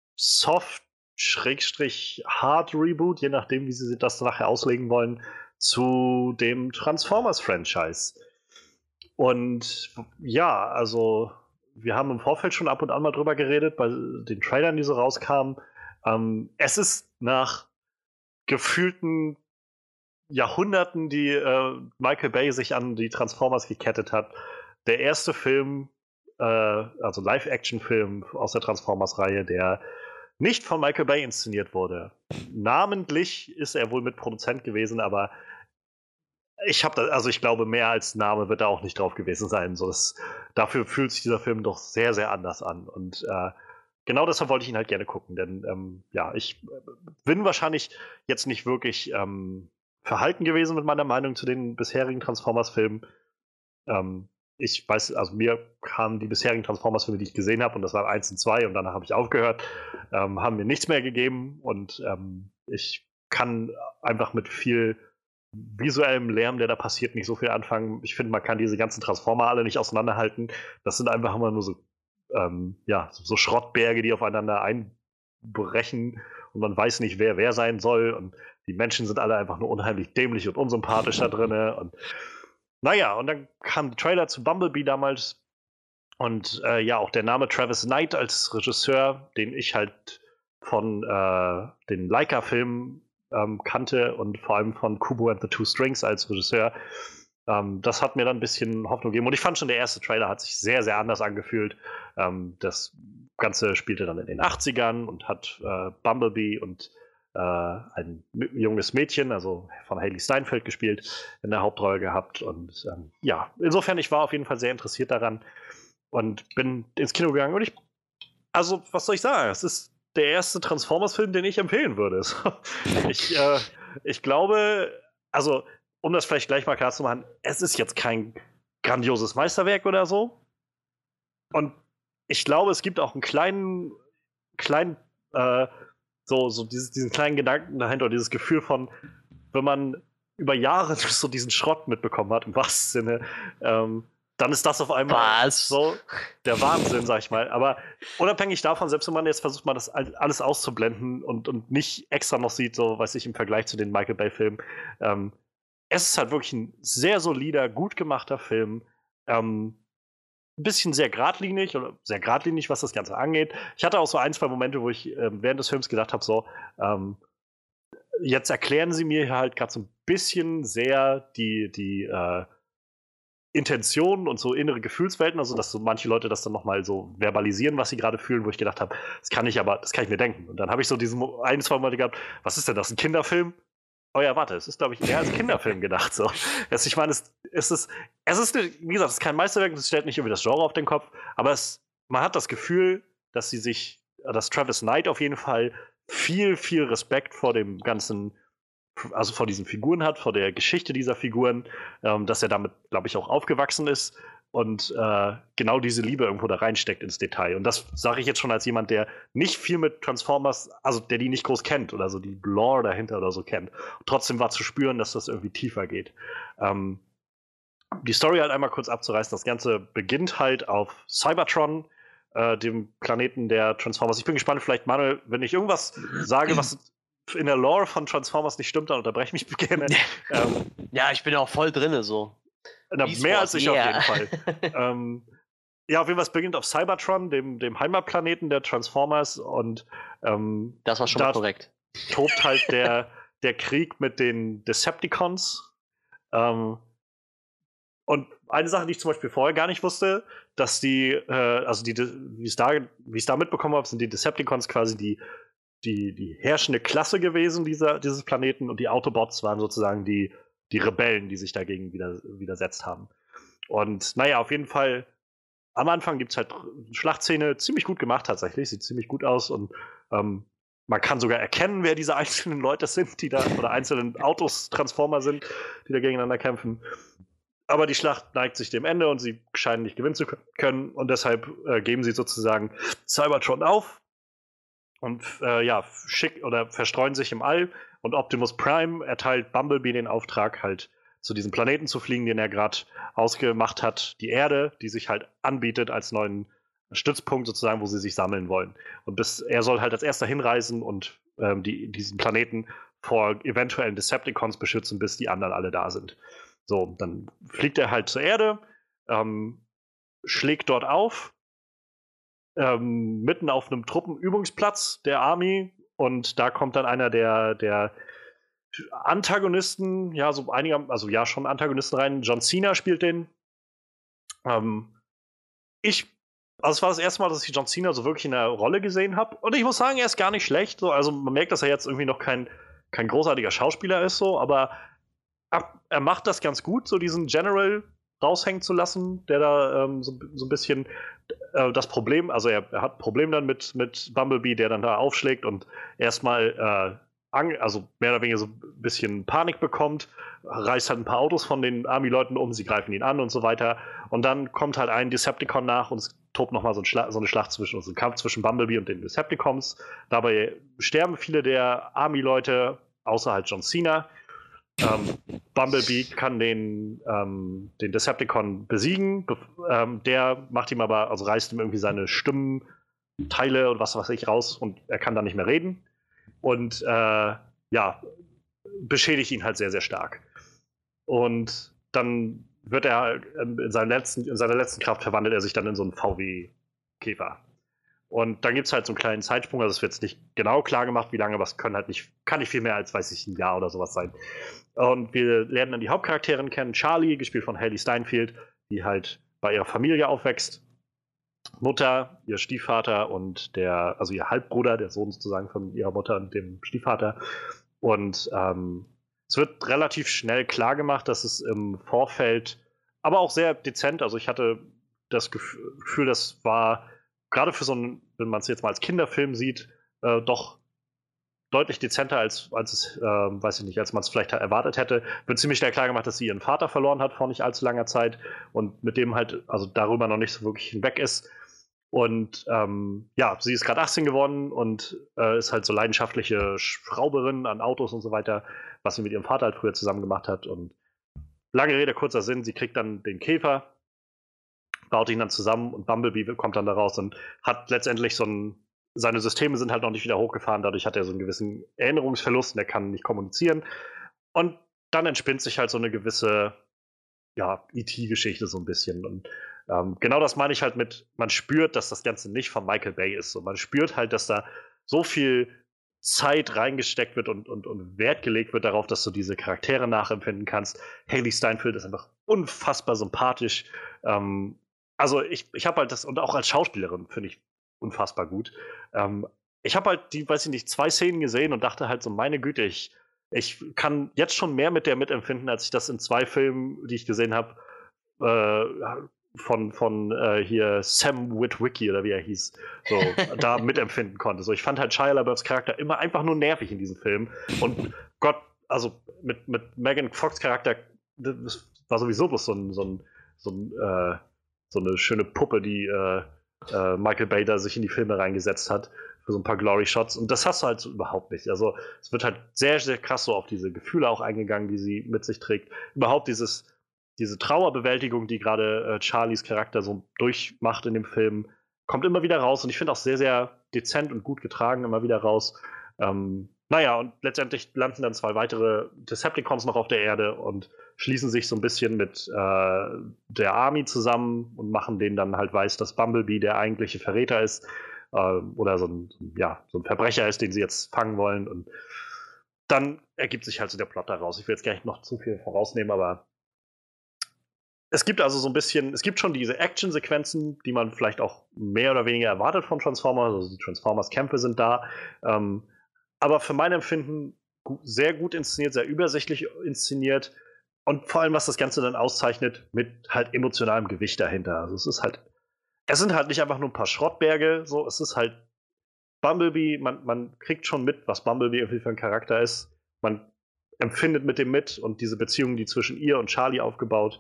Soft-Hard-Reboot, je nachdem, wie sie das nachher auslegen wollen, zu dem Transformers-Franchise. Und ja, also wir haben im Vorfeld schon ab und an mal drüber geredet, bei den Trailern, die so rauskamen. Es ist nach gefühlten Jahrhunderten, die Michael Bay sich an die Transformers gekettet hat, der erste Film, also Live-Action-Film aus der Transformers-Reihe, der nicht von Michael Bay inszeniert wurde. Namentlich ist er wohl mit Produzent gewesen, aber ich glaube, mehr als Name wird da auch nicht drauf gewesen sein. Dafür fühlt sich dieser Film doch sehr, sehr anders an. Und genau deshalb wollte ich ihn halt gerne gucken. Denn ich bin wahrscheinlich jetzt nicht wirklich verhalten gewesen mit meiner Meinung zu den bisherigen Transformers-Filmen. ich weiß, also mir kamen die bisherigen Transformers-Filme, die ich gesehen habe, und das waren 1 und 2, und danach habe ich aufgehört, haben mir nichts mehr gegeben, und ich kann einfach mit viel visuellem Lärm, der da passiert, nicht so viel anfangen. Ich finde, man kann diese ganzen Transformer alle nicht auseinanderhalten. Das sind einfach immer nur so, so Schrottberge, die aufeinander einbrechen, und man weiß nicht, wer sein soll, und die Menschen sind alle einfach nur unheimlich dämlich und unsympathisch da drin. Und naja, und dann kam der Trailer zu Bumblebee damals, und auch der Name Travis Knight als Regisseur, den ich halt von den Laika-Filmen kannte, und vor allem von Kubo and the Two Strings als Regisseur. Das hat mir dann ein bisschen Hoffnung gegeben. Und ich fand schon, der erste Trailer hat sich sehr, sehr anders angefühlt. Das Ganze spielte dann in den 80ern und hat Bumblebee und ein junges Mädchen, also von Hailee Steinfeld gespielt, in der Hauptrolle gehabt. Und insofern, ich war auf jeden Fall sehr interessiert daran und bin ins Kino gegangen. Und also, was soll ich sagen? Es ist der erste Transformers-Film, den ich empfehlen würde. Ich glaube, also, um das vielleicht gleich mal klar zu machen, es ist jetzt kein grandioses Meisterwerk oder so. Und ich glaube, es gibt auch einen kleinen diesen kleinen Gedanken dahinter, oder dieses Gefühl von, wenn man über Jahre so diesen Schrott mitbekommen hat, im wahrsten Sinne, dann ist das auf einmal so der Wahnsinn, sag ich mal. Aber unabhängig davon, selbst wenn man jetzt versucht, mal das alles auszublenden und nicht extra noch sieht, so, weiß ich, im Vergleich zu den Michael Bay-Filmen, es ist halt wirklich ein sehr solider, gut gemachter Film. Ein bisschen sehr geradlinig, was das Ganze angeht. Ich hatte auch so 1, 2 Momente, wo ich während des Films gedacht habe, so, jetzt erklären sie mir halt gerade so ein bisschen sehr die Intentionen und so innere Gefühlswelten, also dass so manche Leute das dann nochmal so verbalisieren, was sie gerade fühlen, wo ich gedacht habe, das kann ich mir denken. Und dann habe ich so diesen 1, 2 Momente gehabt, was ist denn das, ein Kinderfilm? Oh ja, warte, es ist, glaube ich, eher als Kinderfilm gedacht. So. Ich meine, es ist, wie gesagt, es ist kein Meisterwerk, es stellt nicht irgendwie das Genre auf den Kopf, aber man hat das Gefühl, dass Travis Knight auf jeden Fall viel, viel Respekt vor dem ganzen, also vor diesen Figuren hat, vor der Geschichte dieser Figuren, dass er damit, glaube ich, auch aufgewachsen ist und genau diese Liebe irgendwo da reinsteckt ins Detail. Und das sage ich jetzt schon als jemand, der nicht viel mit Transformers, also der die nicht groß kennt oder so die Lore dahinter oder so kennt. Und trotzdem war zu spüren, dass das irgendwie tiefer geht. Die Story halt einmal kurz abzureißen, das Ganze beginnt halt auf Cybertron, dem Planeten der Transformers. Ich bin gespannt, vielleicht, Manuel, wenn ich irgendwas sage, was in der Lore von Transformers nicht stimmt, dann unterbreche mich gerne. Ja, ich bin ja auch voll drinne so. Mehr als ich auf jeden Fall. Auf jeden Fall, es beginnt auf Cybertron, dem Heimatplaneten der Transformers, und das war schon mal korrekt. Tobt halt der Krieg mit den Decepticons. Und eine Sache, die ich zum Beispiel vorher gar nicht wusste, dass wie ich es da mitbekommen habe, sind die Decepticons quasi die herrschende Klasse gewesen dieses Planeten, und die Autobots waren sozusagen die Rebellen, die sich dagegen widersetzt haben. Und naja, auf jeden Fall, am Anfang gibt es halt eine Schlachtszene, ziemlich gut gemacht tatsächlich, sieht ziemlich gut aus, und man kann sogar erkennen, wer diese einzelnen Leute sind, die da, oder einzelnen Autos, Transformer sind, die da gegeneinander kämpfen. Aber die Schlacht neigt sich dem Ende, und sie scheinen nicht gewinnen zu können, und deshalb geben sie sozusagen Cybertron auf und verstreuen sich im All, und Optimus Prime erteilt Bumblebee den Auftrag, halt zu diesem Planeten zu fliegen, den er gerade ausgemacht hat, die Erde, die sich halt anbietet als neuen Stützpunkt sozusagen, wo sie sich sammeln wollen. Und er soll halt als erster hinreisen und diesen Planeten vor eventuellen Decepticons beschützen, bis die anderen alle da sind. So, dann fliegt er halt zur Erde, schlägt dort auf, mitten auf einem Truppenübungsplatz der Army, und da kommt dann einer der Antagonisten, schon Antagonisten rein. John Cena spielt den. Es war das erste Mal, dass ich John Cena so wirklich in der Rolle gesehen habe, und ich muss sagen, er ist gar nicht schlecht. So, also man merkt, dass er jetzt irgendwie noch kein großartiger Schauspieler ist, so, aber er macht das ganz gut, so diesen General raushängen zu lassen, der da so ein bisschen das Problem, also er hat ein Problem dann mit Bumblebee, der dann da aufschlägt und erstmal also mehr oder weniger so ein bisschen Panik bekommt, reißt halt ein paar Autos von den Army-Leuten um, sie greifen ihn an und so weiter. Und dann kommt halt ein Decepticon nach und es tobt nochmal so eine Schlacht zwischen, so ein Kampf zwischen Bumblebee und den Decepticons. Dabei sterben viele der Army-Leute, außer halt John Cena. Bumblebee kann den Decepticon besiegen. Der macht ihm aber, also reißt ihm irgendwie seine Stimmenteile und was weiß ich raus und er kann dann nicht mehr reden. Und beschädigt ihn halt sehr, sehr stark. Und dann wird er in seiner letzten Kraft verwandelt er sich dann in so einen VW-Käfer. Und dann gibt es halt so einen kleinen Zeitsprung, also es wird jetzt nicht genau klar gemacht, wie lange, aber es kann nicht viel mehr als, weiß ich, ein Jahr oder sowas sein. Und wir lernen dann die Hauptcharakterin kennen, Charlie, gespielt von Hailee Steinfeld, die halt bei ihrer Familie aufwächst. Mutter, ihr Stiefvater und also ihr Halbbruder, der Sohn sozusagen von ihrer Mutter und dem Stiefvater. Und es wird relativ schnell klar gemacht, dass es im Vorfeld, aber auch sehr dezent, also ich hatte das Gefühl, das war gerade für so einen, wenn man es jetzt mal als Kinderfilm sieht, doch deutlich dezenter als es, weiß ich nicht, als man es vielleicht erwartet hätte. Wird ziemlich schnell klar gemacht, dass sie ihren Vater verloren hat vor nicht allzu langer Zeit und mit dem halt, also darüber noch nicht so wirklich hinweg ist. Und sie ist gerade 18 geworden und ist halt so leidenschaftliche Schrauberin an Autos und so weiter, was sie mit ihrem Vater halt früher zusammen gemacht hat. Und lange Rede, kurzer Sinn, sie kriegt dann den Käfer, baut ihn dann zusammen und Bumblebee kommt dann da raus und hat letztendlich seine Systeme sind halt noch nicht wieder hochgefahren, dadurch hat er so einen gewissen Erinnerungsverlust und er kann nicht kommunizieren. Und dann entspinnt sich halt so eine gewisse E.T.-Geschichte so ein bisschen. Und genau das meine ich halt mit, man spürt, dass das Ganze nicht von Michael Bay ist. Und man spürt halt, dass da so viel Zeit reingesteckt wird und Wert gelegt wird darauf, dass du diese Charaktere nachempfinden kannst. Hailee Steinfeld ist einfach unfassbar sympathisch. Also ich habe halt das, und auch als Schauspielerin finde ich unfassbar gut. Ich habe halt die, weiß ich nicht, 2 Szenen gesehen und dachte halt so, meine Güte, ich kann jetzt schon mehr mit der mitempfinden, als ich das in 2 Filmen, die ich gesehen habe, von hier Sam Witwicky oder wie er hieß, so da mitempfinden konnte. So, ich fand halt Shia LaBeoufs Charakter immer einfach nur nervig in diesem Film. Und Gott, also mit Megan Fox Charakter, das war sowieso bloß so eine schöne Puppe, die Michael Bay da sich in die Filme reingesetzt hat für so ein paar Glory-Shots. Und das hast du halt so überhaupt nicht. Also es wird halt sehr, sehr krass so auf diese Gefühle auch eingegangen, die sie mit sich trägt. Überhaupt diese Trauerbewältigung, die gerade Charlies Charakter so durchmacht in dem Film, kommt immer wieder raus. Und ich finde auch sehr, sehr dezent und gut getragen immer wieder raus. Und letztendlich landen dann 2 weitere Decepticons noch auf der Erde und schließen sich so ein bisschen mit der Army zusammen und machen denen dann halt weiß, dass Bumblebee der eigentliche Verräter ist oder so ein Verbrecher ist, den sie jetzt fangen wollen. Und dann ergibt sich halt so der Plot daraus. Ich will jetzt gar nicht noch zu viel vorausnehmen, aber es gibt also so ein bisschen, es gibt schon diese Action-Sequenzen, die man vielleicht auch mehr oder weniger erwartet von Transformers. Also die Transformers-Kämpfe sind da. Aber für mein Empfinden sehr gut inszeniert, sehr übersichtlich inszeniert und vor allem, was das Ganze dann auszeichnet, mit halt emotionalem Gewicht dahinter. Also es sind halt nicht einfach nur ein paar Schrottberge, so, es ist halt Bumblebee, man kriegt schon mit, was Bumblebee irgendwie für ein Charakter ist. Man empfindet mit dem mit und diese Beziehung, die zwischen ihm und Charlie aufgebaut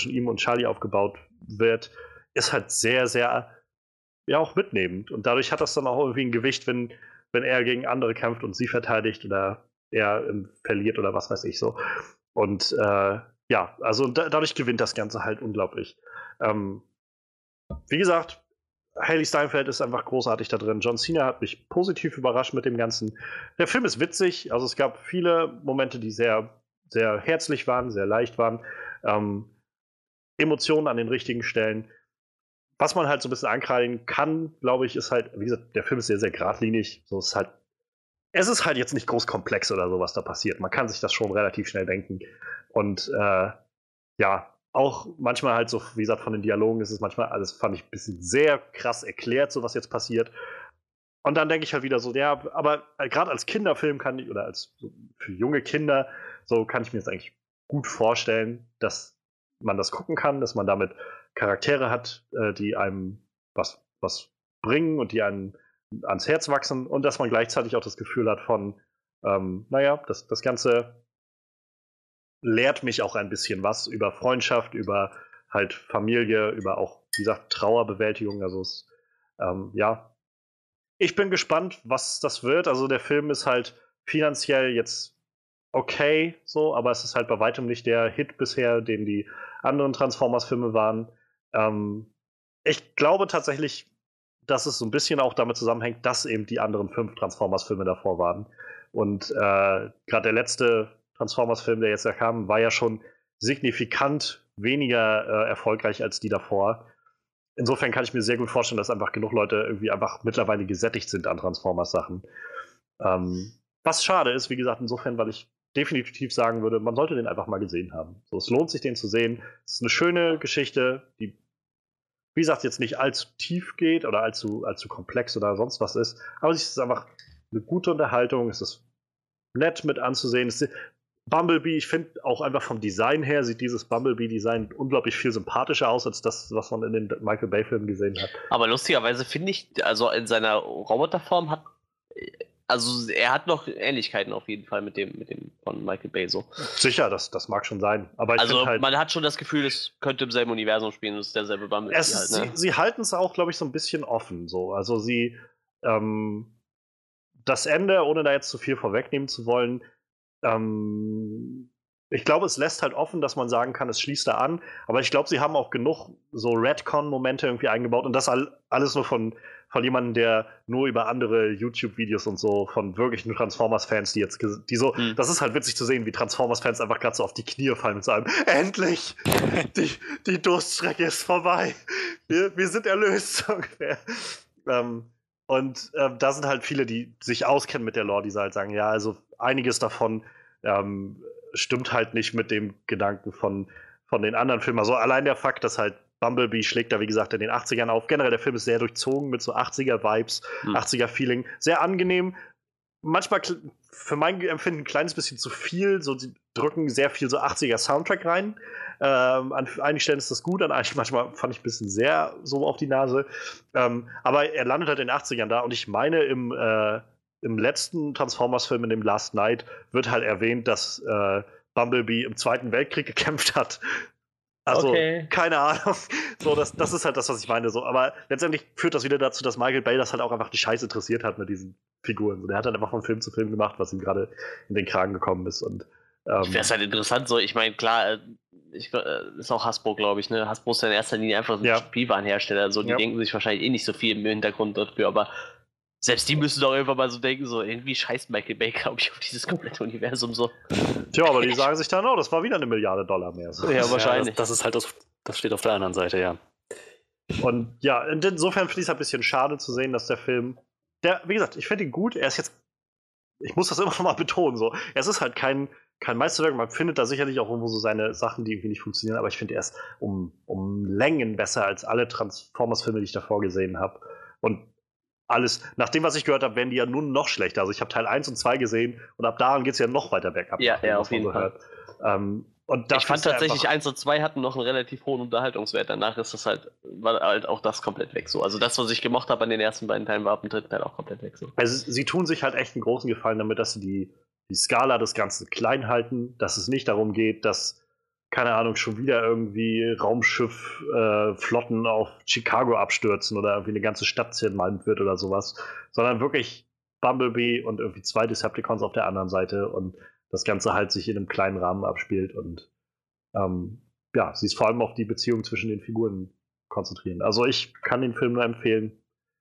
wird, ist halt sehr, sehr auch mitnehmend. Und dadurch hat das dann auch irgendwie ein Gewicht, wenn er gegen andere kämpft und sie verteidigt oder er verliert oder was weiß ich so. Und also dadurch gewinnt das Ganze halt unglaublich. Wie gesagt, Hailee Steinfeld ist einfach großartig da drin. John Cena hat mich positiv überrascht mit dem Ganzen. Der Film ist witzig, also es gab viele Momente, die sehr, sehr herzlich waren, sehr leicht waren. Emotionen an den richtigen Stellen. Was man halt so ein bisschen ankreiden kann, glaube ich, ist halt, wie gesagt, der Film ist sehr, sehr geradlinig. So es ist halt jetzt nicht groß komplex oder so, was da passiert. Man kann sich das schon relativ schnell denken. Und auch manchmal halt so, wie gesagt, von den Dialogen ist es manchmal alles, fand ich, ein bisschen sehr krass erklärt, so was jetzt passiert. Und dann denke ich halt wieder so, ja, aber gerade als Kinderfilm kann ich, oder als für junge Kinder, so kann ich mir das eigentlich gut vorstellen, dass man das gucken kann, dass man damit Charaktere hat, die einem was bringen und die einem ans Herz wachsen und dass man gleichzeitig auch das Gefühl hat von, naja, das Ganze lehrt mich auch ein bisschen was über Freundschaft, über halt Familie, über auch, wie gesagt, Trauerbewältigung. Also ja, ich bin gespannt, was das wird. Also der Film ist halt finanziell jetzt okay, so, aber es ist halt bei weitem nicht der Hit bisher, den die anderen Transformers-Filme waren. Ich glaube tatsächlich, dass es so ein bisschen auch damit zusammenhängt, dass eben die anderen 5 Transformers-Filme davor waren. Und gerade der letzte Transformers-Film, der jetzt ja kam, war ja schon signifikant weniger erfolgreich als die davor. Insofern kann ich mir sehr gut vorstellen, dass einfach genug Leute irgendwie einfach mittlerweile gesättigt sind an Transformers-Sachen. Was schade ist, wie gesagt, insofern, weil ich definitiv sagen würde, man sollte den einfach mal gesehen haben. So, es lohnt sich, den zu sehen. Es ist eine schöne Geschichte, die, wie gesagt, jetzt nicht allzu tief geht oder allzu komplex oder sonst was ist. Aber es ist einfach eine gute Unterhaltung. Es ist nett mit anzusehen. Bumblebee, ich finde auch einfach vom Design her sieht dieses Bumblebee-Design unglaublich viel sympathischer aus, als das, was man in den Michael Bay-Filmen gesehen hat. Aber lustigerweise finde ich, also in seiner Roboterform also er hat noch Ähnlichkeiten auf jeden Fall mit dem von Michael Bay so. Sicher, das mag schon sein. Aber ich also halt, man hat schon das Gefühl, es könnte im selben Universum spielen, das ist derselbe Bumblebee halt, ne? Sie halten es auch, glaube ich, so ein bisschen offen. So. Also sie das Ende, ohne da jetzt zu viel vorwegnehmen zu wollen, ich glaube, es lässt halt offen, dass man sagen kann, es schließt da an. Aber ich glaube, sie haben auch genug so Retcon-Momente irgendwie eingebaut. Und das alles nur von jemandem, der nur über andere YouTube-Videos und so von wirklichen Transformers-Fans, die so, das ist halt witzig zu sehen, wie Transformers-Fans einfach gerade so auf die Knie fallen und sagen, endlich! Die Durststrecke ist vorbei! Wir sind erlöst, so ungefähr. Und da sind halt viele, die sich auskennen mit der Lore, die halt sagen, ja, also einiges davon stimmt halt nicht mit dem Gedanken von den anderen Filmen. Also allein der Fakt, dass halt Bumblebee schlägt da, wie gesagt, in den 80ern auf. Generell, der Film ist sehr durchzogen mit so 80er-Vibes, 80er-Feeling. Sehr angenehm. Manchmal, für mein Empfinden, ein kleines bisschen zu viel. So, sie drücken sehr viel so 80er-Soundtrack rein. An einigen Stellen ist das gut, manchmal fand ich ein bisschen sehr so auf die Nase. Aber er landet halt in den 80ern da und ich meine, im letzten Transformers-Film, in dem Last Night, wird halt erwähnt, dass Bumblebee im Zweiten Weltkrieg gekämpft hat. Also, keine Ahnung. So, das ist halt das, was ich meine. So. Aber letztendlich führt das wieder dazu, dass Michael Bay das halt auch einfach die Scheiße interessiert hat mit diesen Figuren. So, der hat halt einfach von Film zu Film gemacht, was ihm gerade in den Kragen gekommen ist. Und wäre es halt interessant, so, ich meine, klar, ist auch Hasbro, glaube ich, ne? Hasbro ist ja in erster Linie einfach ein Spielwarenhersteller, so, die denken sich wahrscheinlich eh nicht so viel im Hintergrund dafür, aber selbst die müssen doch irgendwann mal so denken, so, irgendwie scheißt Michael Bay, glaube ich, auf dieses komplette Universum so. Tja, aber die sagen sich dann, oh, das war wieder $1 Milliarde mehr. So. Ja, wahrscheinlich. Das ist halt das steht auf der anderen Seite, ja. Und ja, insofern finde ich es ein bisschen schade zu sehen, dass der Film, wie gesagt, ich finde ihn gut, er ist jetzt, ich muss das immer noch mal betonen, so, es ist halt kein Meisterwerk, man findet da sicherlich auch irgendwo so seine Sachen, die irgendwie nicht funktionieren, aber ich finde er ist um Längen besser als alle Transformers-Filme, die ich davor gesehen habe. Und alles, nach dem, was ich gehört habe, werden die ja nun noch schlechter. Also ich habe Teil 1 und 2 gesehen und ab da geht es ja noch weiter bergab. Ja, auf jeden Fall. Und ich fand tatsächlich 1 und 2 hatten noch einen relativ hohen Unterhaltungswert. Danach war halt auch das komplett weg so. Also das, was ich gemocht habe an den ersten beiden Teilen, war ab dem dritten Teil auch komplett weg so. Also sie tun sich halt echt einen großen Gefallen damit, dass sie die Skala des Ganzen klein halten, dass es nicht darum geht, dass, keine Ahnung, schon wieder irgendwie Raumschiff-Flotten auf Chicago abstürzen oder irgendwie eine ganze Stadt zermalmt wird oder sowas, sondern wirklich Bumblebee und irgendwie 2 Decepticons auf der anderen Seite und das Ganze halt sich in einem kleinen Rahmen abspielt und ja, sie ist vor allem auf die Beziehung zwischen den Figuren konzentrieren. Also ich kann den Film nur empfehlen.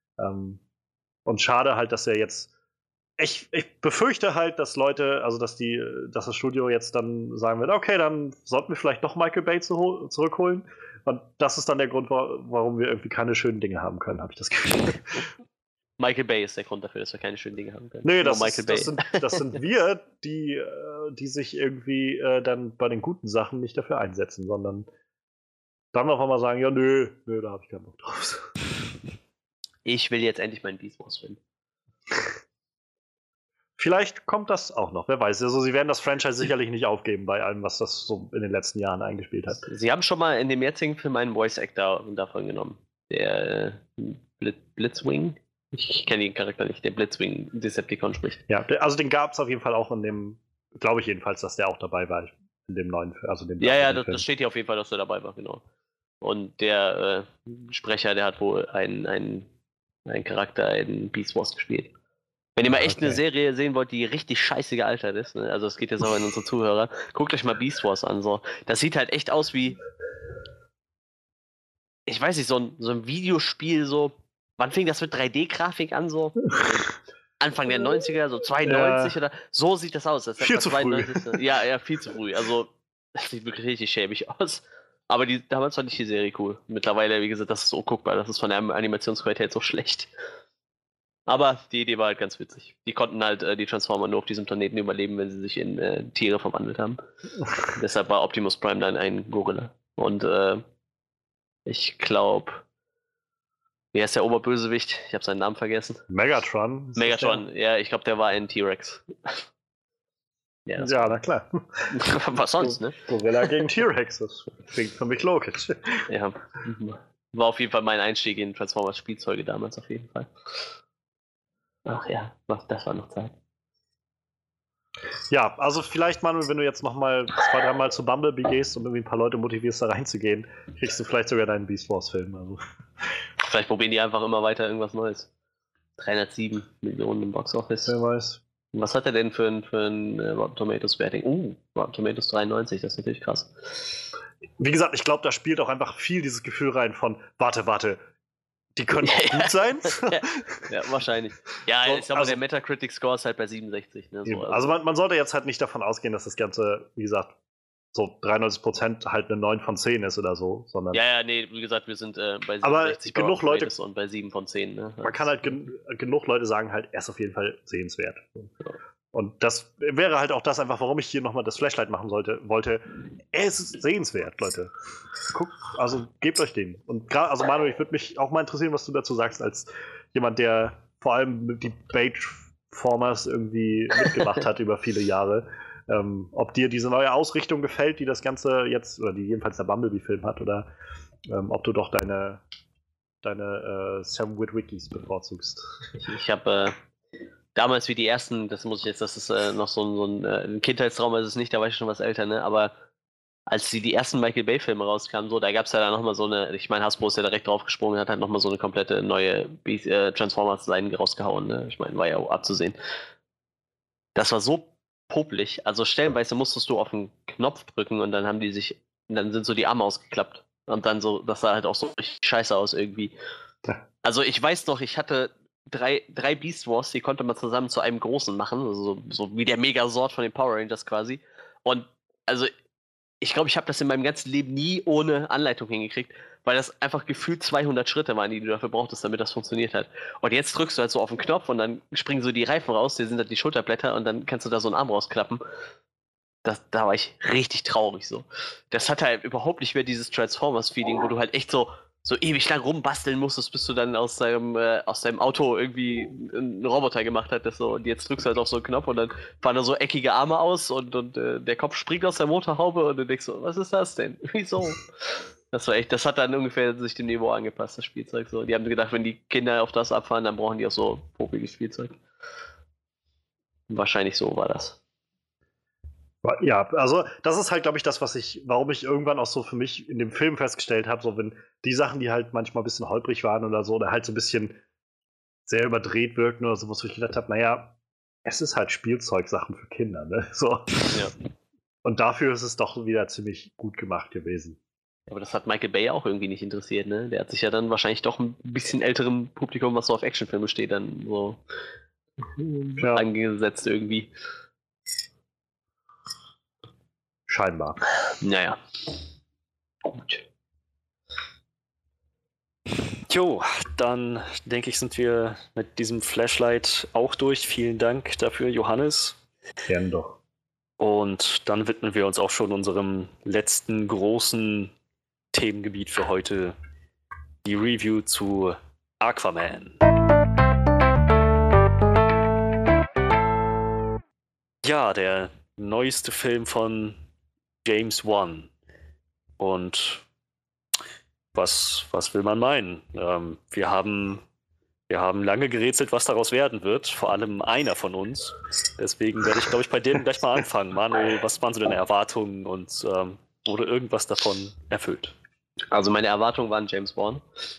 Und schade halt, dass er jetzt ich befürchte halt, dass Leute, also dass das Studio jetzt dann sagen wird, okay, dann sollten wir vielleicht noch Michael Bay zurückholen. Und das ist dann der Grund, warum wir irgendwie keine schönen Dinge haben können, habe ich das Gefühl. Michael Bay ist der Grund dafür, dass wir keine schönen Dinge haben können. Nee, das sind wir, die sich irgendwie dann bei den guten Sachen nicht dafür einsetzen, sondern dann auf einmal sagen, ja, nö, da habe ich keinen Bock drauf. Ich will jetzt endlich meinen Beast Wars finden. Vielleicht kommt das auch noch, wer weiß. Also sie werden das Franchise sicherlich nicht aufgeben bei allem, was das so in den letzten Jahren eingespielt hat. Sie haben schon mal in dem jetzigen Film einen Voice Actor davon genommen. Der Blitzwing. Ich kenne den Charakter nicht, der Blitzwing Decepticon spricht. Ja, also den gab es auf jeden Fall auch in dem, glaube ich jedenfalls, dass der auch dabei war in dem neuen, also dem Ja, Film. das steht hier auf jeden Fall, dass er dabei war, genau. Und der Sprecher, der hat wohl einen Charakter in Beast Wars gespielt. Wenn ihr mal echt eine Serie sehen wollt, die richtig scheiße gealtert ist, ne? Also es geht jetzt auch an unsere Zuhörer, guckt euch mal Beast Wars an. So. Das sieht halt echt aus wie, ich weiß nicht, so ein Videospiel, so. Wann fing das mit 3D-Grafik an, so? Anfang der 90er, so 92 oder so sieht das aus. Das viel zu 92. früh. Ja, viel zu früh. Also, das sieht wirklich richtig schäbig aus. Aber damals fand ich die Serie cool. Mittlerweile, wie gesagt, das ist so guckbar, das ist von der Animationsqualität so schlecht. Aber die Idee war halt ganz witzig. Die konnten halt die Transformer nur auf diesem Planeten überleben, wenn sie sich in Tiere verwandelt haben. Deshalb war Optimus Prime dann ein Gorilla. Und ich glaube, wie heißt der Oberbösewicht? Ich habe seinen Namen vergessen. Megatron. Ja, ich glaube, der war ein T-Rex. Ja, na klar. Was sonst, ne? Gorilla gegen T-Rex, das klingt für mich logisch. Ja, war auf jeden Fall mein Einstieg in Transformers Spielzeuge damals auf jeden Fall. Ach ja, das war noch Zeit. Ja, also vielleicht, Manuel, wenn du jetzt nochmal 2-3 Mal zu Bumblebee gehst und irgendwie ein paar Leute motivierst, da reinzugehen, kriegst du vielleicht sogar deinen Beast Wars-Film. Also. Vielleicht probieren die einfach immer weiter irgendwas Neues. 307 Millionen im Boxoffice. Wer weiß. Was hat er denn für ein Rotten Tomatoes Rating? Rotten Tomatoes 93, das ist natürlich krass. Wie gesagt, ich glaube, da spielt auch einfach viel dieses Gefühl rein von, warte, die können auch gut sein. Ja, wahrscheinlich. Ja, So, ich sag mal, der Metacritic-Score ist halt bei 67. Ne, so, also man sollte jetzt halt nicht davon ausgehen, dass das Ganze, wie gesagt, so 93% halt eine 9 von 10 ist oder so, sondern. Ja, nee, wie gesagt, wir sind bei 67 aber genug Leute und bei 7 von 10. Ne? Man kann halt genug Leute sagen, halt, er ist auf jeden Fall sehenswert. Ja. Und das wäre halt auch das einfach, warum ich hier nochmal das Flashlight machen wollte. Er ist sehenswert, Leute. Guckt, also gebt euch den. Und gerade, also Manuel, ich würde mich auch mal interessieren, was du dazu sagst, als jemand, der vor allem die Bait-Formers irgendwie mitgemacht hat über viele Jahre. Ob dir diese neue Ausrichtung gefällt, die das Ganze jetzt, oder die jedenfalls der Bumblebee-Film hat, oder ob du doch deine Sam Witwickies bevorzugst. Ich habe damals wie die ersten, das ist noch so ein Kindheitstraum, ist es nicht, da war ich schon was älter, ne? Aber als die ersten Michael Bay-Filme rauskamen, so, da gab es ja dann nochmal so eine, ich meine, Hasbro ist ja direkt draufgesprungen, hat halt nochmal so eine komplette neue Transformers-Design rausgehauen, ne? Ich meine, war ja auch abzusehen. Das war so popelig, also stellenweise musstest du auf den Knopf drücken und dann dann sind so die Arme ausgeklappt. Und dann so, das sah halt auch so richtig scheiße aus irgendwie. Ja. Also ich weiß noch, ich hatte drei Beast Wars, die konnte man zusammen zu einem großen machen, also so wie der Megazord von den Power Rangers quasi. Und also ich glaube, ich habe das in meinem ganzen Leben nie ohne Anleitung hingekriegt, weil das einfach gefühlt 200 Schritte waren, die du dafür brauchtest, damit das funktioniert hat. Und jetzt drückst du halt so auf den Knopf und dann springen so die Reifen raus, die sind halt die Schulterblätter und dann kannst du da so einen Arm rausklappen. Da war ich richtig traurig so. Das hatte halt überhaupt nicht mehr dieses Transformers-Feeling, wo du halt echt so ewig lang rumbasteln musstest, bis du dann aus deinem Auto irgendwie einen Roboter gemacht hattest. So. Und jetzt drückst du halt auf so einen Knopf und dann fahren da so eckige Arme aus und der Kopf springt aus der Motorhaube und du denkst so, was ist das denn? Wieso? Das hat dann ungefähr sich dem Niveau angepasst, das Spielzeug. So. Die haben gedacht, wenn die Kinder auf das abfahren, dann brauchen die auch so popiges Spielzeug. Wahrscheinlich so war das. Ja, also das ist halt, glaube ich, warum ich irgendwann auch so für mich in dem Film festgestellt habe, so wenn die Sachen, die halt manchmal ein bisschen holprig waren oder so, oder halt so ein bisschen sehr überdreht wirkten oder sowas, wo ich gedacht habe, naja, es ist halt Spielzeugsachen für Kinder, ne? So. Ja. Und dafür ist es doch wieder ziemlich gut gemacht gewesen. Aber das hat Michael Bay auch irgendwie nicht interessiert, ne? Der hat sich ja dann wahrscheinlich doch ein bisschen älterem Publikum, was so auf Actionfilme steht, dann so angesetzt irgendwie. Scheinbar. Naja. Gut. Jo, dann denke ich, sind wir mit diesem Flashlight auch durch. Vielen Dank dafür, Johannes. Gern doch. Und dann widmen wir uns auch schon unserem letzten großen Themengebiet für heute. Die Review zu Aquaman. Ja, der neueste Film von James Wan. Und was will man meinen? Wir haben Wir haben lange gerätselt, was daraus werden wird, vor allem einer von uns. Deswegen werde ich, glaube ich, bei dem gleich mal anfangen. Manuel, was waren so deine Erwartungen und wurde irgendwas davon erfüllt? Also meine Erwartungen waren James Bond.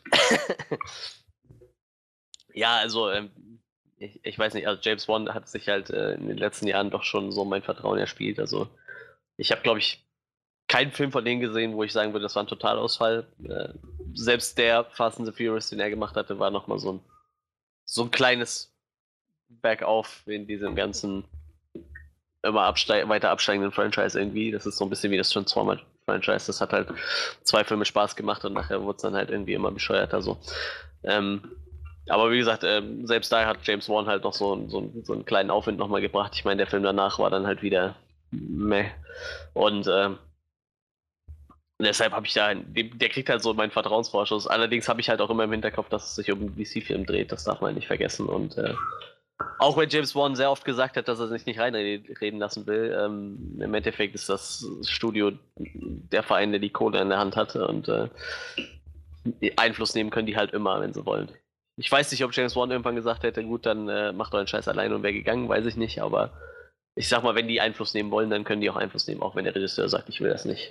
Ja, also ich weiß nicht, also James Bond hat sich halt in den letzten Jahren doch schon so mein Vertrauen erspielt. Also ich habe, glaube ich, keinen Film von denen gesehen, wo ich sagen würde, das war ein Totalausfall. Selbst der Fast and the Furious, den er gemacht hatte, war nochmal so ein kleines Bergauf in diesem ganzen immer weiter absteigenden Franchise irgendwie. Das ist so ein bisschen wie das Transformer-Franchise. Das hat halt 2 Filme Spaß gemacht und nachher wurde es dann halt irgendwie immer bescheuerter so. Aber wie gesagt, selbst da hat James Wan halt noch so einen kleinen Aufwind nochmal gebracht. Ich meine, der Film danach war dann halt wieder meh. Und deshalb habe ich der kriegt halt so meinen Vertrauensvorschuss. Allerdings habe ich halt auch immer im Hinterkopf, dass es sich um einen DC-Film dreht. Das darf man nicht vergessen. Und auch wenn James Wan sehr oft gesagt hat, dass er sich nicht reinreden lassen will, im Endeffekt ist das Studio der Verein, der die Kohle in der Hand hat. Und Einfluss nehmen können die halt immer, wenn sie wollen. Ich weiß nicht, ob James Wan irgendwann gesagt hätte, gut, dann macht euren Scheiß alleine und wäre gegangen, weiß ich nicht. Aber ich sag mal, wenn die Einfluss nehmen wollen, dann können die auch Einfluss nehmen, auch wenn der Regisseur sagt, ich will das nicht.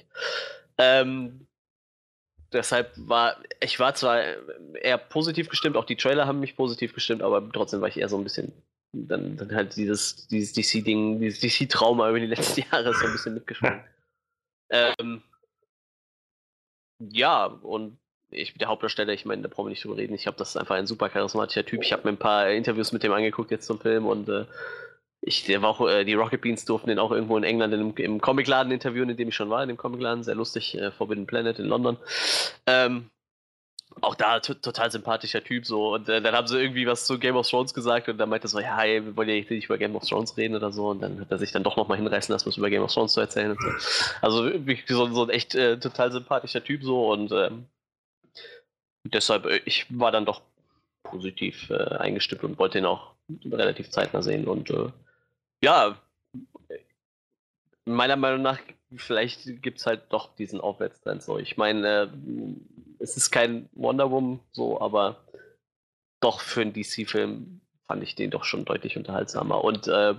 Deshalb ich war zwar eher positiv gestimmt, auch die Trailer haben mich positiv gestimmt, aber trotzdem war ich eher so ein bisschen dann halt dieses DC-Ding, dieses DC-Trauma über die letzten Jahre so ein bisschen mitgeschwungen. Ja, und der Hauptdarsteller, ich meine, da brauchen wir nicht drüber reden. Ich glaube, das ist einfach ein super charismatischer Typ. Ich habe mir ein paar Interviews mit dem angeguckt jetzt zum Film und der war auch, die Rocket Beans durften den auch irgendwo in England im Comicladen interviewen, in dem ich schon war, in dem Comicladen, sehr lustig, Forbidden Planet in London. Auch da total sympathischer Typ so und dann haben sie irgendwie was zu Game of Thrones gesagt und dann meinte er so, ja, hey, wir wollen ja nicht über Game of Thrones reden oder so und dann hat er sich dann doch nochmal hinreißen lassen, was über Game of Thrones zu erzählen und so. Also wirklich so ein echt total sympathischer Typ so und deshalb, ich war dann doch positiv eingestimmt und wollte ihn auch relativ zeitnah sehen und ja, meiner Meinung nach, vielleicht gibt es halt doch diesen Aufwärtstrend so. Ich meine, es ist kein Wonder Woman so, aber doch für einen DC-Film fand ich den doch schon deutlich unterhaltsamer. Und der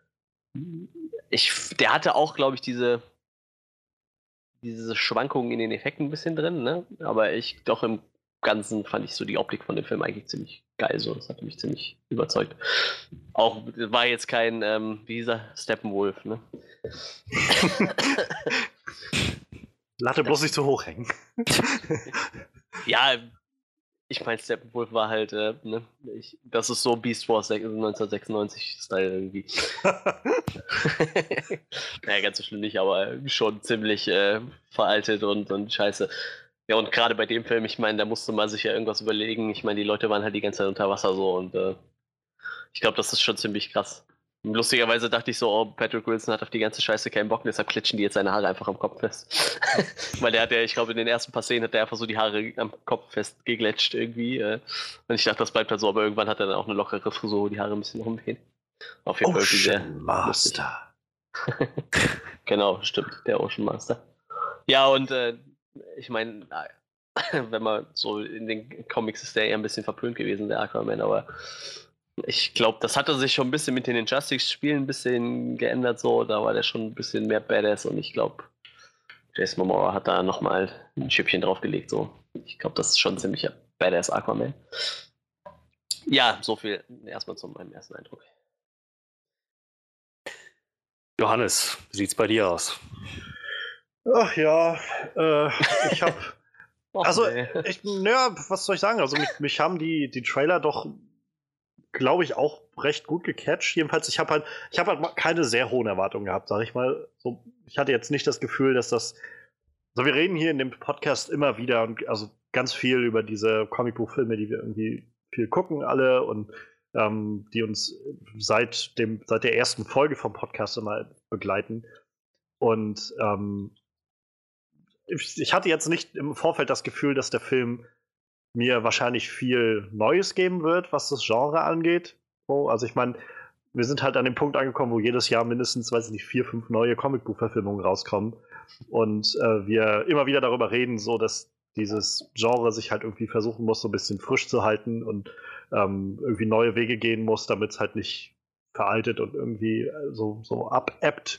hatte auch, glaube ich, diese Schwankungen in den Effekten ein bisschen drin, ne? Aber doch im Ganzen fand ich so die Optik von dem Film eigentlich ziemlich geil. So. Das hat mich ziemlich überzeugt. Auch war jetzt kein, wie hieß er, Steppenwolf, ne? Latte bloß nicht zu hoch hängen. Ja, ich meine, Steppenwolf war halt, ne? Das ist so Beast Wars 1996-Style irgendwie. Naja, ganz so schlimm nicht, aber schon ziemlich veraltet und scheiße. Ja, und gerade bei dem Film, ich meine, da musste man sich ja irgendwas überlegen. Ich meine, die Leute waren halt die ganze Zeit unter Wasser so und ich glaube, das ist schon ziemlich krass. Lustigerweise dachte ich so, oh, Patrick Wilson hat auf die ganze Scheiße keinen Bock, deshalb klitschen die jetzt seine Haare einfach am Kopf fest. Weil der hat ja, ich glaube, in den ersten paar Szenen hat der einfach so die Haare am Kopf fest geglätscht irgendwie. Und ich dachte, das bleibt halt so, aber irgendwann hat er dann auch eine lockere Frisur, wo die Haare ein bisschen rumgehen. Auf jeden Fall Ocean Master. Genau, stimmt, der Ocean Master. Ja, und ich meine, wenn man so in den Comics ist der eher ein bisschen verpönt gewesen, der Aquaman, aber ich glaube, das hatte sich schon ein bisschen mit den Injustice-Spielen ein bisschen geändert, so, da war der schon ein bisschen mehr Badass und ich glaube, Jason Momoa hat da nochmal ein Schüppchen draufgelegt, so. Ich glaube, das ist schon ein ziemlicher Badass Aquaman. Ja, so viel erstmal zu meinem ersten Eindruck. Johannes, wie sieht's bei dir aus? Ach ja, ich habe was soll ich sagen? Also mich haben die Trailer doch, glaube ich, auch recht gut gecatcht. Jedenfalls, ich habe halt keine sehr hohen Erwartungen gehabt, sag ich mal. So, ich hatte jetzt nicht das Gefühl, dass das. Also wir reden hier in dem Podcast immer wieder und also ganz viel über diese Comicbuchfilme, die wir irgendwie viel gucken alle und die uns seit der ersten Folge vom Podcast immer begleiten. Und ich hatte jetzt nicht im Vorfeld das Gefühl, dass der Film mir wahrscheinlich viel Neues geben wird, was das Genre angeht. So, also ich meine, wir sind halt an dem Punkt angekommen, wo jedes Jahr mindestens, weiß ich nicht, 4, 5 neue Comicbuchverfilmungen rauskommen. Und wir immer wieder darüber reden, so dass dieses Genre sich halt irgendwie versuchen muss, so ein bisschen frisch zu halten und irgendwie neue Wege gehen muss, damit es halt nicht veraltet und irgendwie so abebbt.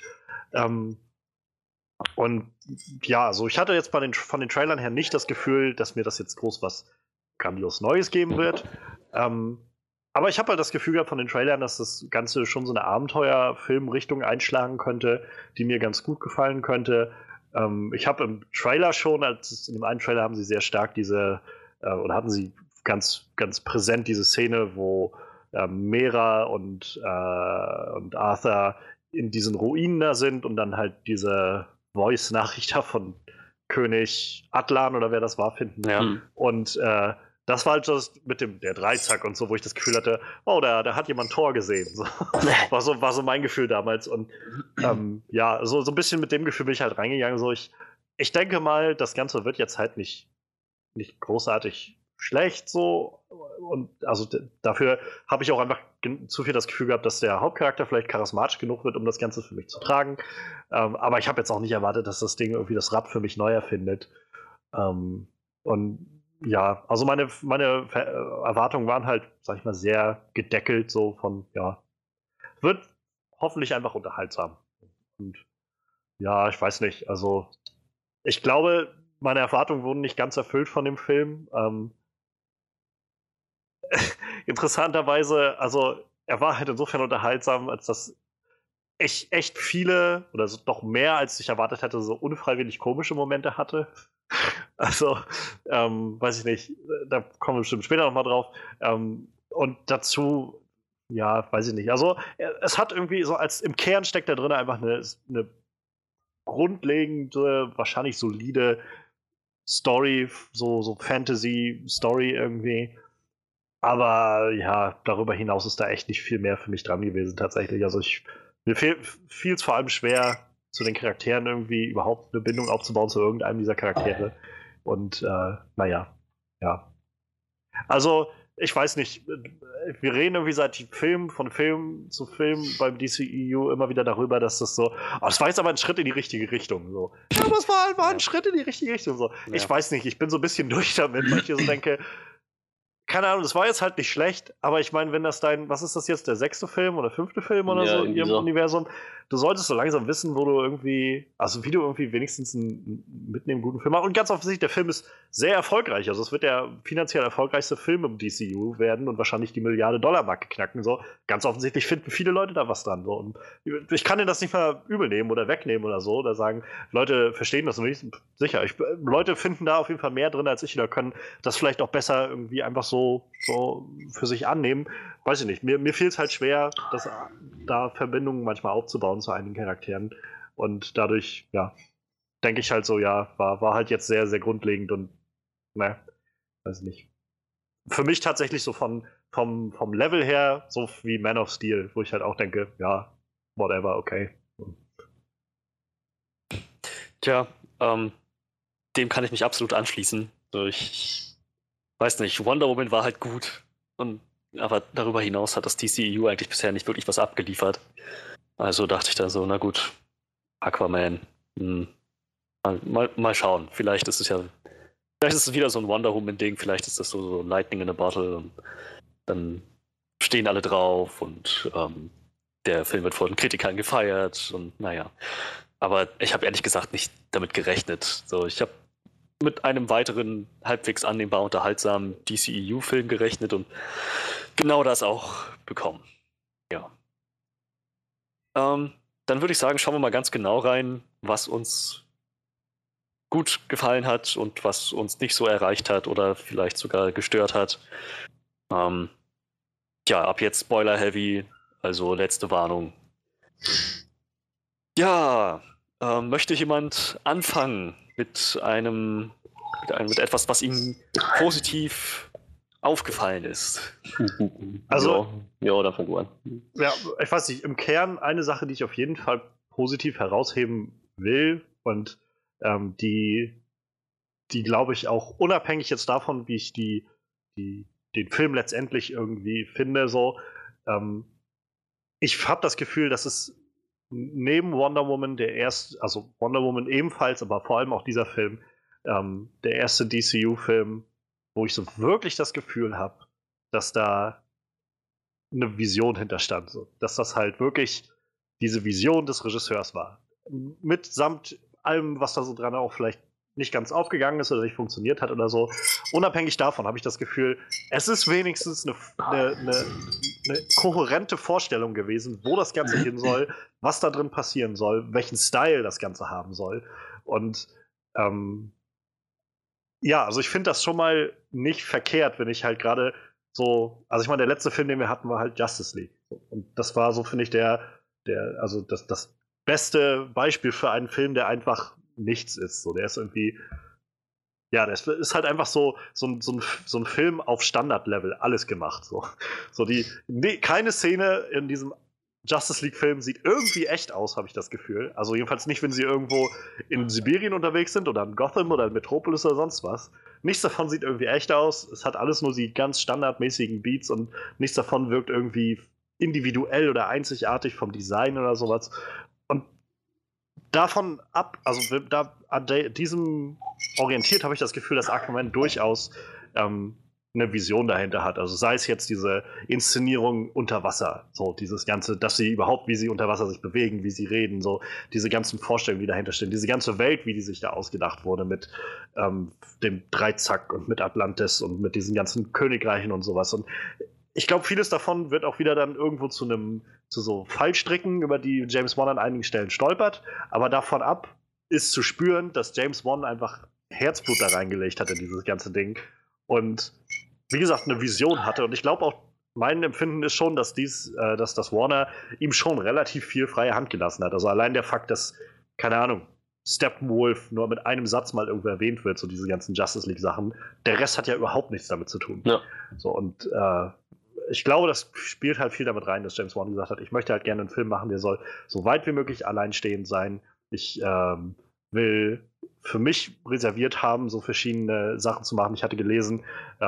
Und ja, so ich hatte jetzt von den Trailern her nicht das Gefühl, dass mir das jetzt groß was grandios Neues geben wird. Aber ich habe halt das Gefühl gehabt von den Trailern, dass das Ganze schon so eine Abenteuerfilmrichtung einschlagen könnte, die mir ganz gut gefallen könnte. Ich habe im Trailer schon, in dem einen Trailer haben sie sehr stark oder hatten sie ganz, ganz präsent diese Szene, wo Mera und Arthur in diesen Ruinen da sind und dann halt diese Voice-Nachricht von König Atlan oder wer das war, finden. Ja. Und das war halt das mit der Dreizack und so, wo ich das Gefühl hatte, oh, da hat jemand Thor gesehen. So. War so mein Gefühl damals. Und ja, so ein bisschen mit dem Gefühl bin ich halt reingegangen. So, ich denke mal, das Ganze wird jetzt halt nicht großartig schlecht so. Und also dafür habe ich auch einfach zu viel das Gefühl gehabt, dass der Hauptcharakter vielleicht charismatisch genug wird, um das Ganze für mich zu tragen. Aber ich habe jetzt auch nicht erwartet, dass das Ding irgendwie das Rad für mich neu erfindet. Und ja, also meine Erwartungen waren halt, sag ich mal, sehr gedeckelt, so von, ja, wird hoffentlich einfach unterhaltsam. Und ja, ich weiß nicht, also ich glaube, meine Erwartungen wurden nicht ganz erfüllt von dem Film. Interessanterweise, also er war halt insofern unterhaltsam, als dass ich echt viele, oder so doch mehr, als ich erwartet hätte, so unfreiwillig komische Momente hatte. Also, weiß ich nicht, da kommen wir bestimmt später nochmal drauf. Und dazu, ja, weiß ich nicht. Also, es hat irgendwie so, als im Kern steckt da drin einfach eine grundlegende, wahrscheinlich solide Story, so Fantasy-Story irgendwie. Aber ja, darüber hinaus ist da echt nicht viel mehr für mich dran gewesen, tatsächlich. Also, mir fiel es vor allem schwer, zu den Charakteren irgendwie überhaupt eine Bindung aufzubauen zu irgendeinem dieser Charaktere. Und naja, ja. Also, ich weiß nicht, wir reden irgendwie seit von Film zu Film beim DCEU immer wieder darüber, dass das so, es war jetzt aber ein Schritt in die richtige Richtung. So. Ja, aber es war ein Schritt in die richtige Richtung. So. Ja. Ich weiß nicht, ich bin so ein bisschen durch damit, weil ich hier so denke, keine Ahnung, das war jetzt halt nicht schlecht, aber ich meine, wenn das was ist das jetzt, der 6. Film oder 5. Film oder so in ihrem Universum, du solltest so langsam wissen, wo du irgendwie, also wie du irgendwie wenigstens mit einem guten Film machst. Und ganz offensichtlich, der Film ist sehr erfolgreich, also es wird der finanziell erfolgreichste Film im DCU werden und wahrscheinlich die Milliarde-Dollar-Marke knacken, so. Ganz offensichtlich finden viele Leute da was dran, so. Und ich kann denen das nicht mal übel nehmen oder wegnehmen oder so, oder sagen, Leute verstehen das nicht, sicher, Leute finden da auf jeden Fall mehr drin als ich, oder können das vielleicht auch besser irgendwie einfach so für sich annehmen. Weiß ich nicht. Mir fiel es halt schwer, da Verbindungen manchmal aufzubauen zu einigen Charakteren. Und dadurch, ja, denke ich halt so, ja, war halt jetzt sehr, sehr grundlegend und, ne, weiß ich nicht. Für mich tatsächlich so vom Level her, so wie Man of Steel, wo ich halt auch denke, ja, whatever, okay. Tja, dem kann ich mich absolut anschließen. Ich weiß nicht, Wonder Woman war halt gut. Aber darüber hinaus hat das DCEU eigentlich bisher nicht wirklich was abgeliefert. Also dachte ich dann so, na gut, Aquaman. Mal schauen. Vielleicht ist es wieder so ein Wonder Woman-Ding, vielleicht ist das so Lightning in a Bottle und dann stehen alle drauf und der Film wird von Kritikern gefeiert und naja. Aber ich habe ehrlich gesagt nicht damit gerechnet. So, ich habe mit einem weiteren halbwegs annehmbar unterhaltsamen DCEU-Film gerechnet und genau das auch bekommen. Ja. Dann würde ich sagen, schauen wir mal ganz genau rein, was uns gut gefallen hat und was uns nicht so erreicht hat oder vielleicht sogar gestört hat. Ja, ab jetzt Spoiler-heavy, also letzte Warnung. Ja, möchte jemand anfangen mit etwas, was ihm positiv aufgefallen ist? Also, ja, da fang du an. Ja, ich weiß nicht, im Kern eine Sache, die ich auf jeden Fall positiv herausheben will und die glaube ich auch unabhängig jetzt davon, wie ich den Film letztendlich irgendwie finde, so, ich habe das Gefühl, dass es neben Wonder Woman also Wonder Woman ebenfalls, aber vor allem auch dieser Film, der erste DCU-Film, wo ich so wirklich das Gefühl habe, dass da eine Vision hinterstand. So. Dass das halt wirklich diese Vision des Regisseurs war. Mitsamt allem, was da so dran auch vielleicht nicht ganz aufgegangen ist oder nicht funktioniert hat oder so. Unabhängig davon habe ich das Gefühl, es ist wenigstens eine kohärente Vorstellung gewesen, wo das Ganze hin soll, was da drin passieren soll, welchen Style das Ganze haben soll. Und ja, also ich finde das schon mal nicht verkehrt, wenn ich halt gerade so, also ich meine, der letzte Film, den wir hatten, war halt Justice League. Und das war so, finde ich, also das beste Beispiel für einen Film, der einfach nichts ist. So, der ist irgendwie, ja, das ist halt einfach so ein Film auf Standardlevel, alles gemacht. So keine Szene in diesem Justice League-Film sieht irgendwie echt aus, habe ich das Gefühl. Also jedenfalls nicht, wenn sie irgendwo in Sibirien unterwegs sind oder in Gotham oder in Metropolis oder sonst was. Nichts davon sieht irgendwie echt aus. Es hat alles nur die ganz standardmäßigen Beats und nichts davon wirkt irgendwie individuell oder einzigartig vom Design oder sowas. Und davon ab, also da an diesem orientiert habe ich das Gefühl, dass Aquaman durchaus eine Vision dahinter hat. Also sei es jetzt diese Inszenierung unter Wasser, so dieses Ganze, dass sie überhaupt, wie sie unter Wasser sich bewegen, wie sie reden, so diese ganzen Vorstellungen, die dahinter stehen, diese ganze Welt, wie die sich da ausgedacht wurde mit dem Dreizack und mit Atlantis und mit diesen ganzen Königreichen und sowas. Und ich glaube, vieles davon wird auch wieder dann irgendwo zu so Fallstricken, über die James Wan an einigen Stellen stolpert. Aber davon ab ist zu spüren, dass James Wan einfach Herzblut da reingelegt hat in dieses ganze Ding. Und wie gesagt, eine Vision hatte. Und ich glaube auch, mein Empfinden ist schon, dass das Warner ihm schon relativ viel freie Hand gelassen hat. Also allein der Fakt, dass, keine Ahnung, Steppenwolf nur mit einem Satz mal irgendwo erwähnt wird, so diese ganzen Justice League-Sachen. Der Rest hat ja überhaupt nichts damit zu tun. Ja. So, und ich glaube, das spielt halt viel damit rein, dass James Wan gesagt hat, ich möchte halt gerne einen Film machen, der soll so weit wie möglich alleinstehend sein. Ich will für mich reserviert haben, so verschiedene Sachen zu machen. Ich hatte gelesen,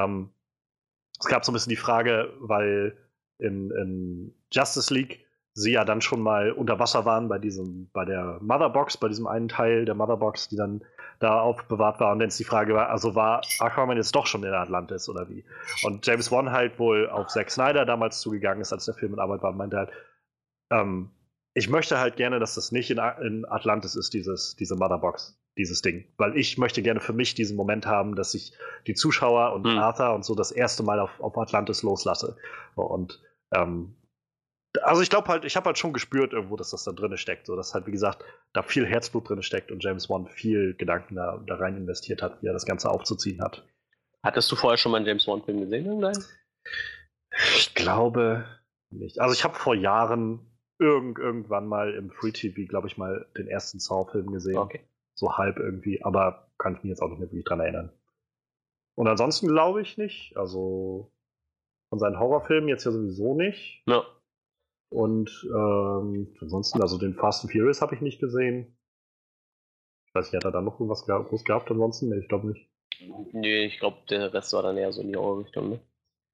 es gab so ein bisschen die Frage, weil in Justice League sie ja dann schon mal unter Wasser waren bei der Motherbox, bei diesem einen Teil der Motherbox, die dann da aufbewahrt war. Und dann ist die Frage, also war Aquaman jetzt doch schon in der Atlantis oder wie? Und James Wan halt wohl auf Zack Snyder damals zugegangen ist, als der Film in Arbeit war, und meinte halt, ich möchte halt gerne, dass das nicht in Atlantis ist, diese Motherbox, dieses Ding. Weil ich möchte gerne für mich diesen Moment haben, dass ich die Zuschauer und Arthur und so das erste Mal auf Atlantis loslasse. Und also ich glaube halt, ich habe halt schon gespürt irgendwo, dass das da drin steckt. So, dass halt, wie gesagt, da viel Herzblut drin steckt und James Wan viel Gedanken da rein investiert hat, wie er das Ganze aufzuziehen hat. Hattest du vorher schon mal einen James Wan-Film gesehen? Irgendeinen? Ich glaube nicht. Also ich habe vor Jahren irgendwann mal im Free TV, glaube ich, mal den ersten Saw-Film gesehen. Okay. So halb irgendwie, aber kann ich mich jetzt auch nicht mehr wirklich dran erinnern. Und ansonsten glaube ich nicht. Also von seinen Horrorfilmen jetzt ja sowieso nicht. Ja. Und ansonsten, also den Fast and Furious habe ich nicht gesehen. Ich weiß nicht, hat er da noch irgendwas groß gehabt ansonsten? Nee, ich glaube nicht. Nee, ich glaube, der Rest war dann eher so in die Horrorrichtung, ne?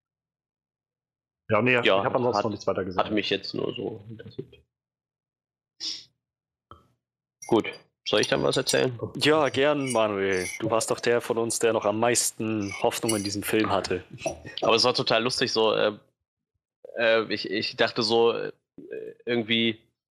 Ja, nee, ich Ja, habe ansonsten noch nichts weiter gesehen. Hat mich jetzt nur so interessiert. Gut, soll ich dann was erzählen? Ja, gern, Manuel. Du warst doch der von uns, der noch am meisten Hoffnung in diesem Film hatte. Aber es war total lustig, so, ich dachte so, irgendwie,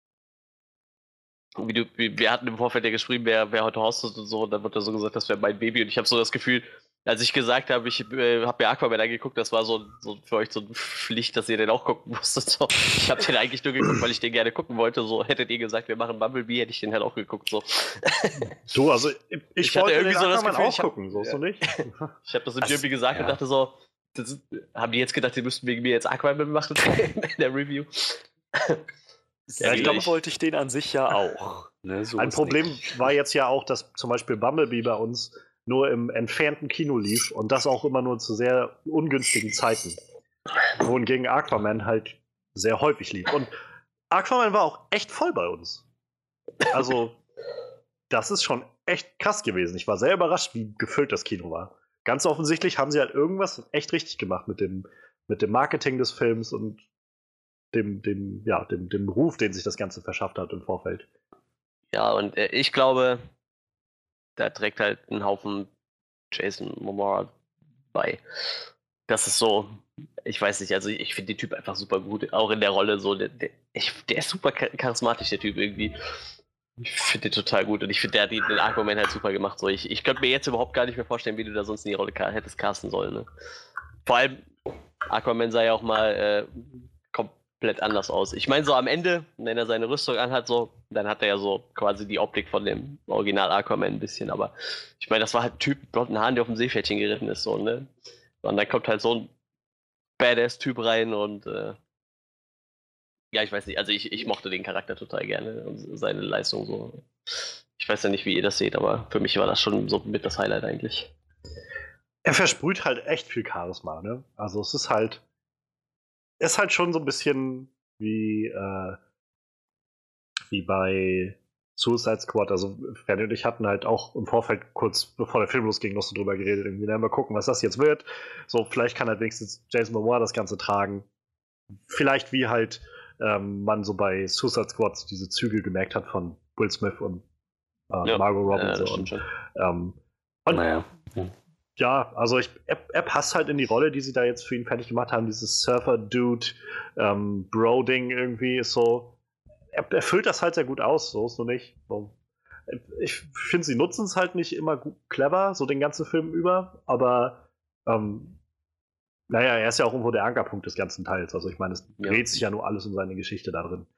wir hatten im Vorfeld ja geschrieben, wer heute hostet und so, und dann wird da so gesagt, das wäre mein Baby, und ich habe so das Gefühl, als ich gesagt habe, ich habe mir Aquaman angeguckt, das war so für euch so eine Pflicht, dass ihr den auch gucken musstet. So. Ich habe den eigentlich nur geguckt, weil ich den gerne gucken wollte. So hättet ihr gesagt, wir machen Bumblebee, hätte ich den halt auch geguckt. So. Du, also ich wollte hatte irgendwie den so das Aquaman Gefühl, auch gucken, so ist du nicht? Ich habe das im Jimmy gesagt und dachte so, haben die jetzt gedacht, die müssten wegen mir jetzt Aquaman machen in der Review? Ja, ich glaube, wollte ich den an sich ja auch. Ne, so ein Problem war jetzt ja auch, dass zum Beispiel Bumblebee bei uns nur im entfernten Kino lief und das auch immer nur zu sehr ungünstigen Zeiten. Wohingegen Aquaman halt sehr häufig lief. Und Aquaman war auch echt voll bei uns. Also, das ist schon echt krass gewesen. Ich war sehr überrascht, wie gefüllt das Kino war. Ganz offensichtlich haben sie halt irgendwas echt richtig gemacht mit dem Marketing des Films und dem Ruf, den sich das Ganze verschafft hat im Vorfeld. Ja, und ich glaube, da trägt halt ein Haufen Jason Momoa bei. Das ist so, ich weiß nicht, also ich finde den Typ einfach super gut, auch in der Rolle so, der ist super charismatisch, der Typ irgendwie. Ich finde den total gut und ich finde, der hat den Aquaman halt super gemacht. So, ich könnte mir jetzt überhaupt gar nicht mehr vorstellen, wie du da sonst in die Rolle hättest casten sollen. Ne? Vor allem, Aquaman sah ja auch mal komplett anders aus. Ich meine, so am Ende, wenn er seine Rüstung anhat, so, dann hat er ja so quasi die Optik von dem Original Aquaman ein bisschen, aber ich meine, das war halt ein Typ mit blonden Haaren, der auf dem Seepferdchen geritten ist, so, ne? Und dann kommt halt so ein Badass-Typ rein und ja, ich weiß nicht, also ich mochte den Charakter total gerne und seine Leistung so. Ich weiß ja nicht, wie ihr das seht, aber für mich war das schon so mit das Highlight eigentlich. Er versprüht halt echt viel Charisma, ne? Also es ist halt schon so ein bisschen wie bei Suicide Squad. Also Freddy und ich hatten halt auch im Vorfeld kurz bevor der Film losging noch so drüber geredet. Irgendwie, mal gucken, was das jetzt wird. So, vielleicht kann halt wenigstens Jason Momoa das Ganze tragen. Vielleicht wie halt man so bei Suicide Squad diese Züge gemerkt hat von Will Smith und Margot Robbie. Naja. Ja, also er passt halt in die Rolle, die sie da jetzt für ihn fertig gemacht haben. Dieses Surfer-Dude, Bro-Ding irgendwie ist so. Er füllt das halt sehr gut aus, so ist nur nicht. So. Ich finde, sie nutzen es halt nicht immer gut, clever, so den ganzen Film über, aber naja, er ist ja auch irgendwo der Ankerpunkt des ganzen Teils. Also ich meine, es dreht sich ja nur alles um seine Geschichte da drin.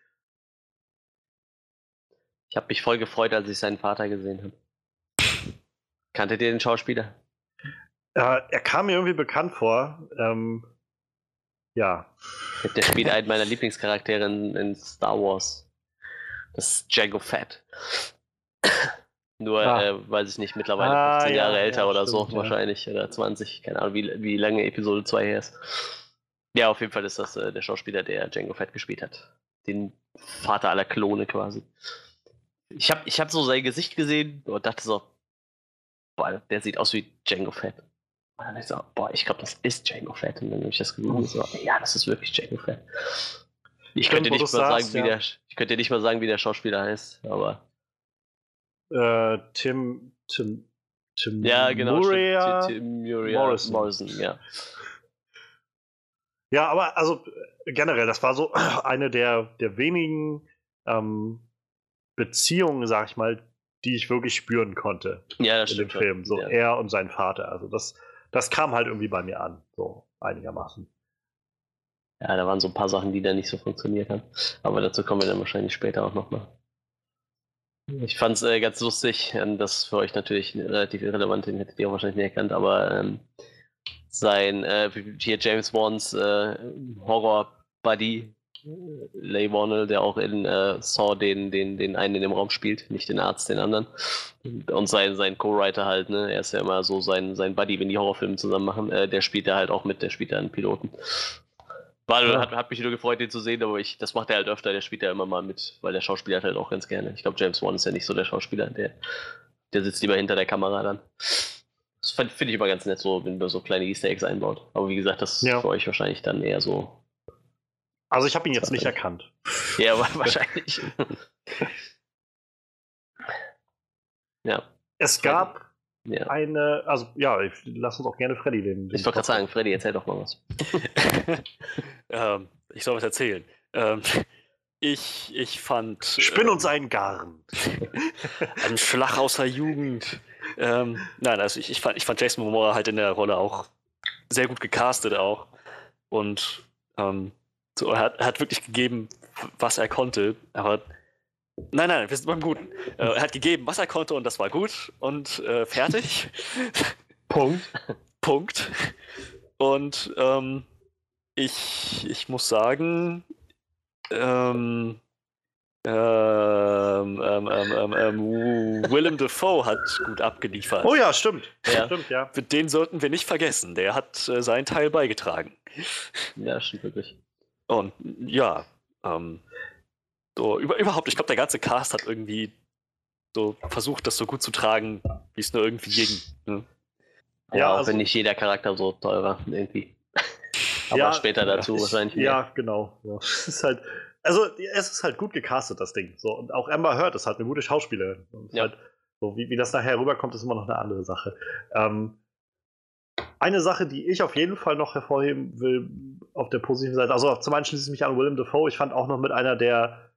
Ich habe mich voll gefreut, als ich seinen Vater gesehen habe. Kanntet ihr den Schauspieler? Er kam mir irgendwie bekannt vor. Ja. Der spielt einen meiner Lieblingscharaktere in Star Wars. Das ist Jango Fett. Nur, weiß ich nicht, mittlerweile 15 Jahre älter oder stimmt, so, wahrscheinlich. Oder 20, keine Ahnung, wie lange Episode 2 her ist. Ja, auf jeden Fall ist das der Schauspieler, der Jango Fett gespielt hat. Den Vater aller Klone quasi. Ich hab so sein Gesicht gesehen und dachte so, boah, der sieht aus wie Jango Fett. Und dann dachte ich so, boah, ich glaube, das ist Jango Fett. Und dann habe ich das gegoogelt und so, ja, das ist wirklich Jango Fett. Ich könnte nicht mal sagen, wie der Schauspieler heißt, aber Tim ja, genau, Tim Morrison, ja. Ja, aber also generell, das war so eine der wenigen Beziehungen, sag ich mal, die ich wirklich spüren konnte in dem Film. So er und sein Vater. Also das kam halt irgendwie bei mir an, so einigermaßen. Ja, da waren so ein paar Sachen, die da nicht so funktioniert haben. Aber dazu kommen wir dann wahrscheinlich später auch nochmal. Ich fand es ganz lustig, das ist für euch natürlich relativ irrelevant, den hättet ihr auch wahrscheinlich nicht erkannt, aber sein hier James Wan's Horror-Buddy, Leigh Whannell, der auch in Saw den einen in dem Raum spielt, nicht den Arzt, den anderen. Und sein Co-Writer halt, ne, er ist ja immer so sein Buddy, wenn die Horrorfilme zusammen machen, der spielt da halt auch mit, der spielt da einen Piloten. Hat mich nur gefreut, den zu sehen, aber das macht er halt öfter, der spielt ja immer mal mit, weil der Schauspieler halt auch ganz gerne. Ich glaube, James Wan ist ja nicht so der Schauspieler, der sitzt lieber hinter der Kamera dann. Das finde ich immer ganz nett, so, wenn man so kleine Easter Eggs einbaut. Aber wie gesagt, das ist für euch wahrscheinlich dann eher so. Also ich habe ihn jetzt nicht erkannt. Ja, aber wahrscheinlich. Ja. Es gab eine, also ja, lass uns auch gerne Freddy den ich wollte gerade sagen, Freddy, erzähl doch mal was. Ich soll was erzählen. Ich fand... Spinn uns einen Garn. Ein Schlag aus der Jugend. Nein, also ich fand Jason Momoa halt in der Rolle auch sehr gut gecastet auch. Und so, er hat wirklich gegeben, was er konnte. Aber nein, wir sind beim Guten. Er hat gegeben, was er konnte und das war gut. Und fertig. Punkt. Und ich muss sagen, Willem Dafoe hat gut abgeliefert. Oh ja, stimmt. Stimmt, ja. Den sollten wir nicht vergessen. Der hat seinen Teil beigetragen. Ja, stimmt wirklich. Und ja, so überhaupt, ich glaube, der ganze Cast hat irgendwie so versucht, das so gut zu tragen, wie es nur irgendwie ging. Ne? Ja, auch wenn nicht jeder Charakter so toll war, irgendwie. Aber später dazu wahrscheinlich mehr. Ja, genau. Ja. Es ist halt gut gecastet, das Ding. So, und auch Amber Heard ist halt eine gute Schauspielerin. Und halt So, wie das nachher rüberkommt, ist immer noch eine andere Sache. Eine Sache, die ich auf jeden Fall noch hervorheben will, auf der positiven Seite, also zum einen schließe ich mich an Willem Dafoe, ich fand auch noch mit einer der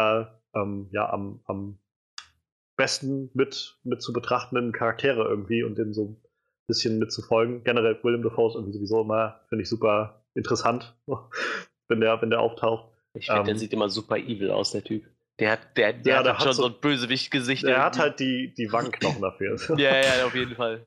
am besten mit zu betrachtenden Charaktere irgendwie und dem so ein bisschen mitzufolgen. Generell Willem Dafoe ist irgendwie sowieso immer, finde ich, super interessant, wenn der auftaucht. Ich finde, der sieht immer super evil aus, der Typ. Der hat schon so ein Bösewicht-Gesicht. Der hat halt die Wangenknochen dafür. Ja, auf jeden Fall.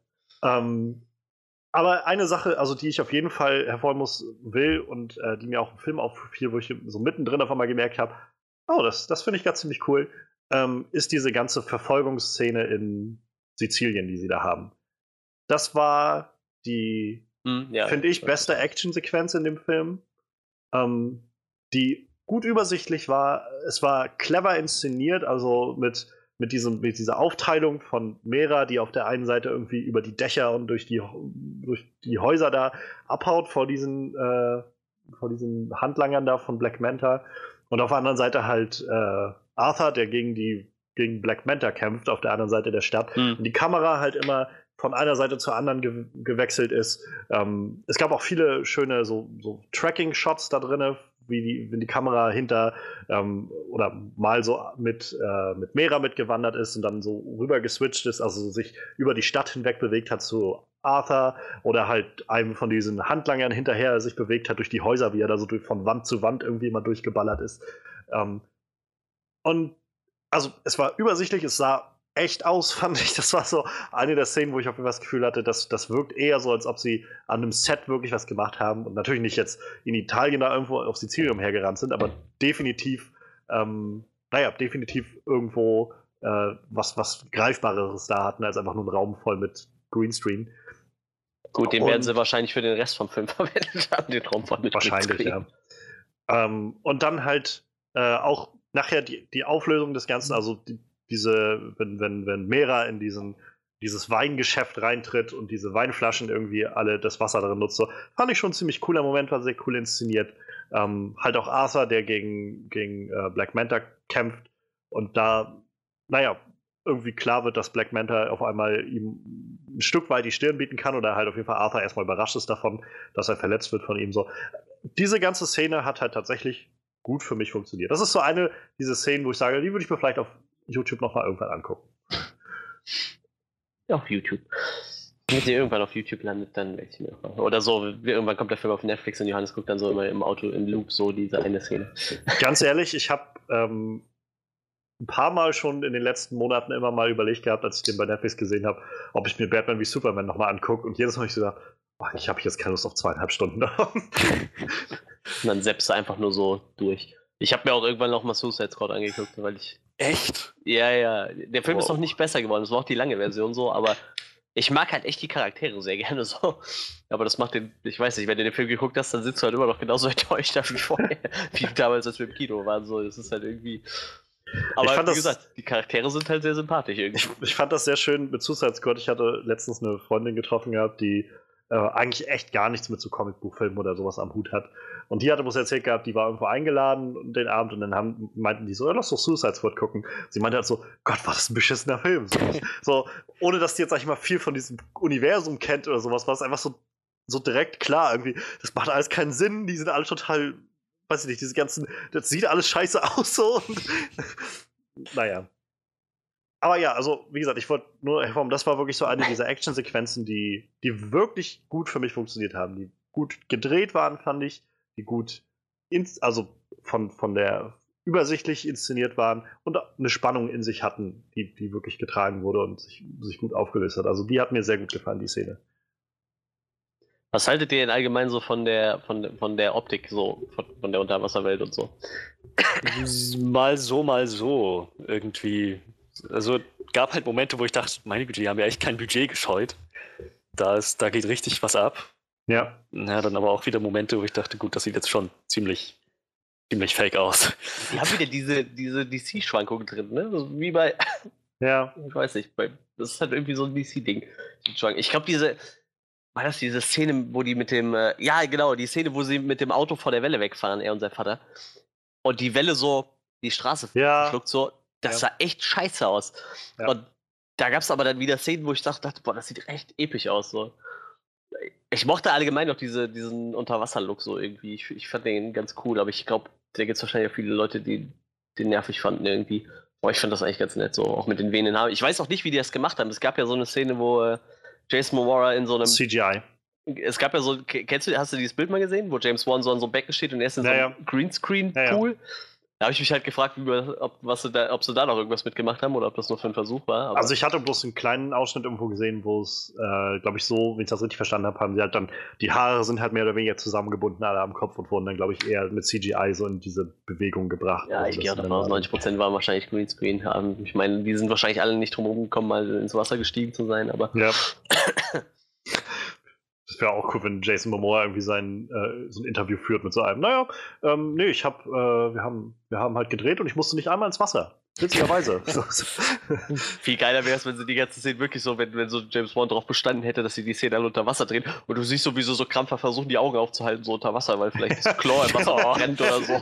Aber eine Sache, also die ich auf jeden Fall hervorheben will und die mir auch im Film auffiel, wo ich so mittendrin auf einmal gemerkt habe, oh, das finde ich ganz ziemlich cool, ist diese ganze Verfolgungsszene in Sizilien, die sie da haben. Das war die, finde ich, beste Actionsequenz in dem Film, die gut übersichtlich war. Es war clever inszeniert, also mit dieser Aufteilung von Mera, die auf der einen Seite irgendwie über die Dächer und durch die Häuser da abhaut vor diesen Handlangern da von Black Manta. Und auf der anderen Seite halt Arthur, der gegen Black Manta kämpft, auf der anderen Seite der Stadt. Und die Kamera halt immer von einer Seite zur anderen gewechselt ist. Es gab auch viele schöne so Tracking-Shots da drin, wenn die Kamera hinter oder mal so mit Mera mitgewandert ist und dann so rüber geswitcht ist, also sich über die Stadt hinweg bewegt hat zu Arthur oder halt einem von diesen Handlangern hinterher sich bewegt hat durch die Häuser, wie er da so von Wand zu Wand irgendwie mal durchgeballert ist. Und also es war übersichtlich, es sah echt aus, fand ich. Das war so eine der Szenen, wo ich auf jeden Fall das Gefühl hatte, das wirkt eher so, als ob sie an einem Set wirklich was gemacht haben und natürlich nicht jetzt in Italien da irgendwo auf Sizilien umhergerannt sind, aber definitiv irgendwo was Greifbareres da hatten, als einfach nur ein Raum voll mit Greenscreen. Gut, den werden sie wahrscheinlich für den Rest vom Film verwendet haben, den Raum voll mit wahrscheinlich, ja. Und dann halt auch nachher die Auflösung des Ganzen, also wenn Mera in dieses Weingeschäft reintritt und diese Weinflaschen irgendwie alle das Wasser darin nutzt, so, fand ich schon ein ziemlich cooler Moment, war sehr cool inszeniert. Halt auch Arthur, der gegen Black Manta kämpft und da, irgendwie klar wird, dass Black Manta auf einmal ihm ein Stück weit die Stirn bieten kann oder halt auf jeden Fall Arthur erstmal überrascht ist davon, dass er verletzt wird von ihm. So. Diese ganze Szene hat halt tatsächlich gut für mich funktioniert. Das ist so eine dieser Szenen, wo ich sage, die würde ich mir vielleicht auf YouTube noch mal irgendwann angucken. Ja, auf YouTube. Wenn sie irgendwann auf YouTube landet, dann werde ich mir noch mal. Oder so, irgendwann kommt der Film auf Netflix und Johannes guckt dann so immer im Auto im Loop so diese eine Szene. Ganz ehrlich, ich habe ein paar Mal schon in den letzten Monaten immer mal überlegt gehabt, als ich den bei Netflix gesehen habe, ob ich mir Batman wie Superman noch mal angucke. Und jedes Mal habe ich gesagt, ich habe jetzt keine Lust auf 2,5 Stunden. Und dann selbst einfach nur so durch. Ich habe mir auch irgendwann noch mal Suicide Squad angeguckt, weil ich... Echt? Ja. Der Film ist noch nicht besser geworden. Das war auch die lange Version so, aber ich mag halt echt die Charaktere sehr gerne so. Aber das macht den, ich weiß nicht, wenn du den Film geguckt hast, dann sitzt du halt immer noch genauso enttäuscht wie vorher. Wie damals, als wir im Kino waren. So, das ist halt irgendwie... Aber wie gesagt, die Charaktere sind halt sehr sympathisch irgendwie. Ich fand das sehr schön mit Suicide Squad. Ich hatte letztens eine Freundin getroffen gehabt, die eigentlich echt gar nichts mit so Comicbuchfilmen oder sowas am Hut hat. Und die hatte bloß erzählt gehabt, die war irgendwo eingeladen den Abend und dann meinten die so, lass doch Suicide Squad gucken. Sie meinte halt so, Gott, war das ein beschissener Film. So, ohne dass die jetzt, sag ich mal, viel von diesem Universum kennt oder sowas, war es einfach so direkt klar irgendwie. Das macht alles keinen Sinn, die sind alle total, weiß ich nicht, diese ganzen, das sieht alles scheiße aus so. Und, naja. Aber ja, also wie gesagt, ich wollte nur hervorheben, das war wirklich so eine dieser Actionsequenzen, die wirklich gut für mich funktioniert haben, die gut gedreht waren, fand ich, die gut, also von der übersichtlich inszeniert waren und eine Spannung in sich hatten, die wirklich getragen wurde und sich gut aufgelöst hat. Also die hat mir sehr gut gefallen, die Szene. Was haltet ihr denn allgemein so von der Optik, so von der Unterwasserwelt und so? Mal so, irgendwie. Also gab halt Momente, wo ich dachte, meine Güte, die haben ja echt kein Budget gescheut. Da geht richtig was ab. Ja. Ja, dann aber auch wieder Momente, wo ich dachte, gut, das sieht jetzt schon ziemlich fake aus. Die haben wieder diese DC-Schwankungen drin, ne? Also wie bei. Ja. Ich weiß nicht, das ist halt irgendwie so ein DC-Ding. Ich glaube, war das diese Szene, wo die mit dem. Ja, genau, die Szene, wo sie mit dem Auto vor der Welle wegfahren, er und sein Vater. Und die Welle so die Straße schluckt so. Das sah echt scheiße aus. Ja. Und da gab es aber dann wieder Szenen, wo ich dachte, boah, das sieht echt episch aus. So. Ich mochte allgemein noch diesen Unterwasser-Look so irgendwie. Ich fand den ganz cool, aber ich glaube, da gibt es wahrscheinlich auch viele Leute, die den nervig fanden irgendwie. Aber ich fand das eigentlich ganz nett, so auch mit den wehenden Haaren. Ich weiß auch nicht, wie die das gemacht haben. Es gab ja so eine Szene, wo Jason Momoa in so einem... CGI. Es gab ja so, hast du dieses Bild mal gesehen, wo James Wan so an so einem Becken steht und er ist in so einem Greenscreen-Pool? Ja. Da habe ich mich halt gefragt, ob sie da noch irgendwas mitgemacht haben oder ob das nur für ein Versuch war. Aber also ich hatte bloß einen kleinen Ausschnitt irgendwo gesehen, wo es, glaube ich, so, wenn ich das richtig verstanden habe, haben sie halt dann, die Haare sind halt mehr oder weniger zusammengebunden, alle am Kopf und wurden dann, glaube ich, eher mit CGI so in diese Bewegung gebracht. Ja, ich gehe davon aus, 90% waren wahrscheinlich Greenscreen. Ich meine, die sind wahrscheinlich alle nicht drum herum gekommen, mal ins Wasser gestiegen zu sein, aber... Ja. Das wäre auch cool, wenn Jason Momoa irgendwie so ein Interview führt mit so einem. Naja, nee, wir haben halt gedreht und ich musste nicht einmal ins Wasser. Witzigerweise. Viel geiler wäre es, wenn sie die ganze Szene wirklich so, wenn so James Bond darauf bestanden hätte, dass sie die Szene alle unter Wasser drehen und du siehst sowieso so krampfer versuchen, die Augen aufzuhalten, so unter Wasser, weil vielleicht das Chlor im Wasser brennt oder so.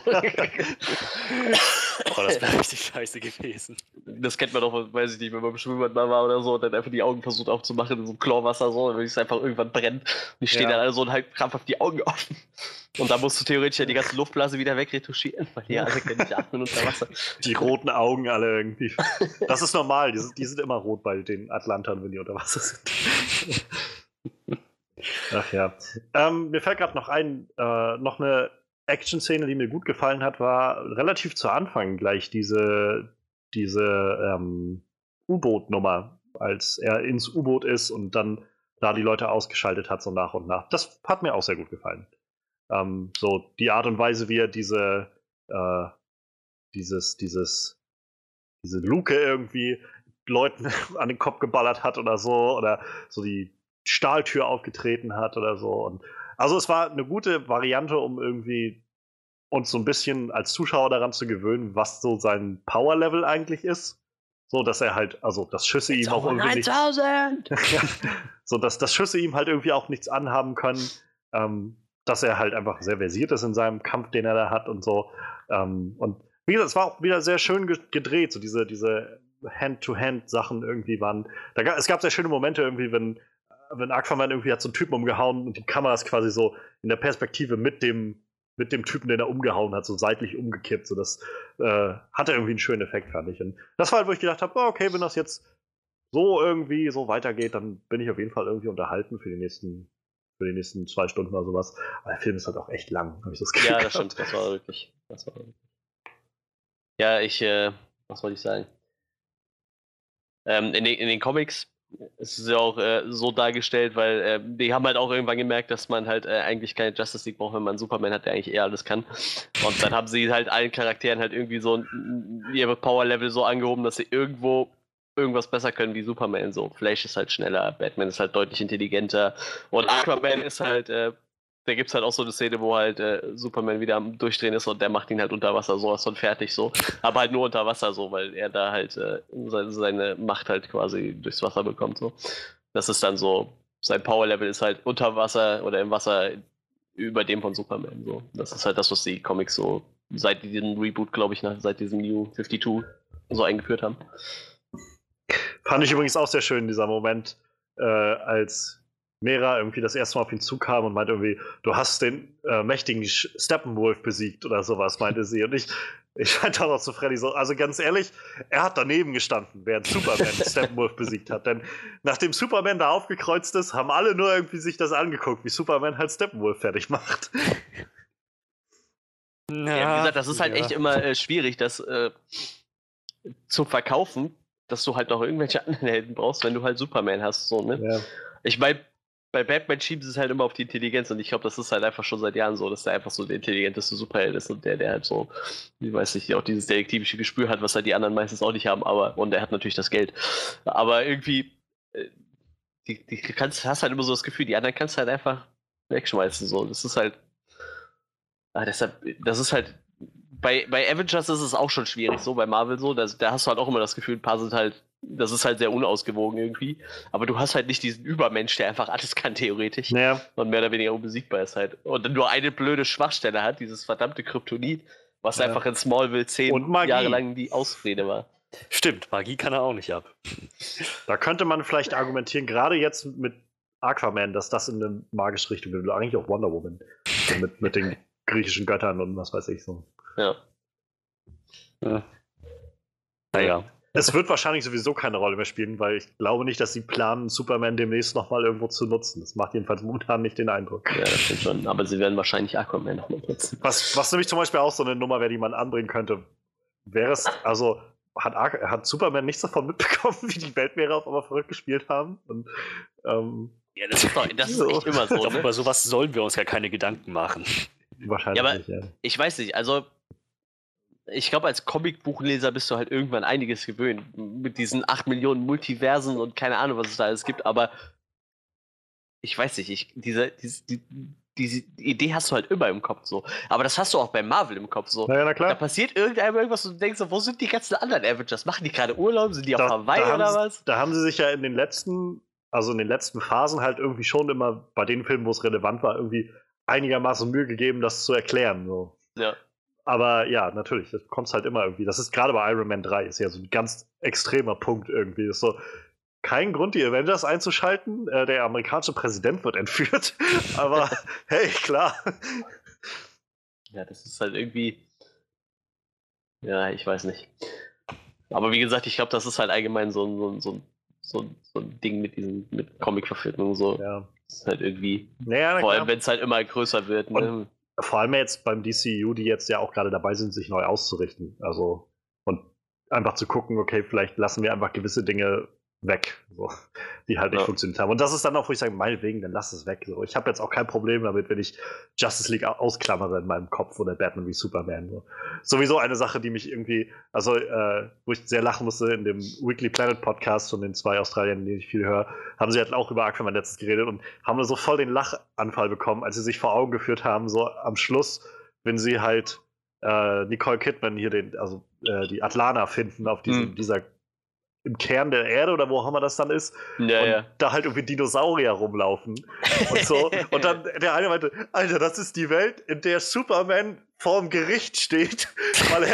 Oh, das wäre richtig scheiße gewesen. Das kennt man doch, weiß ich nicht, wenn man im Schwimmbad mal war oder so und dann einfach die Augen versucht aufzumachen in so Chlorwasser, so, dann würde es einfach irgendwann brennen. Und die stehen dann alle so und halt krampfhaft die Augen offen. Und da musst du theoretisch ja die ganze Luftblase wieder wegretuschieren, weil die alle können nicht atmen unter Wasser. Die roten Augen alle irgendwie. Das ist normal, die sind immer rot bei den Atlantern, wenn die unter Wasser sind. Ach ja. Mir fällt gerade noch ein, noch eine Action-Szene, die mir gut gefallen hat, war relativ zu Anfang gleich diese U-Boot-Nummer, als er ins U-Boot ist und dann da die Leute ausgeschaltet hat, so nach und nach. Das hat mir auch sehr gut gefallen. So die Art und Weise, wie er diese Luke irgendwie Leuten an den Kopf geballert hat oder so die Stahltür aufgetreten hat oder so. Und also es war eine gute Variante, um irgendwie uns so ein bisschen als Zuschauer daran zu gewöhnen, was so sein Power-Level eigentlich ist. So, dass er halt, also dass Schüsse ihm auch irgendwie nicht, so, dass Schüsse ihm halt irgendwie auch nichts anhaben können. Dass er halt einfach sehr versiert ist in seinem Kampf, den er da hat und so. Und wie gesagt, es war auch wieder sehr schön gedreht, so diese Hand-to-Hand-Sachen irgendwie waren. Es gab sehr schöne Momente irgendwie, wenn Aquaman irgendwie hat so einen Typen umgehauen und die Kamera ist quasi so in der Perspektive mit dem Typen, den er umgehauen hat, so seitlich umgekippt. So, das hatte irgendwie einen schönen Effekt, fand ich. Und das war halt, wo ich gedacht habe, okay, wenn das jetzt so irgendwie so weitergeht, dann bin ich auf jeden Fall irgendwie unterhalten für die nächsten 2 Stunden oder sowas. Aber der Film ist halt auch echt lang, habe ich das Gefühl. Ja, das stimmt, das war wirklich. Ja, was wollte ich sagen? In den Comics ist es ja auch so dargestellt, weil die haben halt auch irgendwann gemerkt, dass man halt eigentlich keine Justice League braucht, wenn man einen Superman hat, der eigentlich alles kann. Und dann haben sie halt allen Charakteren halt irgendwie so ihr Power-Level so angehoben, dass sie irgendwas besser können wie Superman. So, Flash ist halt schneller, Batman ist halt deutlich intelligenter und Aquaman ist halt, da gibt's halt auch so eine Szene, wo halt Superman wieder am Durchdrehen ist und der macht ihn halt unter Wasser sowas von fertig so. Aber halt nur unter Wasser so, weil er da halt seine Macht halt quasi durchs Wasser bekommt so. Das ist dann so, sein Power-Level ist halt unter Wasser oder im Wasser über dem von Superman so. Das ist halt das, was die Comics so seit diesem Reboot, glaube ich, seit diesem New 52 so eingeführt haben. Fand ich übrigens auch sehr schön, dieser Moment, als Mera irgendwie das erste Mal auf ihn zukam und meinte irgendwie, du hast den mächtigen Steppenwolf besiegt oder sowas, meinte sie. Und ich meinte auch noch zu Freddy so, also ganz ehrlich, er hat daneben gestanden, während Superman Steppenwolf besiegt hat. Denn nachdem Superman da aufgekreuzt ist, haben alle nur irgendwie sich das angeguckt, wie Superman halt Steppenwolf fertig macht. Ja, wie gesagt, das ist halt echt immer schwierig, das zu verkaufen, dass du halt noch irgendwelche anderen Helden brauchst, wenn du halt Superman hast. So, ne? Ja. Ich meine, bei Batman schieben sie es halt immer auf die Intelligenz und ich glaube, das ist halt einfach schon seit Jahren so, dass der einfach so der intelligenteste Superheld ist und der halt so, ich weiß nicht, auch dieses detektivische Gespür hat, was halt die anderen meistens auch nicht haben, und er hat natürlich das Geld. Aber irgendwie, hast halt immer so das Gefühl, die anderen kannst du halt einfach wegschmeißen. So. Das ist halt, das ist halt, bei Avengers ist es auch schon schwierig, so bei Marvel so, da hast du halt auch immer das Gefühl, ein paar sind halt, das ist halt sehr unausgewogen irgendwie, aber du hast halt nicht diesen Übermensch, der einfach alles kann theoretisch und mehr oder weniger unbesiegbar ist halt und nur eine blöde Schwachstelle hat, dieses verdammte Kryptonit, was einfach in Smallville 10 Jahre lang die Ausrede war. Stimmt, Magie kann er auch nicht ab. Da könnte man vielleicht argumentieren, gerade jetzt mit Aquaman, dass das in eine magische Richtung will. Eigentlich auch Wonder Woman. So mit den griechischen Göttern und was weiß ich so. Ja. Naja. Es wird wahrscheinlich sowieso keine Rolle mehr spielen, weil ich glaube nicht, dass sie planen, Superman demnächst nochmal irgendwo zu nutzen. Das macht jedenfalls momentan nicht den Eindruck. Ja, das stimmt schon. Aber sie werden wahrscheinlich Aquaman nochmal nutzen. Was nämlich zum Beispiel auch so eine Nummer wäre, die man anbringen könnte, wäre es, also hat Superman nichts davon mitbekommen, wie die Weltmeere auf einmal verrückt gespielt haben? Und, Ja, das ist echt immer so. Doch, Ne? über sowas sollen wir uns ja keine Gedanken machen. wahrscheinlich Ja, aber nicht, ja. ich weiß nicht, also ich glaube, als Comicbuchleser bist du halt irgendwann einiges gewöhnt. Mit diesen 8 Millionen Multiversen und keine Ahnung, was es da alles gibt, aber ich weiß nicht, diese Idee hast du halt immer im Kopf so. Aber das hast du auch bei Marvel im Kopf so. Naja, na Da klar. passiert irgendwas und du denkst so, wo sind die ganzen anderen Avengers? Machen die gerade Urlaub? Sind die auf Hawaii haben oder sie- was? Da haben sie sich ja in den letzten Phasen halt irgendwie schon immer bei den Filmen, wo es relevant war, irgendwie einigermaßen Mühe gegeben, das zu erklären. So. Ja. Aber ja, natürlich, das kommt halt immer irgendwie. Das ist gerade bei Iron Man 3, ist ja so ein ganz extremer Punkt irgendwie. Das ist so kein Grund, die Avengers einzuschalten. Der amerikanische Präsident wird entführt. Aber hey, klar. Ja, das ist halt irgendwie. Ja, ich weiß nicht. Aber wie gesagt, ich glaube, das ist halt allgemein so ein Ding mit Comic-Verfilmungen. So. Ja. Das ist halt irgendwie. Naja, na Vor allem, klar. wenn es halt immer größer wird. Ne? Vor allem jetzt beim DCU, die jetzt ja auch gerade dabei sind, sich neu auszurichten. Also, und einfach zu gucken, okay, vielleicht lassen wir einfach gewisse Dinge weg, so, die halt nicht Ja. funktioniert haben. Und das ist dann auch, wo ich sage, meinetwegen, dann lass es weg. So. Ich habe jetzt auch kein Problem damit, wenn ich Justice League ausklammere in meinem Kopf oder Batman wie Superman. So. Sowieso eine Sache, die mich irgendwie, also, wo ich sehr lachen musste in dem Weekly Planet Podcast von den 2 Australiern, die ich viel höre, haben sie halt auch über Aquaman letztens geredet und haben so voll den Lachanfall bekommen, als sie sich vor Augen geführt haben, so am Schluss, wenn sie halt Nicole Kidman hier die Atlana finden auf dieser im Kern der Erde oder wo auch immer das dann ist. Ja, und ja. da halt irgendwie Dinosaurier rumlaufen und so. Und dann der eine meinte, Alter, das ist die Welt, in der Superman vorm Gericht steht, weil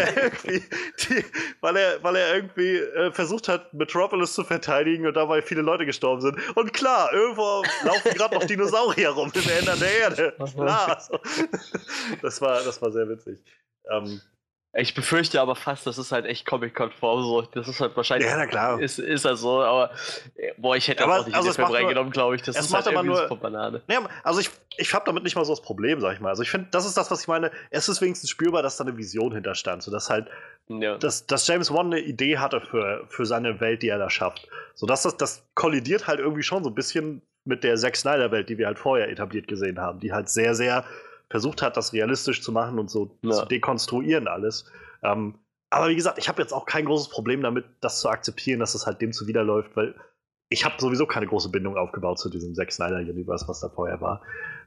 er irgendwie versucht hat, Metropolis zu verteidigen und dabei viele Leute gestorben sind. Und klar, irgendwo laufen gerade noch Dinosaurier rum im Innern der Erde. Klar. So. Das war sehr witzig. Ich befürchte aber fast, das ist halt echt Comic-konform. So. Das ist halt wahrscheinlich. Ja, na klar. Ist halt so, aber boah, ich hätte das Aber, auch nicht also in den es Film macht nur- reingenommen, glaube ich. Das es ist macht halt aber irgendwie nur- super Banane. Ja, also ich habe damit nicht mal so das Problem, sag ich mal. Also ich finde, das ist das, was ich meine. Es ist wenigstens spürbar, dass da eine Vision hinterstand. So dass halt, Ja. dass James Wan eine Idee hatte für seine Welt, die er da schafft. So dass das kollidiert halt irgendwie schon so ein bisschen mit der Zack Snyder-Welt, die wir halt vorher etabliert gesehen haben, die halt sehr, sehr versucht hat, das realistisch zu machen und so Ja. zu dekonstruieren alles. Aber wie gesagt, ich habe jetzt auch kein großes Problem damit, das zu akzeptieren, dass es halt dem zuwiderläuft, weil ich habe sowieso keine große Bindung aufgebaut zu diesem Zack Snyder-Universe, was da vorher war.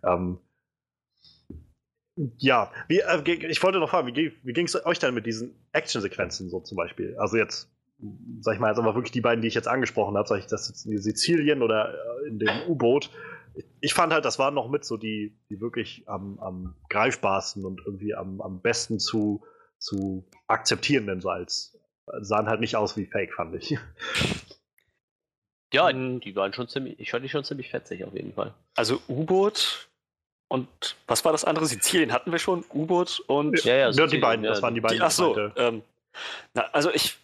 Ja, ich wollte noch fragen, wie ging es euch denn mit diesen Actionsequenzen so zum Beispiel? Also jetzt, sag ich mal, jetzt aber wirklich die beiden, die ich jetzt angesprochen habe, sag ich das jetzt in Sizilien oder in dem U-Boot. Ich fand halt, das waren noch mit so die wirklich am greifbarsten und irgendwie am besten zu akzeptieren, denn sahen halt nicht aus wie Fake, fand ich. Ja, die waren schon ziemlich. Ich fand die schon ziemlich fetzig auf jeden Fall. Also U-Boot und was war das andere? Sizilien hatten wir schon, U-Boot und Ja, Nur die beiden, das waren die beiden. Achso, die ich meinte. also ich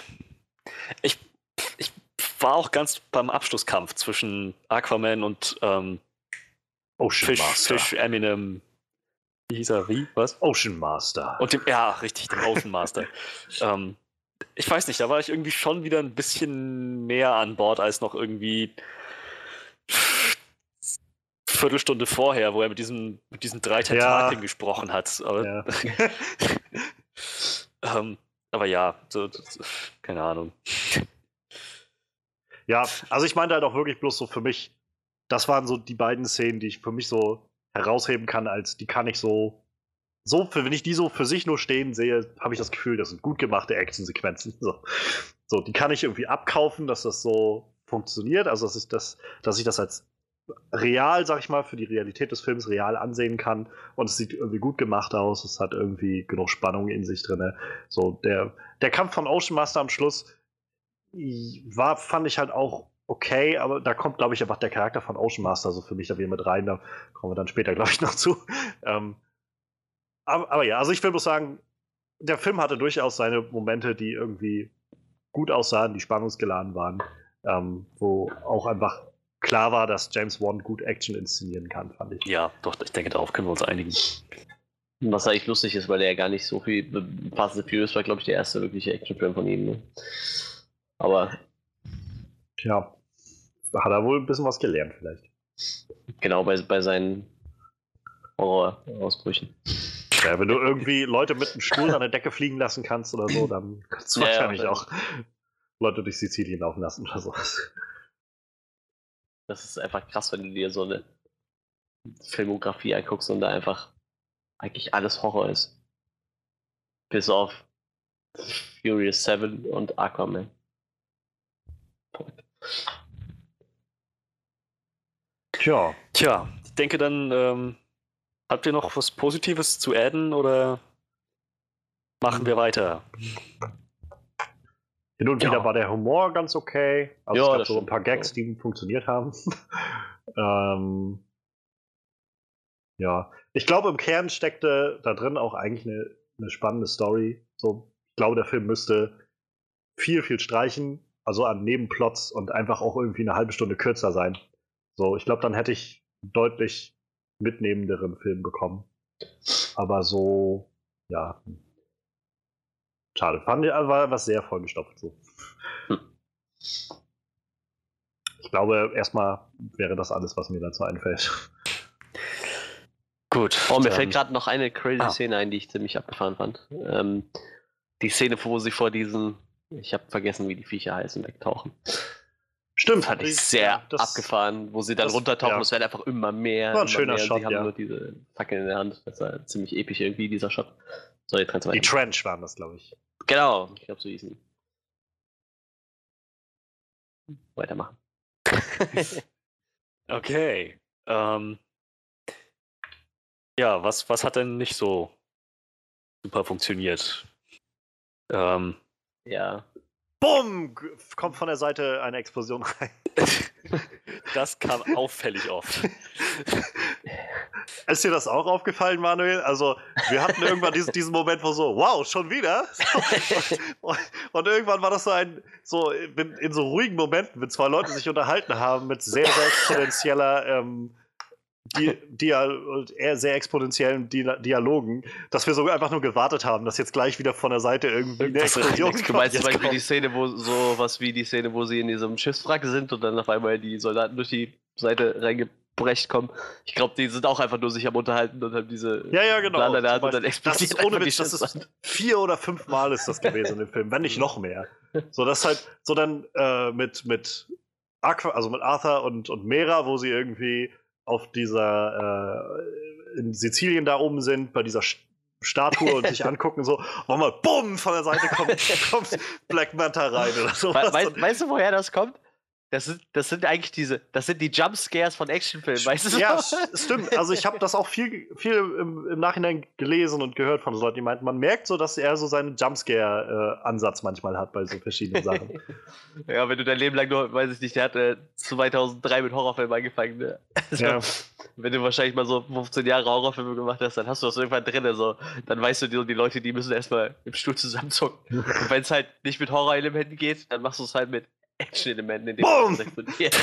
war auch ganz beim Abschlusskampf zwischen Aquaman und Ocean Master. Fish Eminem. Wie hieß er? Wie? Was? Ocean Master. Und dem Ocean Master. Ich weiß nicht, da war ich irgendwie schon wieder ein bisschen mehr an Bord als noch irgendwie Viertelstunde vorher, wo er mit diesen 3 Tentakeln gesprochen hat. Aber Ja. aber ja, keine Ahnung. Ja, also ich meinte halt auch wirklich bloß so für mich, das waren so die beiden Szenen, die ich für mich so herausheben kann, als die kann ich wenn ich die so für sich nur stehen sehe, habe ich das Gefühl, das sind gut gemachte Actionsequenzen. So, die kann ich irgendwie abkaufen, dass das so funktioniert, also dass ich das als real, sag ich mal, für die Realität des Films real ansehen kann und es sieht irgendwie gut gemacht aus, es hat irgendwie genug Spannung in sich drin. So, der Kampf von Ocean Master am Schluss fand ich halt auch okay, aber da kommt, glaube ich, einfach der Charakter von Ocean Master so für mich da wieder mit rein, da kommen wir dann später, glaube ich, noch zu. Aber ja, also ich will bloß sagen, der Film hatte durchaus seine Momente, die irgendwie gut aussahen, die spannungsgeladen waren, wo auch einfach klar war, dass James Wan gut Action inszenieren kann, fand ich. Ja, doch, ich denke, darauf können wir uns einigen. Was eigentlich lustig ist, weil er ja gar nicht so viel. Fast and Furious war, glaube ich, der erste wirkliche Actionfilm von ihm. Ne? Aber. Tja, da hat er wohl ein bisschen was gelernt, vielleicht. Genau, bei seinen Horror-Ausbrüchen. Ja, wenn du irgendwie Leute mit einem Stuhl an der Decke fliegen lassen kannst oder so, dann kannst du wahrscheinlich auch Leute durch Sizilien laufen lassen oder sowas. Das ist einfach krass, wenn du dir so eine Filmografie anguckst und da einfach eigentlich alles Horror ist. Bis auf Furious 7 und Aquaman. Tja, ich denke dann, habt ihr noch was Positives zu adden oder machen wir weiter? hin und wieder war der Humor ganz okay. Also Ja, es gab das so ein stimmt. paar Gags, die funktioniert haben. Ja, ich glaube, im Kern steckte da drin auch eigentlich eine spannende Story. So, ich glaube, der Film müsste viel streichen, also an Nebenplots und einfach auch irgendwie eine halbe Stunde kürzer sein. So, ich glaube, dann hätte ich einen deutlich mitnehmenderen Film bekommen. Aber so, ja. Schade. Fand ich, war was sehr vollgestopft so. Ich glaube, erstmal wäre das alles, was mir dazu einfällt. Gut. Oh, mir dann- fällt gerade noch eine crazy Szene ein, die ich ziemlich abgefahren fand. Die Szene, wo sie vor diesen, ich habe vergessen, wie die Viecher heißen, wegtauchen. Stimmt. Fand ich sehr abgefahren, wo sie dann das- runtertauchen, ja. es werden einfach immer mehr. War ein immer schöner mehr, und Shot, sie haben ja. nur diese Fackeln in der Hand. Das war ziemlich episch irgendwie, dieser Shot. So, jetzt kannst du Die weiter. Trench waren das, glaube ich. Genau, ich glaube, so hießen die. Weitermachen. Okay. Ja, was hat denn nicht so super funktioniert? Ja. Bumm! Kommt von der Seite eine Explosion rein. Das kam auffällig oft. Ist dir das auch aufgefallen, Manuel? Also, wir hatten irgendwann diesen Moment, wo so, wow, schon wieder? Und irgendwann war das so in so ruhigen Momenten, wenn zwei Leute sich unterhalten haben, mit sehr exponentieller sehr exponentiellen Dialogen, dass wir so einfach nur gewartet haben, dass jetzt gleich wieder von der Seite irgendwie eine Irgendwas Explosion reinkommt. Du meinst Jetzt zum Beispiel kommt- die Szene, wo sowas wie die Szene, wo sie in diesem Schiffswrack sind und dann auf einmal die Soldaten durch die Seite reingebrecht kommen. Ich glaube, die sind auch einfach nur sich am Unterhalten und haben diese Ja, genau. Plan in der Hand und dann Das explodiert ist ohne einfach die Witz, das Schiffswrack. ist 4 oder 5 Mal ist das gewesen im Film, wenn nicht noch mehr. So, das halt, so dann mit Arthur und Mera, wo sie irgendwie auf dieser in Sizilien da oben sind, bei dieser Statue und sich angucken, so, wo mal bumm, von der Seite kommt Black Manta rein oder sowas. Weißt du, woher das kommt? Das sind eigentlich das sind die Jumpscares von Actionfilmen, weißt du? Ja, stimmt. Also ich habe das auch viel im Nachhinein gelesen und gehört von so Leuten, die meinten, man merkt so, dass er so seinen Jumpscare-Ansatz manchmal hat bei so verschiedenen Sachen. Ja, wenn du dein Leben lang nur, weiß ich nicht, der hat 2003 mit Horrorfilmen angefangen, ne? Also, Ja. wenn du wahrscheinlich mal so 15 Jahre Horrorfilme gemacht hast, dann hast du das irgendwann drin, so. Dann weißt du, die Leute, die müssen erstmal im Stuhl zusammenzucken. Und wenn es halt nicht mit Horrorelementen geht, dann machst du es halt mit Action-Elementen, in Boom! es explodiert.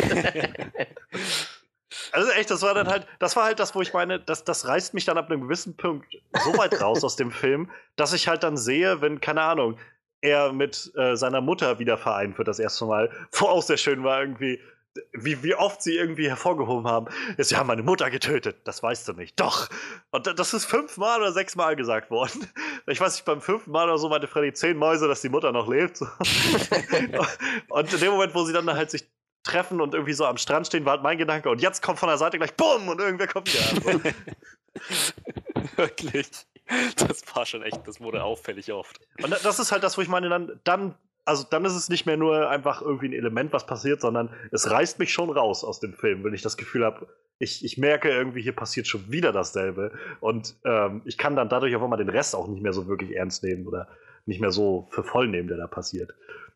Also echt, das war halt das, wo ich meine, das reißt mich dann ab einem gewissen Punkt so weit raus aus dem Film, dass ich halt dann sehe, wenn, keine Ahnung, er mit seiner Mutter wieder vereint wird das erste Mal, wo auch sehr schön war irgendwie, wie oft sie irgendwie hervorgehoben haben, sie haben meine Mutter getötet, das weißt du nicht. Doch! Und das ist 5 Mal oder 6 Mal gesagt worden. Ich weiß nicht, beim 5. Mal oder so meinte Freddy 10 Mäuse, dass die Mutter noch lebt. Und in dem Moment, wo sie dann halt sich treffen und irgendwie so am Strand stehen, war halt mein Gedanke, und jetzt kommt von der Seite gleich BUM! Und irgendwer kommt wieder an. Wirklich. Das war schon echt, das wurde auffällig oft. Und das ist halt das, wo ich meine, dann dann ist es nicht mehr nur einfach irgendwie ein Element, was passiert, sondern es reißt mich schon raus aus dem Film, wenn ich das Gefühl habe, ich merke irgendwie, hier passiert schon wieder dasselbe. Und ich kann dann dadurch auf einmal den Rest auch nicht mehr so wirklich ernst nehmen oder nicht mehr so für voll nehmen, der da passiert.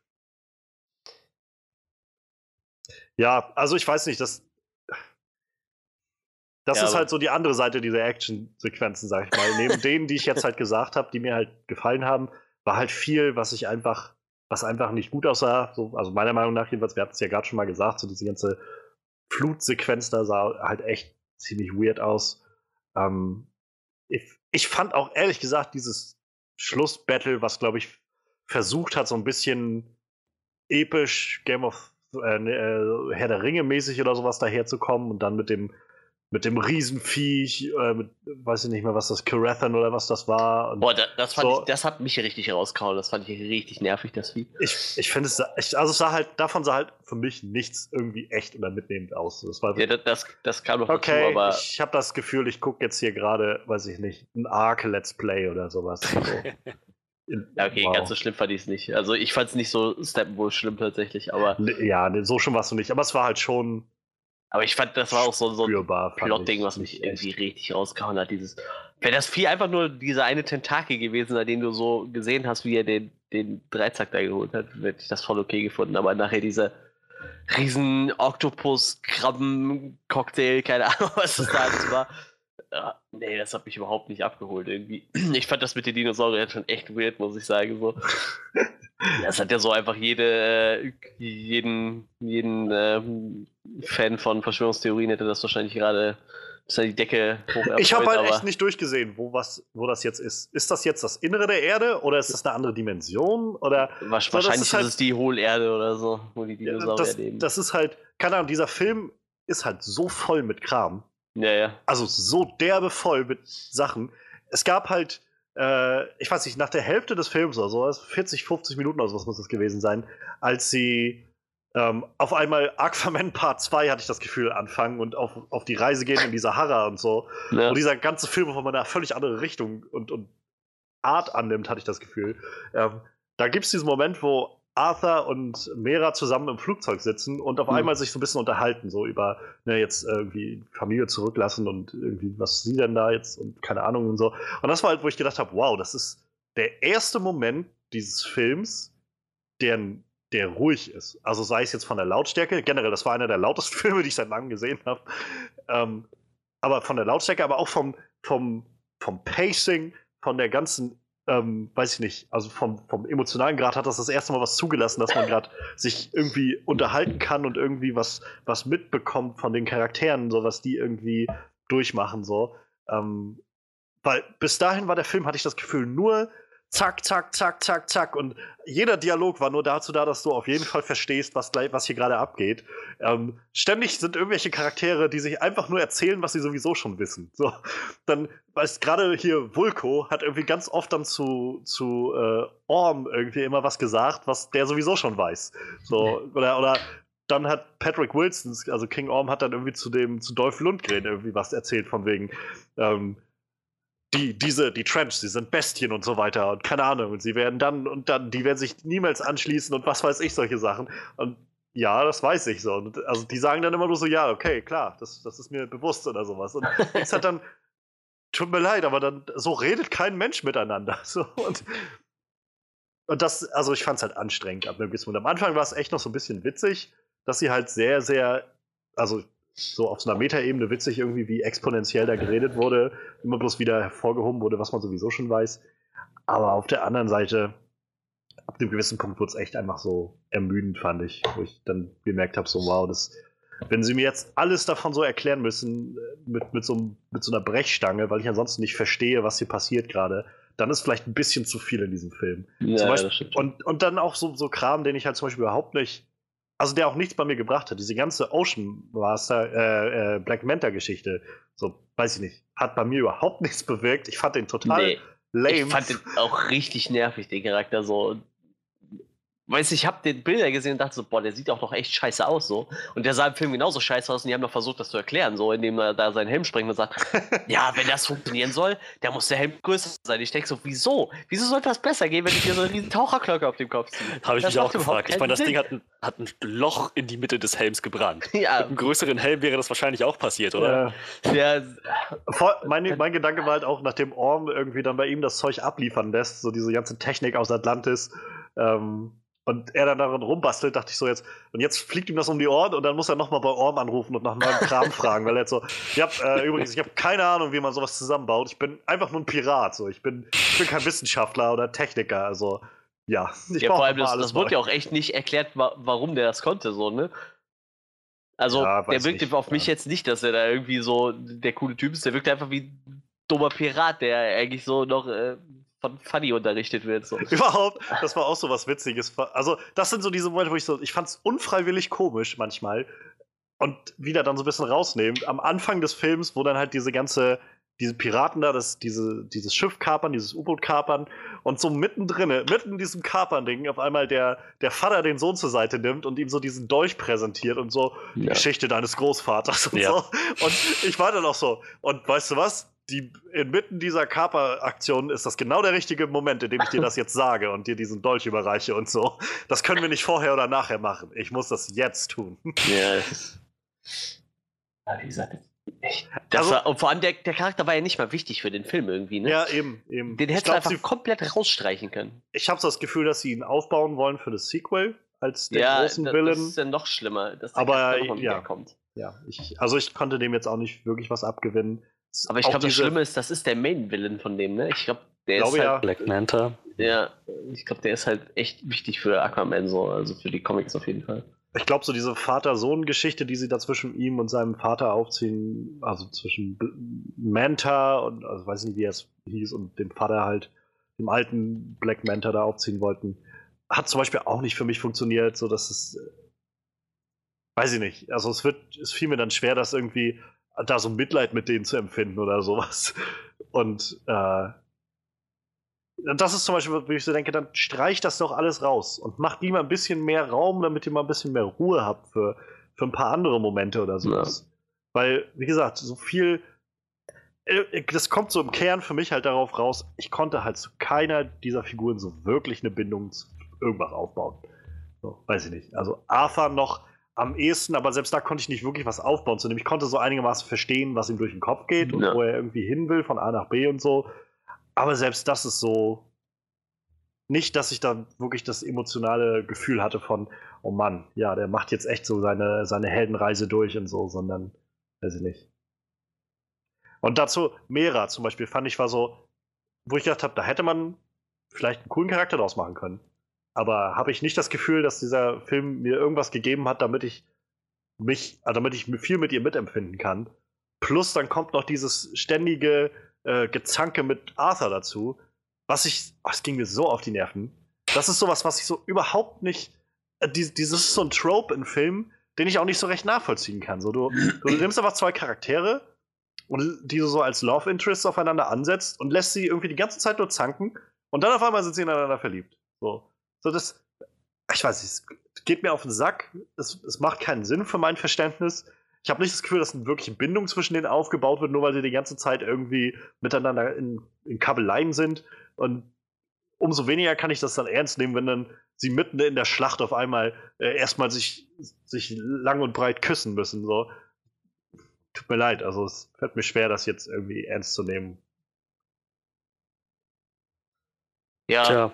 Ja, also ich weiß nicht, das ist halt so die andere Seite dieser Action-Sequenzen, sag ich mal. Neben denen, die ich jetzt halt gesagt habe, die mir halt gefallen haben, war halt viel, was einfach nicht gut aussah. So, also meiner Meinung nach jedenfalls, wir hatten es ja gerade schon mal gesagt, so diese ganze Flutsequenz da sah halt echt ziemlich weird aus. Ich fand auch ehrlich gesagt dieses Schlussbattle, was glaube ich versucht hat, so ein bisschen episch Herr der Ringe mäßig oder sowas daherzukommen und dann mit dem Riesenviech, weiß ich nicht mehr, was das, Carathan oder was das war. Und boah, das hat mich richtig rausgehauen. Das fand ich richtig nervig, das Vieh. Ich finde davon sah halt für mich nichts irgendwie echt oder mitnehmend aus. Das kam doch okay, dazu, aber ich habe das Gefühl, ich gucke jetzt hier gerade, weiß ich nicht, ein Arc-Let's Play oder sowas. So. ja, okay, ganz so schlimm fand ich es nicht. Also ich fand es nicht so Steppenwolf schlimm tatsächlich, aber ja, so schon warst du nicht. Aber es war halt schon. Aber ich fand, das war auch so ein Plot-Ding, was mich irgendwie richtig rausgehauen hat. Wäre das Vieh einfach nur dieser eine Tentakel gewesen, den du so gesehen hast, wie er den Dreizack da geholt hat, hätte ich das voll okay gefunden. Aber nachher dieser riesen Oktopus-Krabben-Cocktail, keine Ahnung, was das da alles war. Nee, das hat mich überhaupt nicht abgeholt irgendwie. Ich fand das mit den Dinosauriern schon echt weird, muss ich sagen. So. Das hat ja so einfach jeden Fan von Verschwörungstheorien hätte das wahrscheinlich gerade die Decke hoch erfreut. Ich habe halt echt nicht durchgesehen, wo das jetzt ist. Ist das jetzt das Innere der Erde oder ist das eine andere Dimension? Oder wahrscheinlich ist es die Hohlerde oder so, wo die Dinosaurier leben. Das ist halt, keine Ahnung, dieser Film ist halt so voll mit Kram. Ja. Also so derbe voll mit Sachen. Es gab halt, ich weiß nicht, nach der Hälfte des Films oder so, 40, 50 Minuten oder sowas muss das gewesen sein, als sie auf einmal Aquaman Part 2, hatte ich das Gefühl, anfangen und auf die Reise gehen in die Sahara und so. Ja. Und dieser ganze Film auf einmal eine völlig andere Richtung und Art annimmt, hatte ich das Gefühl. Da gibt es diesen Moment, wo Arthur und Mera zusammen im Flugzeug sitzen und auf einmal sich so ein bisschen unterhalten, so über jetzt irgendwie Familie zurücklassen und irgendwie, was sie denn da jetzt und keine Ahnung und so. Und das war halt, wo ich gedacht habe, wow, das ist der erste Moment dieses Films, der ruhig ist. Also sei es jetzt von der Lautstärke, generell, das war einer der lautesten Filme, die ich seit langem gesehen habe. Aber von der Lautstärke, aber auch vom Pacing, von der ganzen weiß ich nicht, also vom emotionalen Grad hat das erste Mal was zugelassen, dass man gerade sich irgendwie unterhalten kann und irgendwie was mitbekommt von den Charakteren, so was die irgendwie durchmachen, so. Weil bis dahin war der Film, hatte ich das Gefühl, nur zack, zack, zack, zack, zack. Und jeder Dialog war nur dazu da, dass du auf jeden Fall verstehst, was hier gerade abgeht. Ständig sind irgendwelche Charaktere, die sich einfach nur erzählen, was sie sowieso schon wissen. So, dann, weißt gerade hier Vulko hat irgendwie ganz oft dann zu Orm irgendwie immer was gesagt, was der sowieso schon weiß. So, oder dann hat Patrick Wilson, also King Orm, hat dann irgendwie zu Dolph Lundgren irgendwie was erzählt von wegen, die Trench, sie sind Bestien und so weiter und keine Ahnung. Und sie werden die werden sich niemals anschließen und was weiß ich, solche Sachen. Und ja, das weiß ich so. Und, also die sagen dann immer nur so, ja, okay, klar, das ist mir bewusst oder sowas. Und es hat dann, tut mir leid, aber dann, so redet kein Mensch miteinander. So, und das, also ich fand's halt anstrengend ab einem gewissen Punkt. Am Anfang war es echt noch so ein bisschen witzig, dass sie halt sehr, sehr, also so auf so einer Metaebene witzig irgendwie, wie exponentiell da geredet wurde, immer bloß wieder hervorgehoben wurde, was man sowieso schon weiß. Aber auf der anderen Seite, ab einem gewissen Punkt wurde es echt einfach so ermüdend, fand ich, wo ich dann gemerkt habe, so wow, wenn sie mir jetzt alles davon so erklären müssen, mit so einer Brechstange, weil ich ansonsten nicht verstehe, was hier passiert gerade, dann ist vielleicht ein bisschen zu viel in diesem Film. Ja, zum Beispiel, und dann auch so Kram, den ich halt zum Beispiel überhaupt nicht, also der auch nichts bei mir gebracht hat. Diese ganze Ocean Master, Black Manta-Geschichte, so, weiß ich nicht, hat bei mir überhaupt nichts bewirkt. Ich fand den total lame. Ich fand den auch richtig nervig, den Charakter so. Weißt du, ich habe den Bilder gesehen und dachte so, boah, der sieht auch doch echt scheiße aus so. Und der sah im Film genauso scheiße aus und die haben noch versucht, das zu erklären, so, indem er da seinen Helm sprengt und sagt, ja, wenn das funktionieren soll, dann muss der Helm größer sein. Ich denke so, wieso? Wieso sollte das besser gehen, wenn ich dir so eine riesen Taucherglocke auf dem Kopf ziehe? Habe ich Das mich auch macht überhaupt gefragt. Ich meine, das keinen Ding hat ein Loch in die Mitte des Helms gebrannt. Ja. Mit einem größeren Helm wäre das wahrscheinlich auch passiert, oder? Ja, Mein Gedanke war halt auch, nachdem Orm irgendwie dann bei ihm das Zeug abliefern lässt, so diese ganze Technik aus Atlantis, und er dann daran rumbastelt, dachte ich so jetzt, und jetzt fliegt ihm das um die Ohren und dann muss er nochmal bei Orm anrufen und nach neuen Kram fragen, weil er jetzt so, übrigens, ich habe keine Ahnung, wie man sowas zusammenbaut. Ich bin einfach nur ein Pirat, so. Ich bin kein Wissenschaftler oder Techniker, also ja. Vor allem, das wurde ja auch echt nicht erklärt, warum der das konnte, so, ne? Also, Ja, der wirkte auf mich jetzt nicht, dass er da irgendwie so der coole Typ ist, der wirkte einfach wie ein dummer Pirat, der eigentlich so noch von Funny unterrichtet wird. So. Überhaupt, das war auch so was Witziges. Also, das sind so diese Momente, wo ich fand es unfreiwillig komisch manchmal und wieder dann so ein bisschen rausnehmen. Am Anfang des Films, wo dann halt diese Piraten da, dieses Schiff kapern, dieses U-Boot kapern und so mitten in diesem Kapern-Ding auf einmal der Vater den Sohn zur Seite nimmt und ihm so diesen Dolch präsentiert und so die Geschichte deines Großvaters und so. Und ich war dann auch so, und weißt du was? Inmitten dieser Kaperaktion ist das genau der richtige Moment, in dem ich dir das jetzt sage und dir diesen Dolch überreiche und so. Das können wir nicht vorher oder nachher machen. Ich muss das jetzt tun. Ja, wie gesagt, und vor allem der Charakter war ja nicht mal wichtig für den Film irgendwie, ne? Ja, eben. Den hättest du einfach komplett rausstreichen können. Ich habe so das Gefühl, dass sie ihn aufbauen wollen für das Sequel als den großen Villain. Das ist ja noch schlimmer, dass der Charakter noch kommt. Ja, ich konnte dem jetzt auch nicht wirklich was abgewinnen. Aber ich glaube, das Schlimme ist, das ist der Main-Villain von dem, ne? Ich glaube, der ist halt Black Manta. Ja, ich glaube, der ist halt echt wichtig für Aquaman, so, also für die Comics auf jeden Fall. Ich glaube, so diese Vater-Sohn-Geschichte, die sie da zwischen ihm und seinem Vater aufziehen, also zwischen Manta und, also weiß nicht, wie er es hieß, und dem Vater halt, dem alten Black Manta da aufziehen wollten, hat zum Beispiel auch nicht für mich funktioniert, so dass es, weiß ich nicht, also es fiel mir dann schwer, das irgendwie da so Mitleid mit denen zu empfinden oder sowas. Und das ist zum Beispiel, wo ich so denke, dann streicht das doch alles raus und macht lieber ein bisschen mehr Raum, damit ihr mal ein bisschen mehr Ruhe habt für ein paar andere Momente oder sowas. Ja. Weil, wie gesagt, so viel, das kommt so im Kern für mich halt darauf raus, ich konnte halt zu keiner dieser Figuren so wirklich eine Bindung zu irgendwas aufbauen. So, weiß ich nicht. Also Arthur noch am ehesten, aber selbst da konnte ich nicht wirklich was aufbauen zu dem. Ich konnte so einigermaßen verstehen, was ihm durch den Kopf geht und wo er irgendwie hin will, von A nach B und so. Aber selbst das ist so nicht, dass ich da wirklich das emotionale Gefühl hatte von, oh Mann, ja, der macht jetzt echt so seine Heldenreise durch und so, sondern, weiß ich nicht. Und dazu, Mera zum Beispiel, fand ich war so, wo ich gedacht habe, da hätte man vielleicht einen coolen Charakter draus machen können. Aber habe ich nicht das Gefühl, dass dieser Film mir irgendwas gegeben hat, damit ich viel mit ihr mitempfinden kann. Plus dann kommt noch dieses ständige Gezanke mit Arthur dazu, es ging mir so auf die Nerven. Das ist sowas, was ich so überhaupt nicht, dieses ist so ein Trope in Filmen, den ich auch nicht so recht nachvollziehen kann. So, du nimmst einfach zwei Charaktere und die du so als Love Interests aufeinander ansetzt und lässt sie irgendwie die ganze Zeit nur zanken und dann auf einmal sind sie ineinander verliebt. So das, ich weiß nicht, es geht mir auf den Sack, es macht keinen Sinn für mein Verständnis. Ich habe nicht das Gefühl, dass eine wirkliche Bindung zwischen denen aufgebaut wird, nur weil sie die ganze Zeit irgendwie miteinander in Kabeleien sind. Und umso weniger kann ich das dann ernst nehmen, wenn dann sie mitten in der Schlacht auf einmal erstmal sich lang und breit küssen müssen. So. Tut mir leid, also es fällt mir schwer, das jetzt irgendwie ernst zu nehmen. Ja. Tja.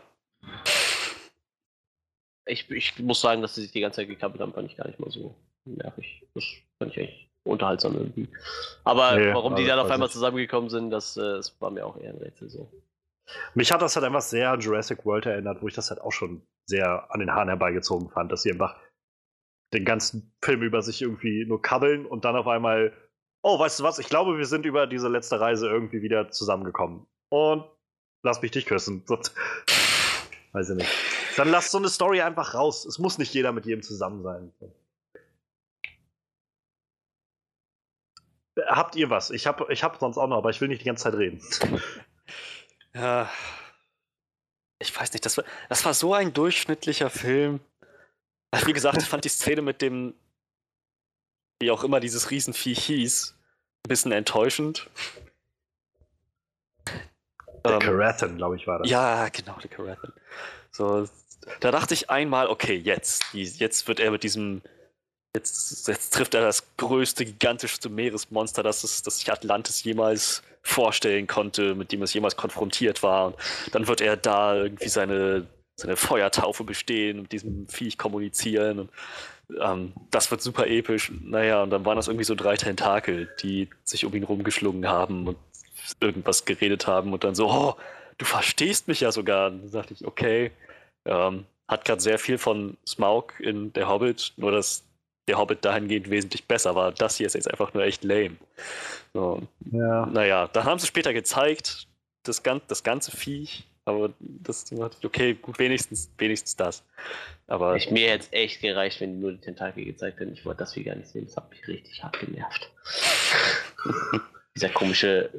Ich muss sagen, dass sie sich die ganze Zeit gekappelt haben, fand ich gar nicht mal so nervig. Das fand ich echt unterhaltsam irgendwie. Aber warum die dann auf einmal zusammengekommen sind, das war mir auch eher ein Rätsel so. Mich hat das halt einfach sehr an Jurassic World erinnert, wo ich das halt auch schon sehr an den Haaren herbeigezogen fand, dass sie einfach den ganzen Film über sich irgendwie nur kabbeln und dann auf einmal, oh, weißt du was, ich glaube, wir sind über diese letzte Reise irgendwie wieder zusammengekommen. Und lass mich dich küssen. Weiß ich nicht. Dann lass so eine Story einfach raus. Es muss nicht jeder mit jedem zusammen sein. Habt ihr was? Ich hab sonst auch noch, aber ich will nicht die ganze Zeit reden. Ja. ich weiß nicht, das war so ein durchschnittlicher Film. Wie gesagt, ich fand die Szene mit dem, wie auch immer dieses Riesenviech hieß, ein bisschen enttäuschend. Der Karathan, glaube ich, war das. Ja, genau, der Karathan. So, da dachte ich einmal, okay, jetzt wird er mit diesem, jetzt trifft er das größte, gigantischste Meeresmonster, das sich Atlantis jemals vorstellen konnte, mit dem es jemals konfrontiert war. Und dann wird er da irgendwie seine Feuertaufe bestehen und mit diesem Viech kommunizieren. Und das wird super episch. Naja, und dann waren das irgendwie so 3 Tentakel, die sich um ihn rumgeschlungen haben und irgendwas geredet haben und dann so, oh, du verstehst mich ja sogar. Und dann dachte ich, okay, hat gerade sehr viel von Smaug in Der Hobbit, nur dass der Hobbit dahingehend wesentlich besser war. Das hier ist jetzt einfach nur echt lame. So, Ja. naja, dann haben sie später gezeigt, das ganze Viech, aber das dachte ich, okay, gut, wenigstens das. Aber Mir hätte es echt gereicht, wenn die nur die Tentakel gezeigt hätten. Ich wollte das Vieh gar nicht sehen. Das hat mich richtig hart genervt. Dieser komische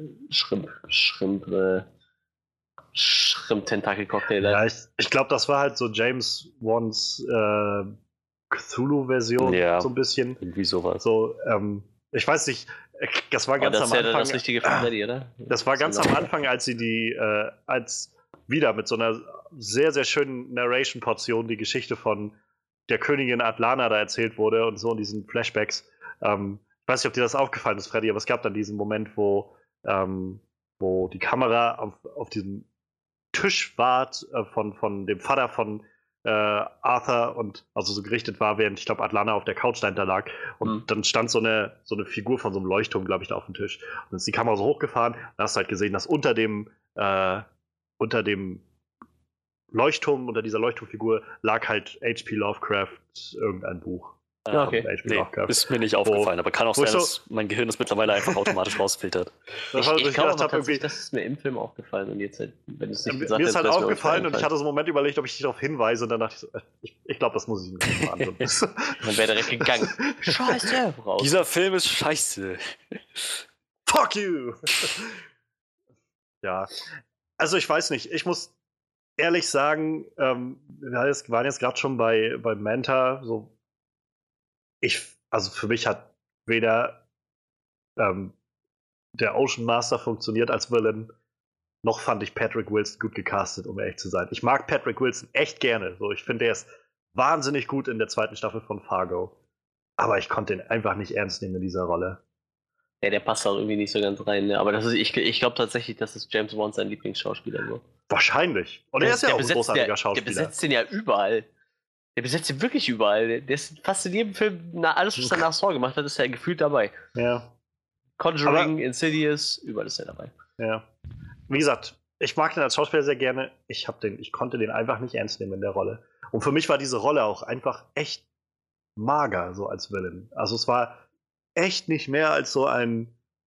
Shrimp-Tentakel-Cocktail. Ja, ich glaube, das war halt so James Wans Cthulhu-Version, Ja. so ein bisschen. irgendwie sowas. So, ich weiß nicht, das war ganz das am ist ja dann Anfang. das richtige Freddy, oder? Das war ganz am Anfang, als sie als wieder mit so einer sehr, sehr schönen Narration-Portion die Geschichte von der Königin Atlana da erzählt wurde und so in diesen Flashbacks. Ich weiß nicht, ob dir das aufgefallen ist, Freddy, aber es gab dann diesen Moment, wo die Kamera auf diesem Tisch war von dem Vater von Arthur und also so gerichtet war, während ich glaube Atlana auf der Couch dahinter lag und dann stand so eine Figur von so einem Leuchtturm, glaube ich, da auf dem Tisch und dann ist die Kamera so hochgefahren, da hast du halt gesehen, dass unter dem Leuchtturm, unter dieser Leuchtturmfigur lag halt H.P. Lovecraft irgendein Buch. Ja, okay. H.P. Nee, Lovecraft. ist mir nicht aufgefallen, aber kann auch wo sein, ich dass mein Gehirn das mittlerweile einfach automatisch rausfiltert. Das war, Ich glaube gedacht hab, irgendwie, das ist mir im Film aufgefallen und jetzt, halt, wenn du es nicht gesagt mir ist hättest, halt wär's mir aufgefallen und ich eingefallen. hatte so einen Moment überlegt, ob ich dich darauf hinweise und dann dachte ich so, ich glaube, das muss ich nicht mal antun. Dann wäre direkt gegangen. Scheiße, raus. Dieser Film ist scheiße. Fuck you! Ja, also ich weiß nicht, ich muss ehrlich sagen, wir waren jetzt gerade schon bei Manta, so also für mich hat weder der Ocean Master funktioniert als Villain, noch fand ich Patrick Wilson gut gecastet, um ehrlich zu sein. Ich mag Patrick Wilson echt gerne. So, ich finde, er ist wahnsinnig gut in der 2. Staffel von Fargo. Aber ich konnte ihn einfach nicht ernst nehmen in dieser Rolle. Ja, der passt auch irgendwie nicht so ganz rein. Ne? Aber ich glaube tatsächlich, dass es James Wan sein Lieblingsschauspieler wird. Wahrscheinlich. Und er ist ja auch ein großartiger Schauspieler. Der besetzt den ja überall. Der besetzt ihn wirklich überall. Der ist fast in jedem Film, alles, was er nach Saw gemacht hat, ist er gefühlt dabei. Ja. Conjuring, Insidious, überall ist er dabei. Ja. Wie gesagt, ich mag den als Schauspieler sehr gerne. Ich konnte den einfach nicht ernst nehmen in der Rolle. Und für mich war diese Rolle auch einfach echt mager, so als Villain. Also es war echt nicht mehr als so ein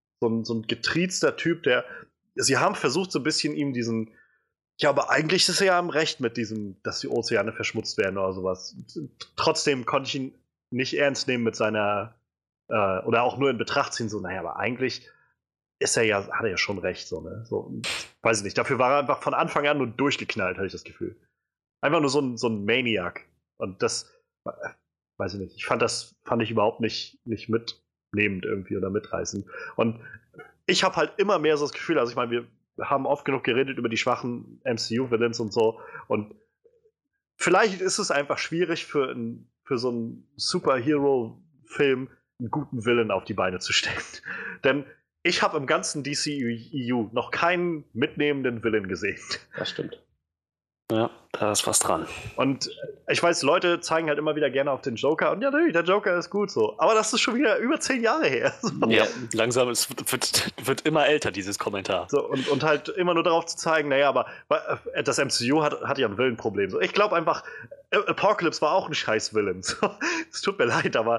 getriezter Typ, sie haben versucht, so ein bisschen ihm diesen, ja, aber eigentlich ist er ja am Recht mit diesem, dass die Ozeane verschmutzt werden oder sowas. Trotzdem konnte ich ihn nicht ernst nehmen mit seiner, oder auch nur in Betracht ziehen, so, naja, aber eigentlich hat er ja schon recht, so, ne? So, weiß ich nicht. Dafür war er einfach von Anfang an nur durchgeknallt, hatte ich das Gefühl. Einfach nur so ein Maniac. Und das, weiß ich nicht, fand ich überhaupt nicht mitnehmend irgendwie oder mitreißend. Und ich habe halt immer mehr so das Gefühl, also ich meine, wir haben oft genug geredet über die schwachen MCU-Villains und so. Und vielleicht ist es einfach schwierig für so einen Superhero-Film einen guten Villain auf die Beine zu stellen. Denn ich habe im ganzen DCEU noch keinen mitnehmenden Villain gesehen. Das stimmt. Ja, da ist was dran. Und ich weiß, Leute zeigen halt immer wieder gerne auf den Joker und ja, der Joker ist gut so. Aber das ist schon wieder über 10 Jahre her. Ja, langsam wird immer älter, dieses Kommentar. So, und halt immer nur darauf zu zeigen, naja, aber das MCU hat ja ein Villenproblem. So, ich glaube einfach, Apocalypse war auch ein scheiß Villain. So, es tut mir leid, aber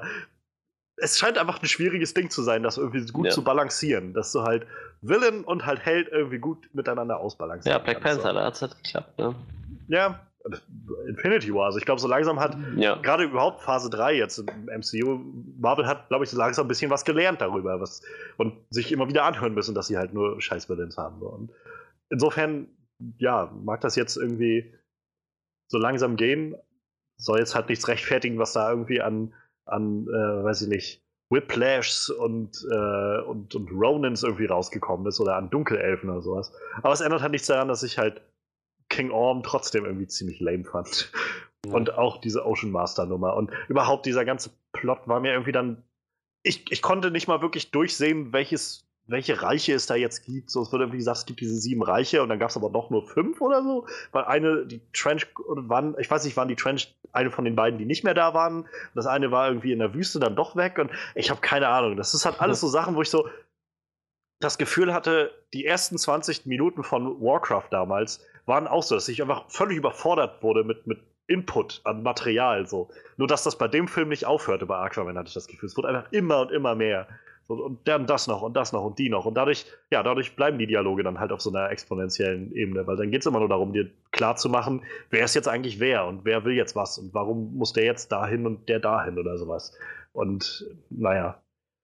es scheint einfach ein schwieriges Ding zu sein, das irgendwie gut zu balancieren. Dass du halt Villain und halt Held irgendwie gut miteinander ausbalancieren. Ja, Black Panther, da hat es halt geklappt, ne? Ja, Infinity War. Also ich glaube, so langsam hat gerade überhaupt Phase 3 jetzt im MCU, Marvel hat, glaube ich, so langsam ein bisschen was gelernt darüber und sich immer wieder anhören müssen, dass sie halt nur scheiß Villains haben. So. Und insofern ja, mag das jetzt irgendwie so langsam gehen. Soll jetzt halt nichts rechtfertigen, was da irgendwie an weiß ich nicht, Whiplashs und Ronins irgendwie rausgekommen ist oder an Dunkelelfen oder sowas. Aber es ändert halt nichts daran, dass ich halt King Orm trotzdem irgendwie ziemlich lame fand. Ja. Und auch diese Ocean Master Nummer. Und überhaupt dieser ganze Plot war mir irgendwie dann. Ich konnte nicht mal wirklich durchsehen, welche Reiche es da jetzt gibt. So, es wurde irgendwie gesagt, es gibt diese 7 Reiche und dann gab es aber doch nur 5 oder so. Weil die Trench, ich weiß nicht, waren die Trench eine von den beiden, die nicht mehr da waren. Das eine war irgendwie in der Wüste dann doch weg und ich habe keine Ahnung. Das ist halt alles so Sachen, wo ich so das Gefühl hatte, die ersten 20 Minuten von Warcraft damals waren auch so, dass ich einfach völlig überfordert wurde mit Input an Material. So. Nur, dass das bei dem Film nicht aufhörte bei Aquaman, hatte ich das Gefühl. Es wurde einfach immer und immer mehr. So, und dann das noch und das noch und die noch. Und dadurch bleiben die Dialoge dann halt auf so einer exponentiellen Ebene, weil dann geht es immer nur darum, dir klarzumachen, wer ist jetzt eigentlich wer und wer will jetzt was und warum muss der jetzt dahin und der dahin oder sowas. Und naja.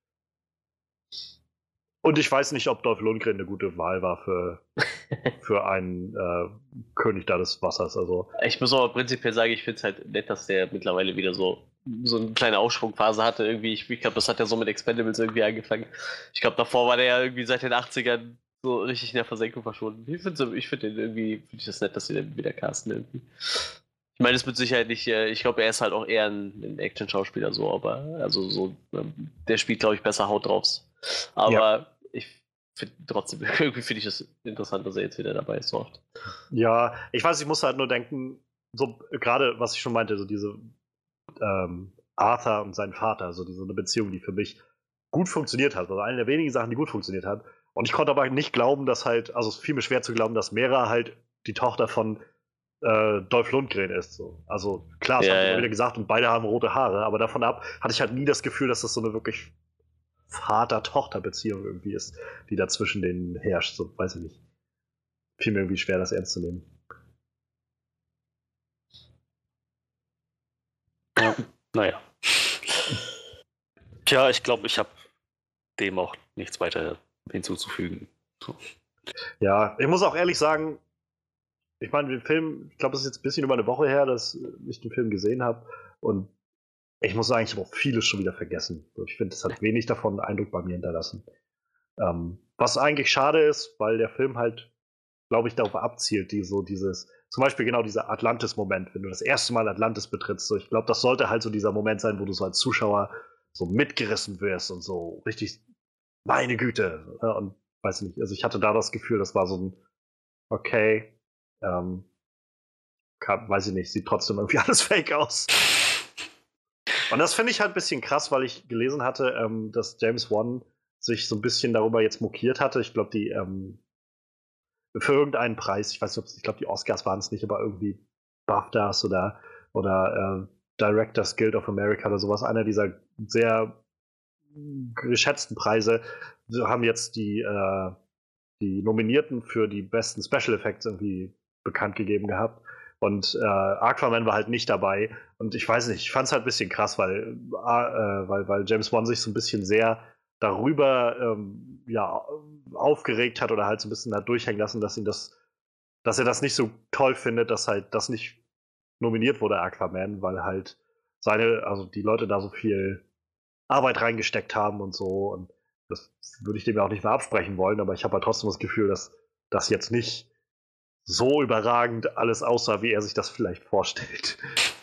Und ich weiß nicht, ob Dolph Lundgren eine gute Wahl war für einen König da des Wassers. Also. Ich muss aber prinzipiell sagen, ich finde es halt nett, dass der mittlerweile wieder so eine kleine Aufschwungphase hatte. Irgendwie, ich glaube, das hat ja so mit Expendables irgendwie angefangen. Ich glaube, davor war der ja irgendwie seit den 80ern so richtig in der Versenkung verschwunden. Ich finde den irgendwie, finde ich das nett, dass sie den wieder casten irgendwie. Ich meine, es mit Sicherheit nicht, ich glaube, er ist halt auch eher ein Action-Schauspieler so, aber also so, der spielt, glaube ich, besser Haut drauf. Aber ich finde trotzdem, irgendwie finde ich es interessant, dass er jetzt wieder dabei ist so oft. Ja, ich weiß, ich muss halt nur denken, so gerade, was ich schon meinte, so diese Arthur und sein Vater, so eine Beziehung, die für mich gut funktioniert hat, also eine der wenigen Sachen, die gut funktioniert hat. Und ich konnte aber nicht glauben, dass halt, also es fiel mir schwer zu glauben, dass Mera halt die Tochter von Dolph Lundgren ist. So. Also klar, das haben wir wieder gesagt und beide haben rote Haare, aber davon ab hatte ich halt nie das Gefühl, dass das so eine wirklich Vater-Tochter-Beziehung irgendwie ist, die da zwischen denen herrscht. So, weiß ich nicht. Fiel mir irgendwie schwer, das ernst zu nehmen. Ja, naja. Tja, ich glaube, ich habe dem auch nichts weiter hinzuzufügen. So. Ja, ich muss auch ehrlich sagen, ich meine, den Film, ich glaube, es ist jetzt ein bisschen über eine Woche her, dass ich den Film gesehen habe und ich muss sagen, ich habe auch vieles schon wieder vergessen. Ich finde, es hat wenig davon Eindruck bei mir hinterlassen. Was eigentlich schade ist, weil der Film halt, glaube ich, darauf abzielt, zum Beispiel genau dieser Atlantis-Moment, wenn du das erste Mal Atlantis betrittst. So, ich glaube, das sollte halt so dieser Moment sein, wo du so als Zuschauer so mitgerissen wirst und so richtig, meine Güte. Und weiß nicht, also ich hatte da das Gefühl, das war so ein, okay, weiß ich nicht, sieht trotzdem irgendwie alles fake aus. Und das finde ich halt ein bisschen krass, weil ich gelesen hatte, dass James Wan sich so ein bisschen darüber jetzt mokiert hatte. Ich glaube, die für irgendeinen Preis, ich weiß nicht, ich glaube, die Oscars waren es nicht, aber irgendwie BAFTAs oder Directors Guild of America oder sowas, einer dieser sehr geschätzten Preise, haben jetzt die Nominierten für die besten Special Effects irgendwie bekannt gegeben gehabt. Und Aquaman war halt nicht dabei. Und ich weiß nicht, ich fand es halt ein bisschen krass, weil James Wan sich so ein bisschen sehr darüber aufgeregt hat oder halt so ein bisschen hat durchhängen lassen, dass er das nicht so toll findet, dass halt das nicht nominiert wurde, Aquaman, weil halt die Leute da so viel Arbeit reingesteckt haben und so. Und das würde ich dem ja auch nicht mehr absprechen wollen, aber ich habe halt trotzdem das Gefühl, dass das jetzt nicht so überragend alles aussah, wie er sich das vielleicht vorstellt.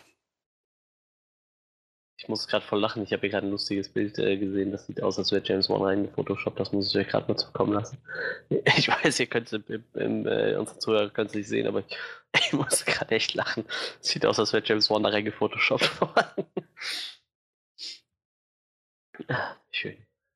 Ich muss gerade voll lachen. Ich habe hier gerade ein lustiges Bild gesehen. Das sieht aus, als wäre James Wan reingefotoshoppt. Das muss ich euch gerade mal zukommen lassen. Ich weiß, ihr könnt es unsere Zuhörer können es nicht sehen, aber ich muss gerade echt lachen. Es sieht aus, als wäre James Wan da reingefotoshoppt worden. Schön.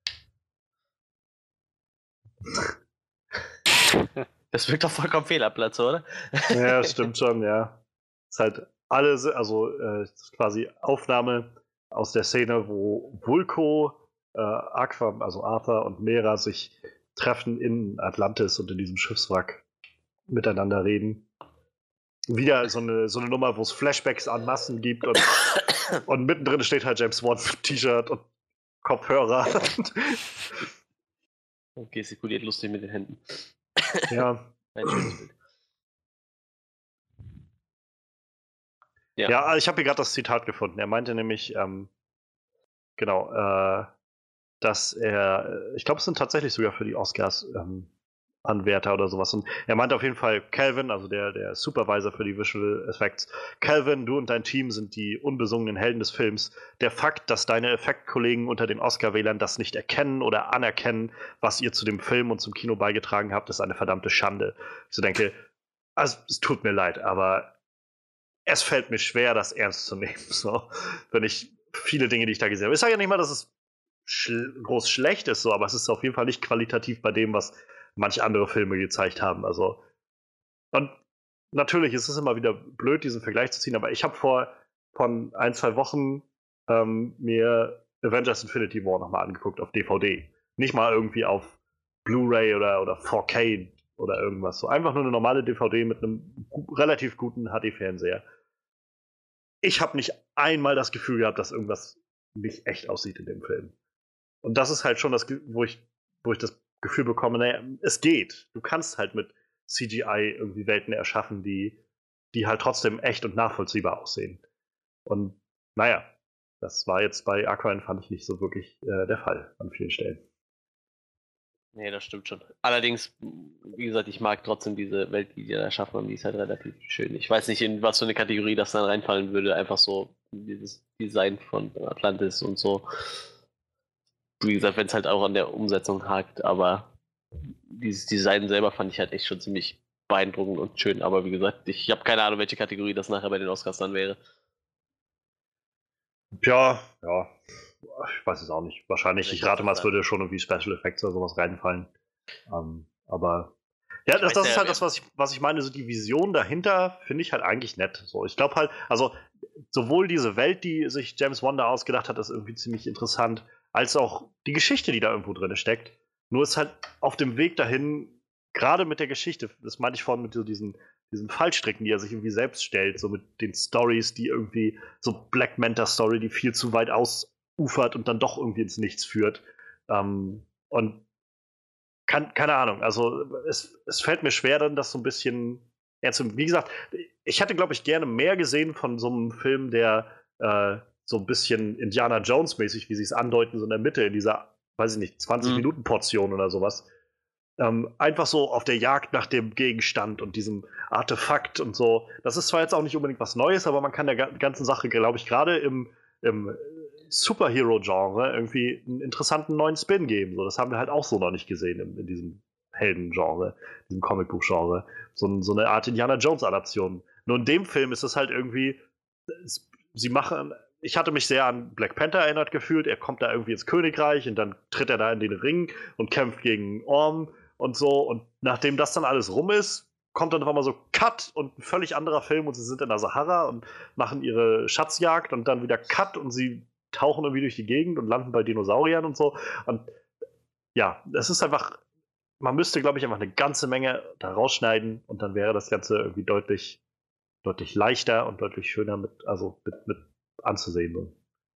Das wirkt doch vollkommen fehl am Platz, oder? Ja, stimmt schon, ja. Es ist halt quasi Aufnahme aus der Szene, wo Vulko, Arthur und Mera sich treffen in Atlantis und in diesem Schiffswrack miteinander reden. Wieder so eine Nummer, wo es Flashbacks an Massen gibt und mittendrin steht halt James Wan mit T-Shirt und Kopfhörer. Und gestikuliert lustig mit den Händen. Ja. Ein schönes Bild. Ja, ich habe hier gerade das Zitat gefunden. Er meinte nämlich, genau, dass ich glaube, es sind tatsächlich sogar für die Oscars Anwärter oder sowas. Und er meinte auf jeden Fall, Calvin, also der Supervisor für die Visual Effects, Calvin, du und dein Team sind die unbesungenen Helden des Films. Der Fakt, dass deine Effektkollegen unter den Oscar-Wählern das nicht erkennen oder anerkennen, was ihr zu dem Film und zum Kino beigetragen habt, ist eine verdammte Schande. Ich so denke, also, es tut mir leid, aber es fällt mir schwer, das ernst zu nehmen. So, wenn ich viele Dinge, die ich da gesehen habe. Ich sage ja nicht mal, dass es groß schlecht ist, so, aber es ist auf jeden Fall nicht qualitativ bei dem, was manche andere Filme gezeigt haben. Also, und natürlich ist es immer wieder blöd, diesen Vergleich zu ziehen, aber ich habe von 1, 2 Wochen mir Avengers Infinity War nochmal angeguckt auf DVD. Nicht mal irgendwie auf Blu-ray oder 4K oder irgendwas. So einfach nur eine normale DVD mit einem relativ guten HD-Fernseher. Ich habe nicht einmal das Gefühl gehabt, dass irgendwas nicht echt aussieht in dem Film. Und das ist halt schon das, wo ich das Gefühl bekomme, naja, es geht. Du kannst halt mit CGI irgendwie Welten erschaffen, die halt trotzdem echt und nachvollziehbar aussehen. Und naja, das war jetzt bei Aquaman, fand ich nicht so wirklich der Fall an vielen Stellen. Nee, das stimmt schon. Allerdings, wie gesagt, ich mag trotzdem diese Welt, die die da erschaffen haben, die ist halt relativ schön. Ich weiß nicht, in was für eine Kategorie das dann reinfallen würde, einfach so dieses Design von Atlantis und so. Wie gesagt, wenn es halt auch an der Umsetzung hakt, aber dieses Design selber fand ich halt echt schon ziemlich beeindruckend und schön. Aber wie gesagt, ich habe keine Ahnung, welche Kategorie das nachher bei den Oscars dann wäre. Ja, ich weiß es auch nicht. Wahrscheinlich, ich rate mal, es würde schon irgendwie Special Effects oder sowas reinfallen. Aber ja, das ist halt das, was ich meine. So die Vision dahinter finde ich halt eigentlich nett. So, ich glaube halt, also sowohl diese Welt, die sich James Wan da ausgedacht hat, ist irgendwie ziemlich interessant, als auch die Geschichte, die da irgendwo drin steckt. Nur ist halt auf dem Weg dahin, gerade mit der Geschichte, das meinte ich vorhin mit so diesen Fallstricken, die er sich irgendwie selbst stellt, so mit den Stories, die irgendwie, so Black Manta Story, die viel zu weit ausufert und dann doch irgendwie ins Nichts führt. Und keine Ahnung, also es fällt mir schwer, dann das so ein bisschen ernst zu nehmen. Wie gesagt, ich hätte, glaube ich, gerne mehr gesehen von so einem Film, der so ein bisschen Indiana Jones-mäßig, wie sie es andeuten, so in der Mitte, in dieser, weiß ich nicht, 20-Minuten-Portion oder sowas. Einfach so auf der Jagd nach dem Gegenstand und diesem Artefakt und so. Das ist zwar jetzt auch nicht unbedingt was Neues, aber man kann der ganzen Sache, glaube ich, gerade im Superhero-Genre irgendwie einen interessanten neuen Spin geben. So, das haben wir halt auch so noch nicht gesehen in diesem Helden-Genre, diesem Comicbuch-Genre. So eine Art Indiana Jones-Adaption. Nur in dem Film ist es halt irgendwie, sie machen, ich hatte mich sehr an Black Panther erinnert gefühlt. Er kommt da irgendwie ins Königreich und dann tritt er da in den Ring und kämpft gegen Orm und so. Und nachdem das dann alles rum ist, kommt dann auf einmal so Cut und ein völlig anderer Film und sie sind in der Sahara und machen ihre Schatzjagd und dann wieder Cut und sie tauchen irgendwie durch die Gegend und landen bei Dinosauriern und so. Und ja, es ist einfach, man müsste, glaube ich, einfach eine ganze Menge da rausschneiden und dann wäre das Ganze irgendwie deutlich leichter und deutlich schöner mit anzusehen.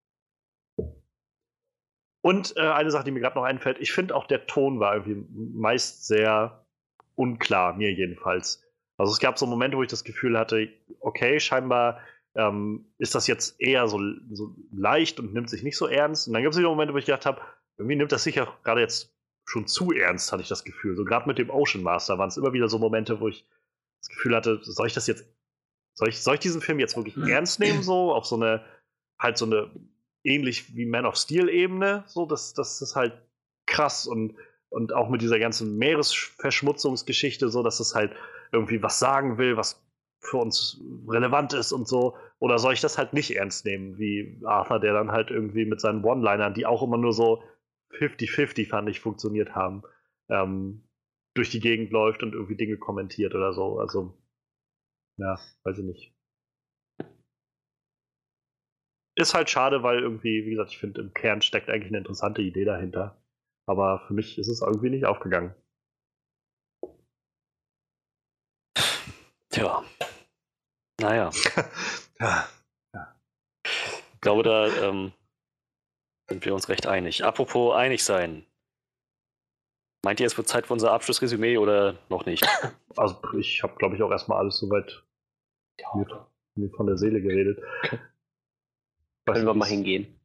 Und eine Sache, die mir gerade noch einfällt, ich finde auch der Ton war irgendwie meist sehr unklar, mir jedenfalls. Also es gab so Momente, wo ich das Gefühl hatte, okay, scheinbar ist das jetzt eher so leicht und nimmt sich nicht so ernst. Und dann gibt es wieder Momente, wo ich gedacht habe, irgendwie nimmt das sich ja gerade jetzt schon zu ernst, hatte ich das Gefühl. So gerade mit dem Ocean Master waren es immer wieder so Momente, wo ich das Gefühl hatte, soll ich diesen Film jetzt wirklich ernst nehmen, so auf so eine ähnlich wie Man of Steel Ebene, so das ist halt krass und auch mit dieser ganzen Meeresverschmutzungsgeschichte, so dass es halt irgendwie was sagen will, was für uns relevant ist und so. Oder soll ich das halt nicht ernst nehmen, wie Arthur, der dann halt irgendwie mit seinen One-Linern, die auch immer nur so 50-50, fand ich, funktioniert haben, durch die Gegend läuft und irgendwie Dinge kommentiert oder so. Also, ja, weiß ich nicht. Ist halt schade, weil irgendwie, wie gesagt, ich finde, im Kern steckt eigentlich eine interessante Idee dahinter. Aber für mich ist es irgendwie nicht aufgegangen. Tja. Naja. Ja. Ich glaube, da sind wir uns recht einig. Apropos einig sein. Meint ihr, es wird Zeit für unser Abschlussresümee oder noch nicht? Also ich habe, glaube ich, auch erstmal alles soweit. mir von der Seele geredet. Können wir mal hingehen.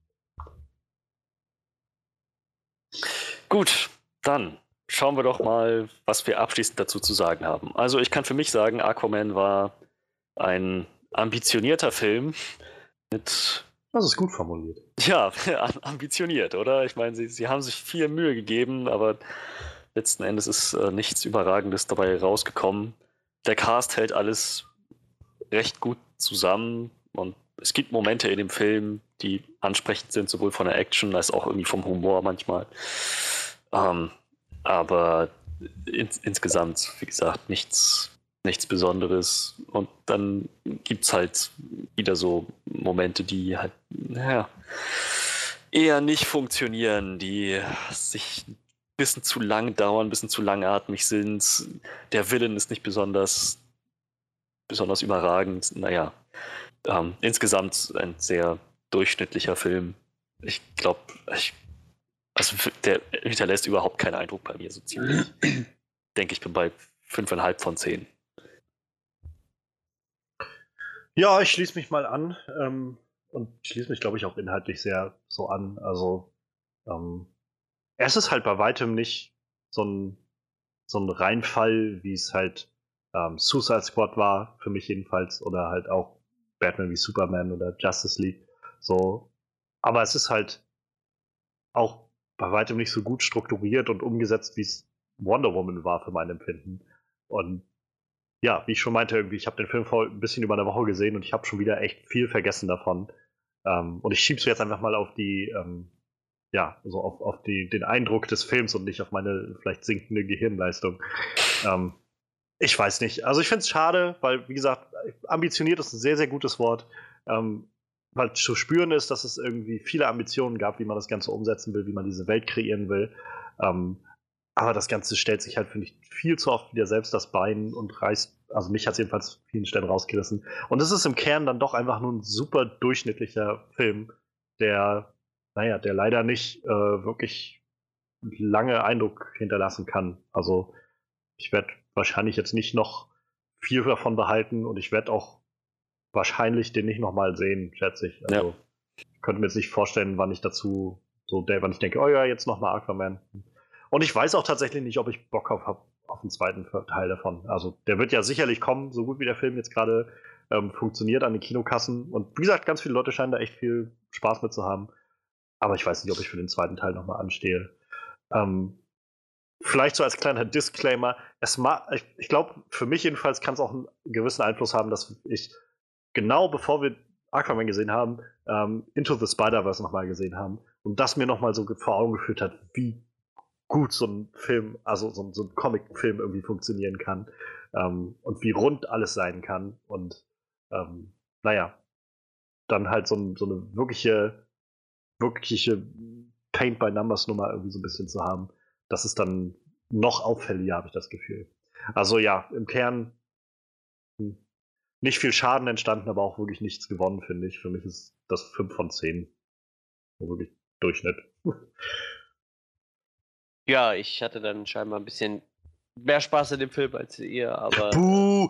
Gut, dann schauen wir doch mal, was wir abschließend dazu zu sagen haben. Also ich kann für mich sagen, Aquaman war ein ambitionierter Film mit... Das ist gut formuliert. Ja, ambitioniert, oder? Ich meine, sie haben sich viel Mühe gegeben, aber letzten Endes ist nichts Überragendes dabei rausgekommen. Der Cast hält alles recht gut zusammen und es gibt Momente in dem Film, die ansprechend sind, sowohl von der Action als auch irgendwie vom Humor manchmal. Aber insgesamt, wie gesagt, nichts Besonderes. Und dann gibt es halt wieder so Momente, die halt eher nicht funktionieren, die sich ein bisschen zu lang dauern, ein bisschen zu langatmig sind. Der Villain ist nicht besonders überragend. Naja, insgesamt ein sehr durchschnittlicher Film. Ich glaube, der hinterlässt überhaupt keinen Eindruck bei mir, so ziemlich. Ich denke, ich bin bei 5,5 von 10. Ja, ich schließe mich mal an und schließe mich, glaube ich, auch inhaltlich sehr so an. Also, es ist halt bei weitem nicht so ein Reinfall, wie es halt Suicide Squad war, für mich jedenfalls, oder halt auch Batman wie Superman oder Justice League. So. Aber es ist halt auch bei weitem nicht so gut strukturiert und umgesetzt, wie es Wonder Woman war für mein Empfinden. Und ja, wie ich schon meinte, irgendwie, ich habe den Film vor ein bisschen über eine Woche gesehen und ich habe schon wieder echt viel vergessen davon. Und ich schieb's jetzt einfach mal auf die, auf den Eindruck des Films und nicht auf meine vielleicht sinkende Gehirnleistung. Ich weiß nicht. Also ich finde es schade, weil, wie gesagt, ambitioniert ist ein sehr, sehr gutes Wort. Weil zu spüren ist, dass es irgendwie viele Ambitionen gab, wie man das Ganze umsetzen will, wie man diese Welt kreieren will. Aber das Ganze stellt sich halt, finde ich, viel zu oft wieder selbst das Bein und reißt, also mich hat es jedenfalls vielen Stellen rausgerissen. Und es ist im Kern dann doch einfach nur ein super durchschnittlicher Film, der leider nicht wirklich lange Eindruck hinterlassen kann. Also ich werde wahrscheinlich jetzt nicht noch viel davon behalten und ich werde auch wahrscheinlich den nicht nochmal sehen, schätze ich. Also ich könnte mir jetzt nicht vorstellen, wann ich wann ich denke, oh ja, jetzt nochmal Aquaman. Und ich weiß auch tatsächlich nicht, ob ich Bock habe auf den zweiten Teil davon. Also der wird ja sicherlich kommen, so gut wie der Film jetzt gerade funktioniert an den Kinokassen. Und wie gesagt, ganz viele Leute scheinen da echt viel Spaß mit zu haben. Aber ich weiß nicht, ob ich für den zweiten Teil nochmal anstehe. Vielleicht so als kleiner Disclaimer, ich glaube, für mich jedenfalls kann es auch einen gewissen Einfluss haben, dass ich genau bevor wir Aquaman gesehen haben, Into the Spider-Verse nochmal gesehen haben und das mir nochmal so vor Augen geführt hat, wie gut so ein Film, also so ein Comic-Film irgendwie funktionieren kann und wie rund alles sein kann und dann halt so eine wirkliche Paint-by-Numbers-Nummer irgendwie so ein bisschen zu haben, das ist dann noch auffälliger, habe ich das Gefühl. Also ja, im Kern nicht viel Schaden entstanden, aber auch wirklich nichts gewonnen, finde ich. Für mich ist das 5 von 10. Wirklich Durchschnitt. Ja, ich hatte dann scheinbar ein bisschen mehr Spaß in dem Film als ihr, aber. Buh!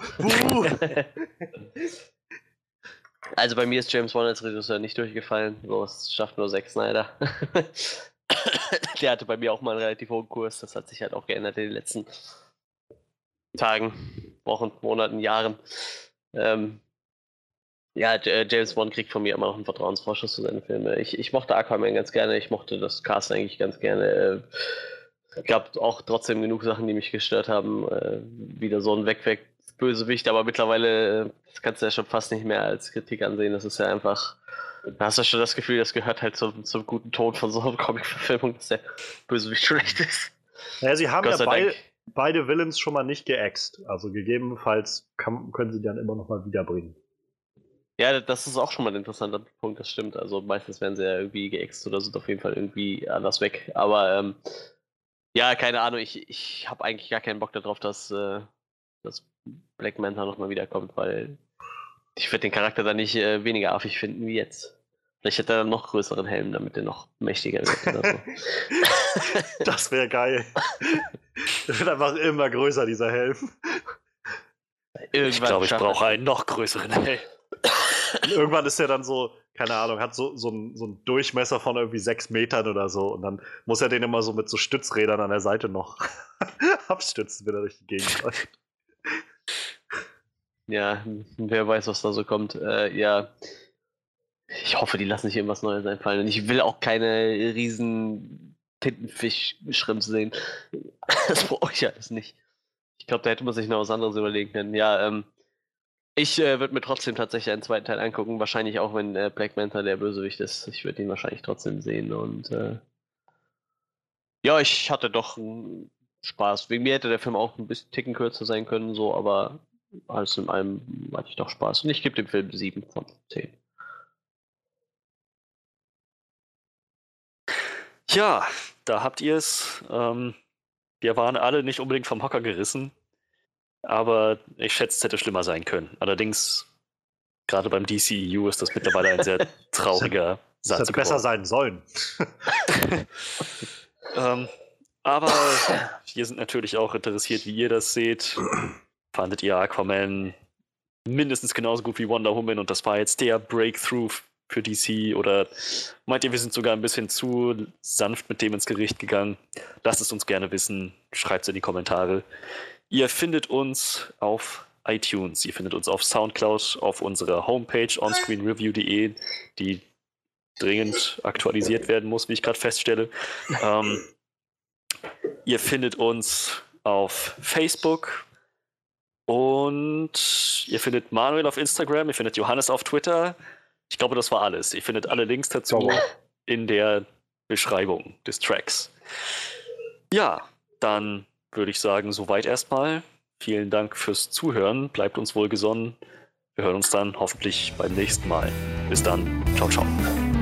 Also bei mir ist James Wan als Regisseur nicht durchgefallen. So, es schafft nur Zack Snyder. Der hatte bei mir auch mal einen relativ hohen Kurs. Das hat sich halt auch geändert in den letzten Tagen, Wochen, Monaten, Jahren. James Wan kriegt von mir immer noch einen Vertrauensvorschuss zu seinen Filmen. Ich mochte Aquaman ganz gerne, ich mochte das Cast eigentlich ganz gerne. Gab auch trotzdem genug Sachen, die mich gestört haben. Wieder so ein Bösewicht, aber mittlerweile das kannst du ja schon fast nicht mehr als Kritik ansehen. Das ist ja einfach, da hast du schon das Gefühl, das gehört halt zum guten Ton von so einer Comic-Verfilmung, dass der Bösewicht schlecht ist. Naja, sie haben beide Villains schon mal nicht geäxt. Also gegebenenfalls können sie die dann immer noch mal wiederbringen. Ja, das ist auch schon mal ein interessanter Punkt, das stimmt. Also meistens werden sie ja irgendwie geäxt oder sind auf jeden Fall irgendwie anders weg. Aber ja, keine Ahnung, ich habe eigentlich gar keinen Bock darauf, dass Black Manta nochmal wiederkommt, weil ich würde den Charakter dann nicht weniger affig finden wie jetzt. Vielleicht hätte er dann noch größeren Helm, damit er noch mächtiger wird oder so. Das wäre geil. Der wird einfach immer größer, dieser Helm. Ich glaube, ich brauche einen noch größeren Helm. Und irgendwann ist er dann so, keine Ahnung, hat so einen Durchmesser von irgendwie 6 Metern oder so. Und dann muss er den immer so mit so Stützrädern an der Seite noch abstützen, wenn er durch die Gegend läuft. Ja, wer weiß, was da so kommt. Ja, ich hoffe, die lassen sich irgendwas Neues einfallen. Und ich will auch keine riesen Tintenfisch-Schrimps sehen. Das brauche ich alles nicht. Ich glaube, da hätte man sich noch was anderes überlegen können. Ja, ich würde mir trotzdem tatsächlich einen zweiten Teil angucken. Wahrscheinlich auch, wenn Black Manta der Bösewicht ist. Ich würde ihn wahrscheinlich trotzdem sehen. Und ja, ich hatte doch Spaß. Wegen mir hätte der Film auch ein bisschen Ticken kürzer sein können, so, aber alles in allem hatte ich doch Spaß. Und ich gebe dem Film 7 von 10. Ja, da habt ihr es. Wir waren alle nicht unbedingt vom Hocker gerissen, aber ich schätze, es hätte schlimmer sein können. Allerdings, gerade beim DCEU ist das mittlerweile ein sehr trauriger Satz. Das hätte besser sein sollen. Aber wir sind natürlich auch interessiert, wie ihr das seht. Fandet ihr Aquaman mindestens genauso gut wie Wonder Woman und das war jetzt der Breakthrough für DC? Oder meint ihr, wir sind sogar ein bisschen zu sanft mit dem ins Gericht gegangen? Lasst es uns gerne wissen. Schreibt es in die Kommentare. Ihr findet uns auf iTunes, ihr findet uns auf Soundcloud, auf unserer Homepage onscreenreview.de, die dringend aktualisiert werden muss, wie ich gerade feststelle. Ihr findet uns auf Facebook und ihr findet Manuel auf Instagram, ihr findet Johannes auf Twitter. Ich glaube, das war alles. Ihr findet alle Links dazu in der Beschreibung des Tracks. Ja, dann würde ich sagen, soweit erstmal. Vielen Dank fürs Zuhören. Bleibt uns wohlgesonnen. Wir hören uns dann hoffentlich beim nächsten Mal. Bis dann. Ciao, ciao.